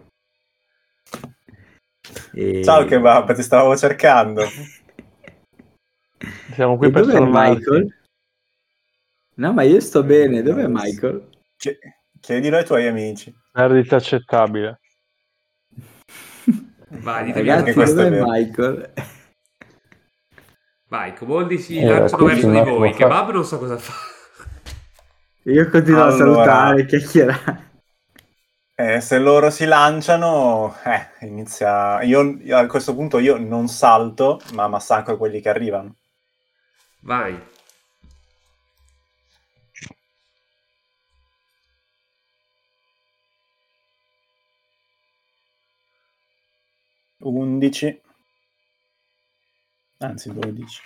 E- Ciao Kebab, ti stavo cercando. siamo qui E per dov'è salvarti. Michael? No, ma io sto bene. Dov'è Michael? Ch- chiedilo ai tuoi amici. Perdita accettabile. Vai, ditemi cosa Ragazzi, questo è dov'è vero. Michael? Vai, Coboldi si Eh, lanciano questo verso un di attimo voi. fa. Kebab non so cosa fa. Io continuo a Allora. salutare, chiacchierare. Eh, se loro si lanciano, eh, inizia. Io, io a questo punto io non salto, ma massacro quelli che arrivano. Vai. undici. Anzi, dodici.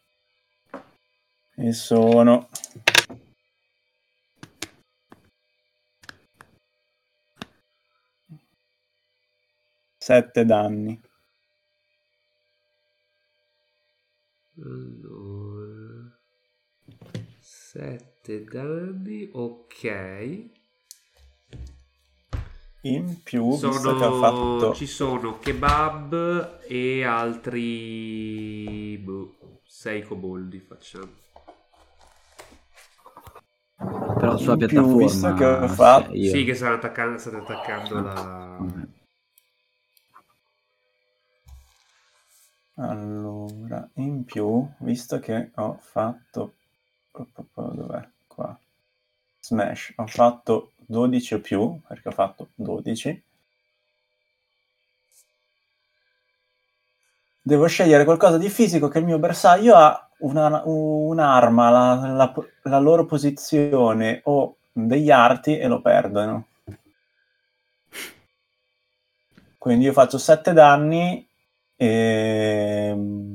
E sono sette danni. Allora, sette danni, ok. In più, visto che ho Sono, fatto ci sono kebab e altri boh, sei coboldi facciamo. Però sulla In più, piattaforma... visto che ho sì, fatto- io- Sì, che stanno attaccando, state attaccando la... Ok. Allora, in più, visto che ho fatto... Dov'è? Qua. Smash. Ho fatto dodici o più, perché ho fatto dodici. Devo scegliere qualcosa di fisico che il mio bersaglio ha una- un'arma, la, la- la loro posizione o degli arti e lo perdono. Quindi io faccio sette danni e...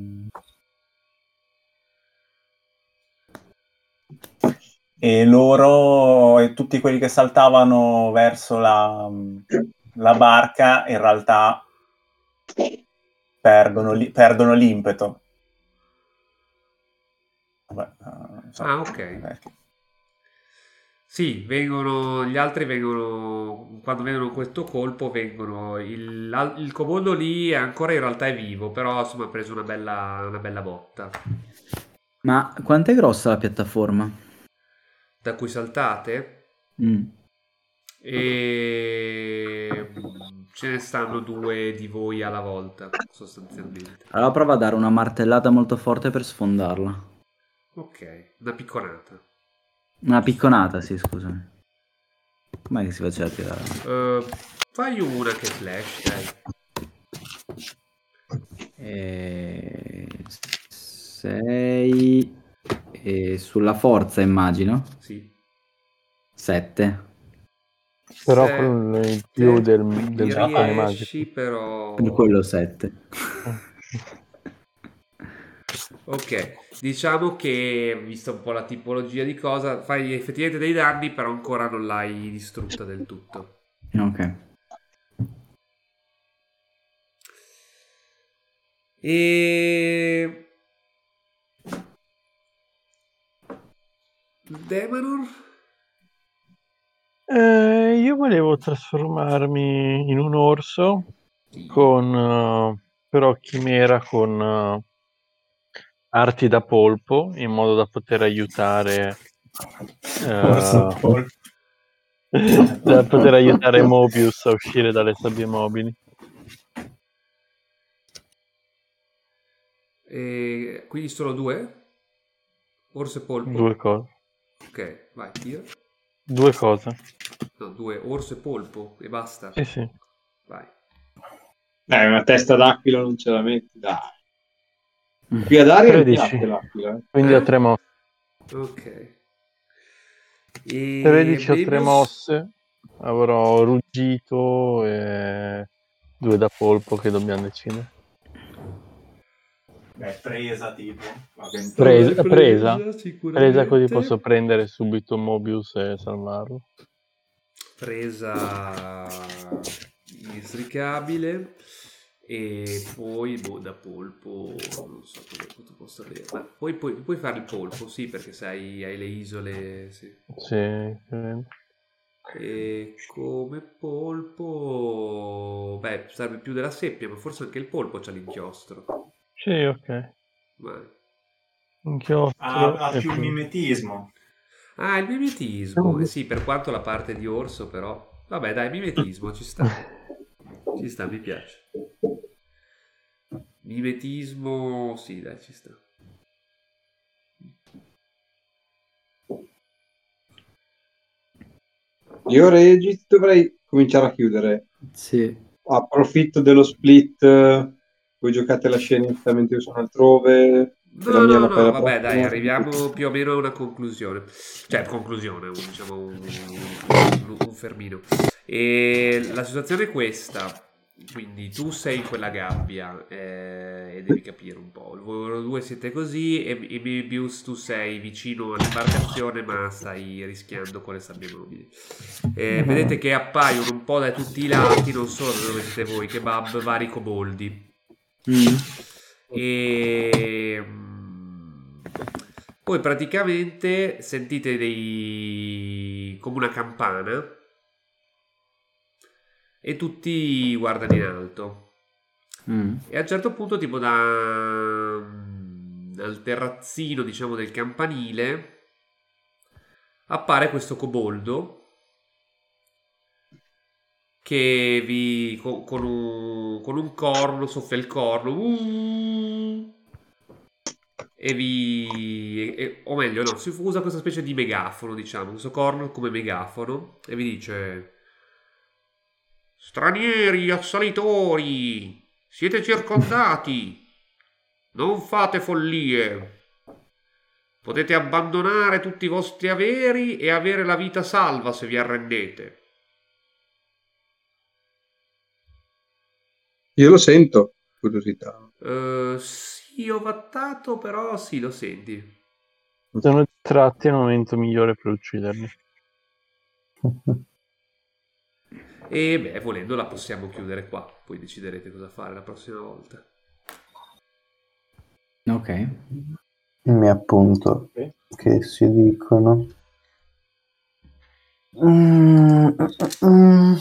e loro e tutti quelli che saltavano verso la, la barca in realtà perdono, li- perdono l'impeto. Vabbè, non so. Ah, ok. Sì, vengono, gli altri vengono, quando vedono questo colpo, vengono, il, l'al- il coboldo lì è ancora in realtà è vivo, però insomma ha preso una bella, una bella botta. Ma quanto è grossa la piattaforma? Da cui saltate Mm. e ce ne stanno due di voi alla volta, sostanzialmente. Allora prova a dare una martellata molto forte per sfondarla. Ok, una picconata. Una picconata, sì, scusami. Com'è che si faceva a tirare? Eh, fai una che flash, dai. E... sei... E sulla forza, immagino. Sì. sette. Però Sette, con il più del, quindi del bottone riesci, magico. però... Per quello sette. Ok, diciamo che, vista un po' la tipologia di cosa, fai effettivamente dei danni, però ancora non l'hai distrutta del tutto. Ok. E... Demanor? Eh, io volevo trasformarmi in un orso con eh, però chimera con eh, arti da polpo in modo da poter aiutare Orso eh, polpo. da poter aiutare Mobius a uscire dalle sabbie mobili. E... Quindi solo due? Orso e polpo? Due cose. Ok, vai, tira. Due cose. No, due, orso e polpo e basta. Sì, sì. Vai. Eh, una testa d'aquila non ce la metti, dai. Qui ad aria mi tredici. piace l'aquila. eh. Quindi Eh? ho tre mosse. Ok. E... tredici ho tre Babius? mosse. Avrò ruggito e due da polpo che dobbiamo decidere. Beh, presa tipo. Presa, Vabbè, presa, sicuramente. presa così posso prendere subito Mobius e salvarlo. Presa istricabile e poi boh, da polpo non so cosa tu possa avere, ma poi puoi, puoi fare il polpo, sì, perché sai hai le isole, sì. Sì, credo. E come polpo, beh, serve più della seppia, ma forse anche il polpo c'ha l'inchiostro. Sì, ok. Vai. Inchiostro Ha, ha e più poi- mimetismo. Ah, il mimetismo. Eh sì, per quanto la parte di orso, però. Vabbè, dai, mimetismo ci sta. Ci sta, mi piace. Mimetismo, sì, dai, ci sta. Io Regi dovrei cominciare a chiudere. Sì. Approfitto dello split, eh, voi giocate la scenetta mentre io sono altrove. e la No, mia no, la fai no, la vabbè, dai, prossima. arriviamo più o meno a una conclusione. Cioè, conclusione, un, diciamo un, un- un fermino. E la situazione è questa. Quindi tu sei in quella gabbia eh, e devi capire un po'. Voi due siete così e, e Mebius tu sei vicino all'imbarcazione ma stai rischiando con le sabbie mobili. Eh, vedete che appaiono un po' da tutti i lati, non solo da dove siete voi, kebab, vari coboldi. Mm. E mm, poi praticamente sentite dei come una campana e tutti guardano in alto. Mm. E a un certo punto, tipo da dal terrazzino, diciamo, del campanile appare questo coboldo che vi con, con un, con un corno soffia il corno uh, e vi e- e- o meglio no, si usa questa specie di megafono, diciamo, questo corno come megafono e vi dice: stranieri assalitori, siete circondati, non fate follie, potete abbandonare tutti i vostri averi e avere la vita salva se vi arrendete. Io lo sento, curiosità. Eh, sì, ho vattato, però sì, lo senti. Sono distratti, è il momento migliore per ucciderli. E beh, volendo la possiamo chiudere qua, poi deciderete cosa fare la prossima volta. Ok. Mi appunto Ok. che si dicono. Mm, mm, mm.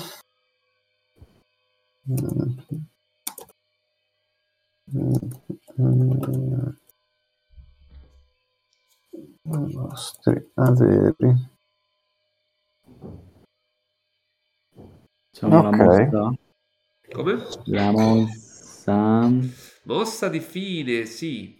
Mm, mm. I nostri averi. Facciamo Ok. la mossa. Come? La mossa. Mossa di fine, sì.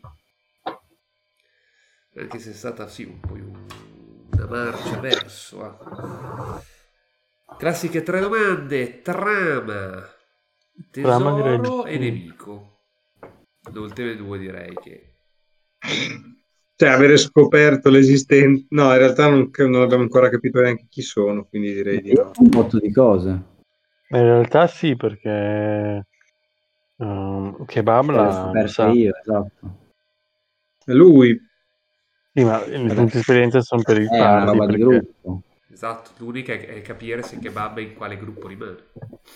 Anche se è stata, sì, un po' un- una marcia verso. eh. Classiche tre domande: trama, Trama direi di tesoro sì. e nemico. Le ultime due direi che... Cioè, avere scoperto l'esistenza... No, in realtà non, non abbiamo ancora capito neanche chi sono, quindi direi di no. Un botto di cose. In realtà sì, perché um, Kebab L'ho la scoperto sa. io, esatto. E lui, Sì, ma i Vabbè. punti esperienza sono per i È una tardi, roba di perché gruppo. Esatto, l'unica è, è capire se Kebab in quale gruppo rimane.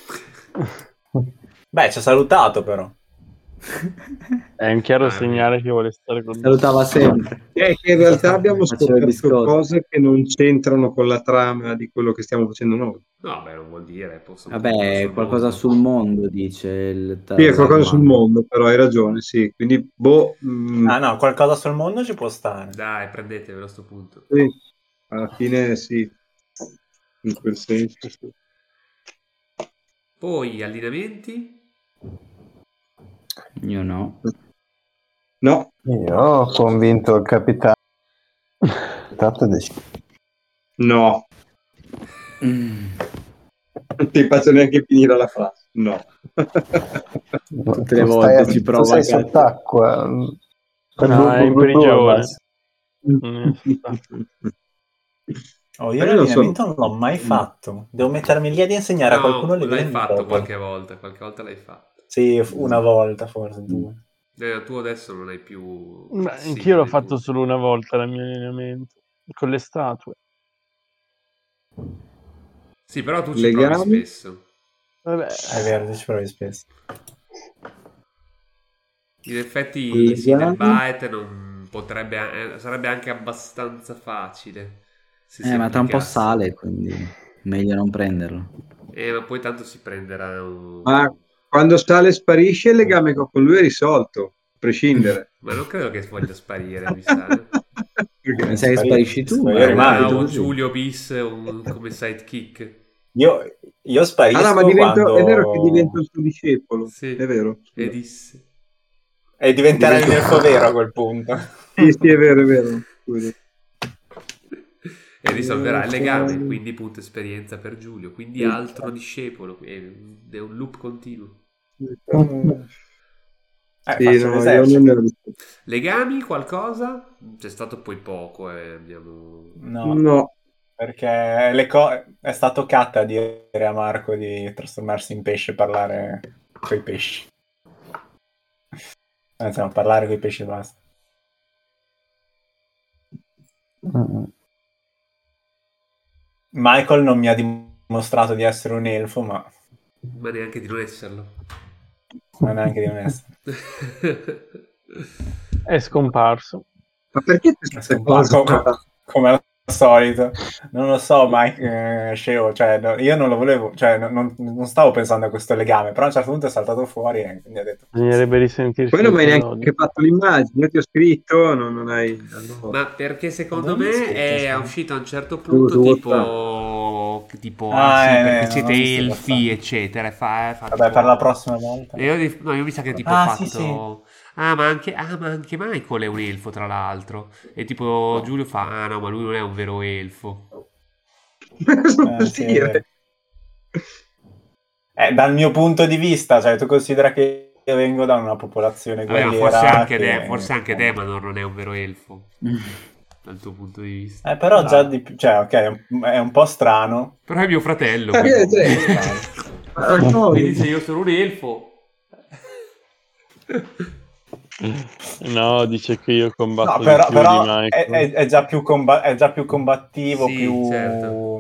Beh, ci ha salutato però. è un chiaro Ah, è segnale che vuole stare con noi. Salutava sempre. è che in realtà abbiamo Faceva il scoperto biscotto. cose che non c'entrano con la trama di quello che stiamo facendo noi. No, beh, non vuol dire, possono Vabbè, qualcosa sul mondo, dice il Sì, è qualcosa sul Tarman. mondo, però hai ragione, sì. Quindi, boh, mm, Ah no, qualcosa sul mondo ci può stare. Dai, prendetevelo a sto punto. sì, alla fine sì, in quel senso sì. Poi, allineamenti? Io no. No, Io ho convinto il capitano. Tanto è deciso. no, Mm. non ti faccio neanche finire la frase. No. Tutte le Tu volte stai- ci tu prova, sei cazzo. sott'acqua. No, è in prigione. Mm. Mm, Oh, io Ma io non l'allineamento sono- non l'ho mai fatto. Devo mettermi lì ad insegnare a qualcuno No, a livello l'hai fatto micro. qualche volta, qualche volta l'hai fatto. Sì, f- una volta, forse due. Eh, tu adesso non hai più... Ma sì, anch'io l'ho hai fatto tu. solo una volta il mio allenamento con le statue. Sì, però tu ci Legami? provi spesso. Vabbè, È vero, ci provi spesso. In effetti, sì, nel Legami? Baet non potrebbe... eh, sarebbe anche abbastanza facile. Se si Eh, ma tra un po' applicasse. sale, quindi meglio non prenderlo. Eh, ma poi tanto si prenderà un... Ma quando sale e sparisce il legame che ho con lui è risolto. prescindere. Ma non credo che voglia sparire, mi sa. Mi sa che sparisci tu. Spari- ma spari- rimani Ah, tu un così. Giulio bis un- come sidekick. Io, io sparisco Ah, no, ma divento, quando... è vero che divento il suo discepolo. Sì. È vero. scusa. E disse. E diventerai il Divento- elfo vero a quel punto. Sì, sì, è vero, è vero. Scusa. E risolverà il legame, quindi punto esperienza per Giulio, quindi altro discepolo, è è un loop continuo. Eh, Sì, faccio no, io l'esercito. non ne ho visto. Legami, qualcosa? C'è stato poi poco, eh, abbiamo... No, No. perché le co- è stato Kat a dire a Marco di trasformarsi in pesce e parlare coi pesci. Anzi, no, parlare coi pesci e basta. Mm. Michael non mi ha dimostrato di essere un elfo, ma Ma neanche di non esserlo. ma neanche di non essere. È scomparso. Ma perché queste cose? Co- co- come al solito, non lo so, Mike, eh, Sceo, cioè, no, io non lo volevo, cioè, no- non, non stavo pensando a questo legame, però a un certo punto è saltato fuori e quindi ho detto Bisognerebbe risentirsi. Poi non mi hai l'episodio. neanche fatto l'immagine, io ti ho scritto, non, non hai... allora. Ma perché secondo Non mi me aspetta, è scusa. uscito a un certo punto Su tipo... tipo ah, Ah, sì, eh, perché no, siete non ho visto elfi, abbastanza. eccetera. E fa, fa vabbè, tipo- per la prossima volta. E io, di- no, io mi sa che tipo Ah, ho fatto... sì, sì. Ah, ma anche, ah, ma anche Michael è un elfo, tra l'altro. E tipo Giulio fa, ah no, ma lui non è un vero elfo. Cosa Eh, vuol sì, è dire? vero. Eh, dal mio punto di vista, cioè, tu considera che io vengo da una popolazione Vabbè, ma guerriera forse anche, che- De- forse anche Demanor non è un vero elfo, dal tuo punto di vista. Eh, però già Dai. di più, cioè, ok, è un, è un po' strano. Però è mio fratello, Eh, quindi, cioè, ma no, quindi se io sono un elfo... No, dice che io combatto No, però, di più però di è, Michael. è- è già più comba- è già più combattivo, Sì, più, certo.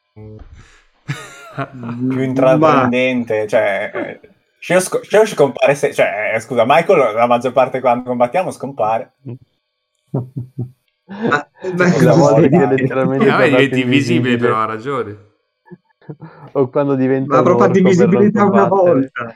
più intraprendente. Cioè, eh, Sheo sc- Sheo ci compare se- cioè, eh, scusa, Michael la maggior parte quando combattiamo scompare. Ma, ma Cosa cosa A volte vuoi che dire? letteralmente Eh, vabbè, tornato diventi invisibile, invisibile. però ha ragione. O quando diventa ma un proprio di orco per non visibilità una combattere. volta.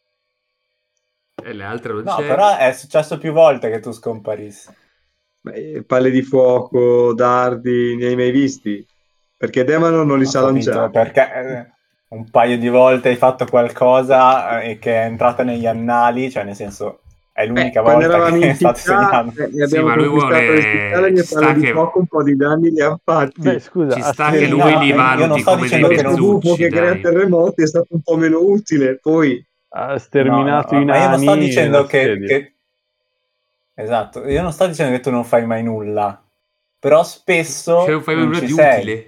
E le altre non No, c'è. però è successo più volte che tu scomparissi. Beh, palle di fuoco, dardi, ne hai mai visti? Perché Demano non li Ho sa capito, lanciare. perché eh, un paio di volte hai fatto qualcosa eh, e che è entrata negli annali, cioè nel senso è l'unica Beh, quando volta eravamo che in state città segnando. eh, ne Sì, abbiamo ma lui conquistato vuole- le città, le mie ci palle sta di che- fuoco un po' di danni li ha fatti. Beh, scusa, Ci a sta Steel che lui no, li io valuti non sto come dicendo dei che non- Questo buco mezzucci, che crea dai. terremoti è stato un po' meno utile, poi ha sterminato No, no, i ma io non sto nani dicendo e che, l'assedio. che- Esatto, io non sto dicendo che tu non fai mai nulla, però spesso Cioè non fai non nulla ci di sei. utile.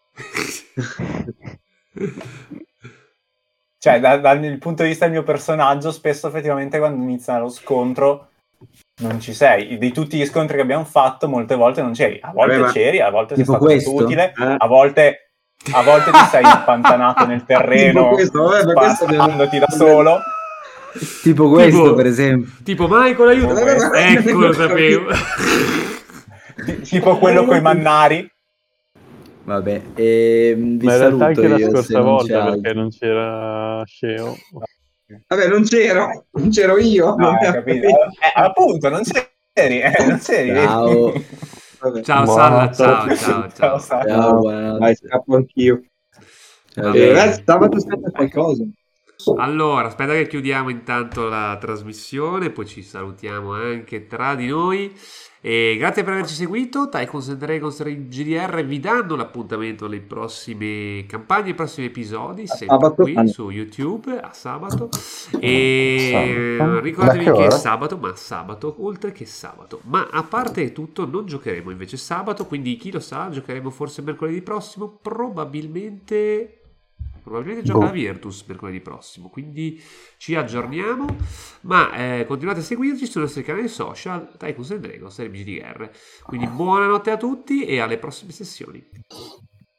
Cioè, da- dal punto di vista del mio personaggio, spesso effettivamente quando inizia lo scontro non ci sei. Di tutti gli scontri che abbiamo fatto, molte volte non c'eri. A volte Vabbè, ma- c'eri, a volte sei Tipo stato molto questo? utile, Eh. a volte, a volte ti sei impantanato nel terreno, Tipo questo, vabbè, ma spa- questo abbiamo- sparandoti da solo. Tipo questo, Tipo- per esempio. Tipo Michael, aiuto. Tipo questo. Ecco, lo sapevo. Ti- tipo quello coi mannari. Vabbè, ehm, vi Ma in realtà saluto anche la io, se scorsa non c'è volta altro. perché non c'era Sceo. Vabbè, non c'ero, non c'ero io. No, hai capito? Eh, appunto, non c'eri, eh, non c'eri. vedi? Ciao. Vabbè. Ciao Buonanotte. Salla, ciao, ciao, ciao. Sara. Ciao, No, buonanotte. Dai, scappo anch'io. Ciao, Vabbè. Eh, Gianni. ragazzi, sabato aspetta qualcosa. Allora, aspetta che chiudiamo intanto la trasmissione, poi ci salutiamo anche tra di noi. E grazie per averci seguito. Tycoons and Dragons G D R vi danno l'appuntamento alle prossime campagne, ai prossimi episodi, sempre sabato? qui Ah, no. su YouTube a sabato. E Sabato. ricordatevi Da che che è ora? sabato, ma sabato, oltre che sabato. Ma a parte tutto, non giocheremo invece sabato, quindi chi lo sa, giocheremo forse mercoledì prossimo, probabilmente. Probabilmente gioca Boh. la Virtus mercoledì prossimo, quindi ci aggiorniamo, ma eh, continuate a seguirci sui nostri canali social Tycoons and Dragons e G D R. Quindi buonanotte a tutti e alle prossime sessioni.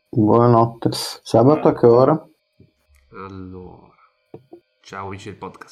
Buonanotte. Sabato a che ora? Allora, ciao amici del podcast.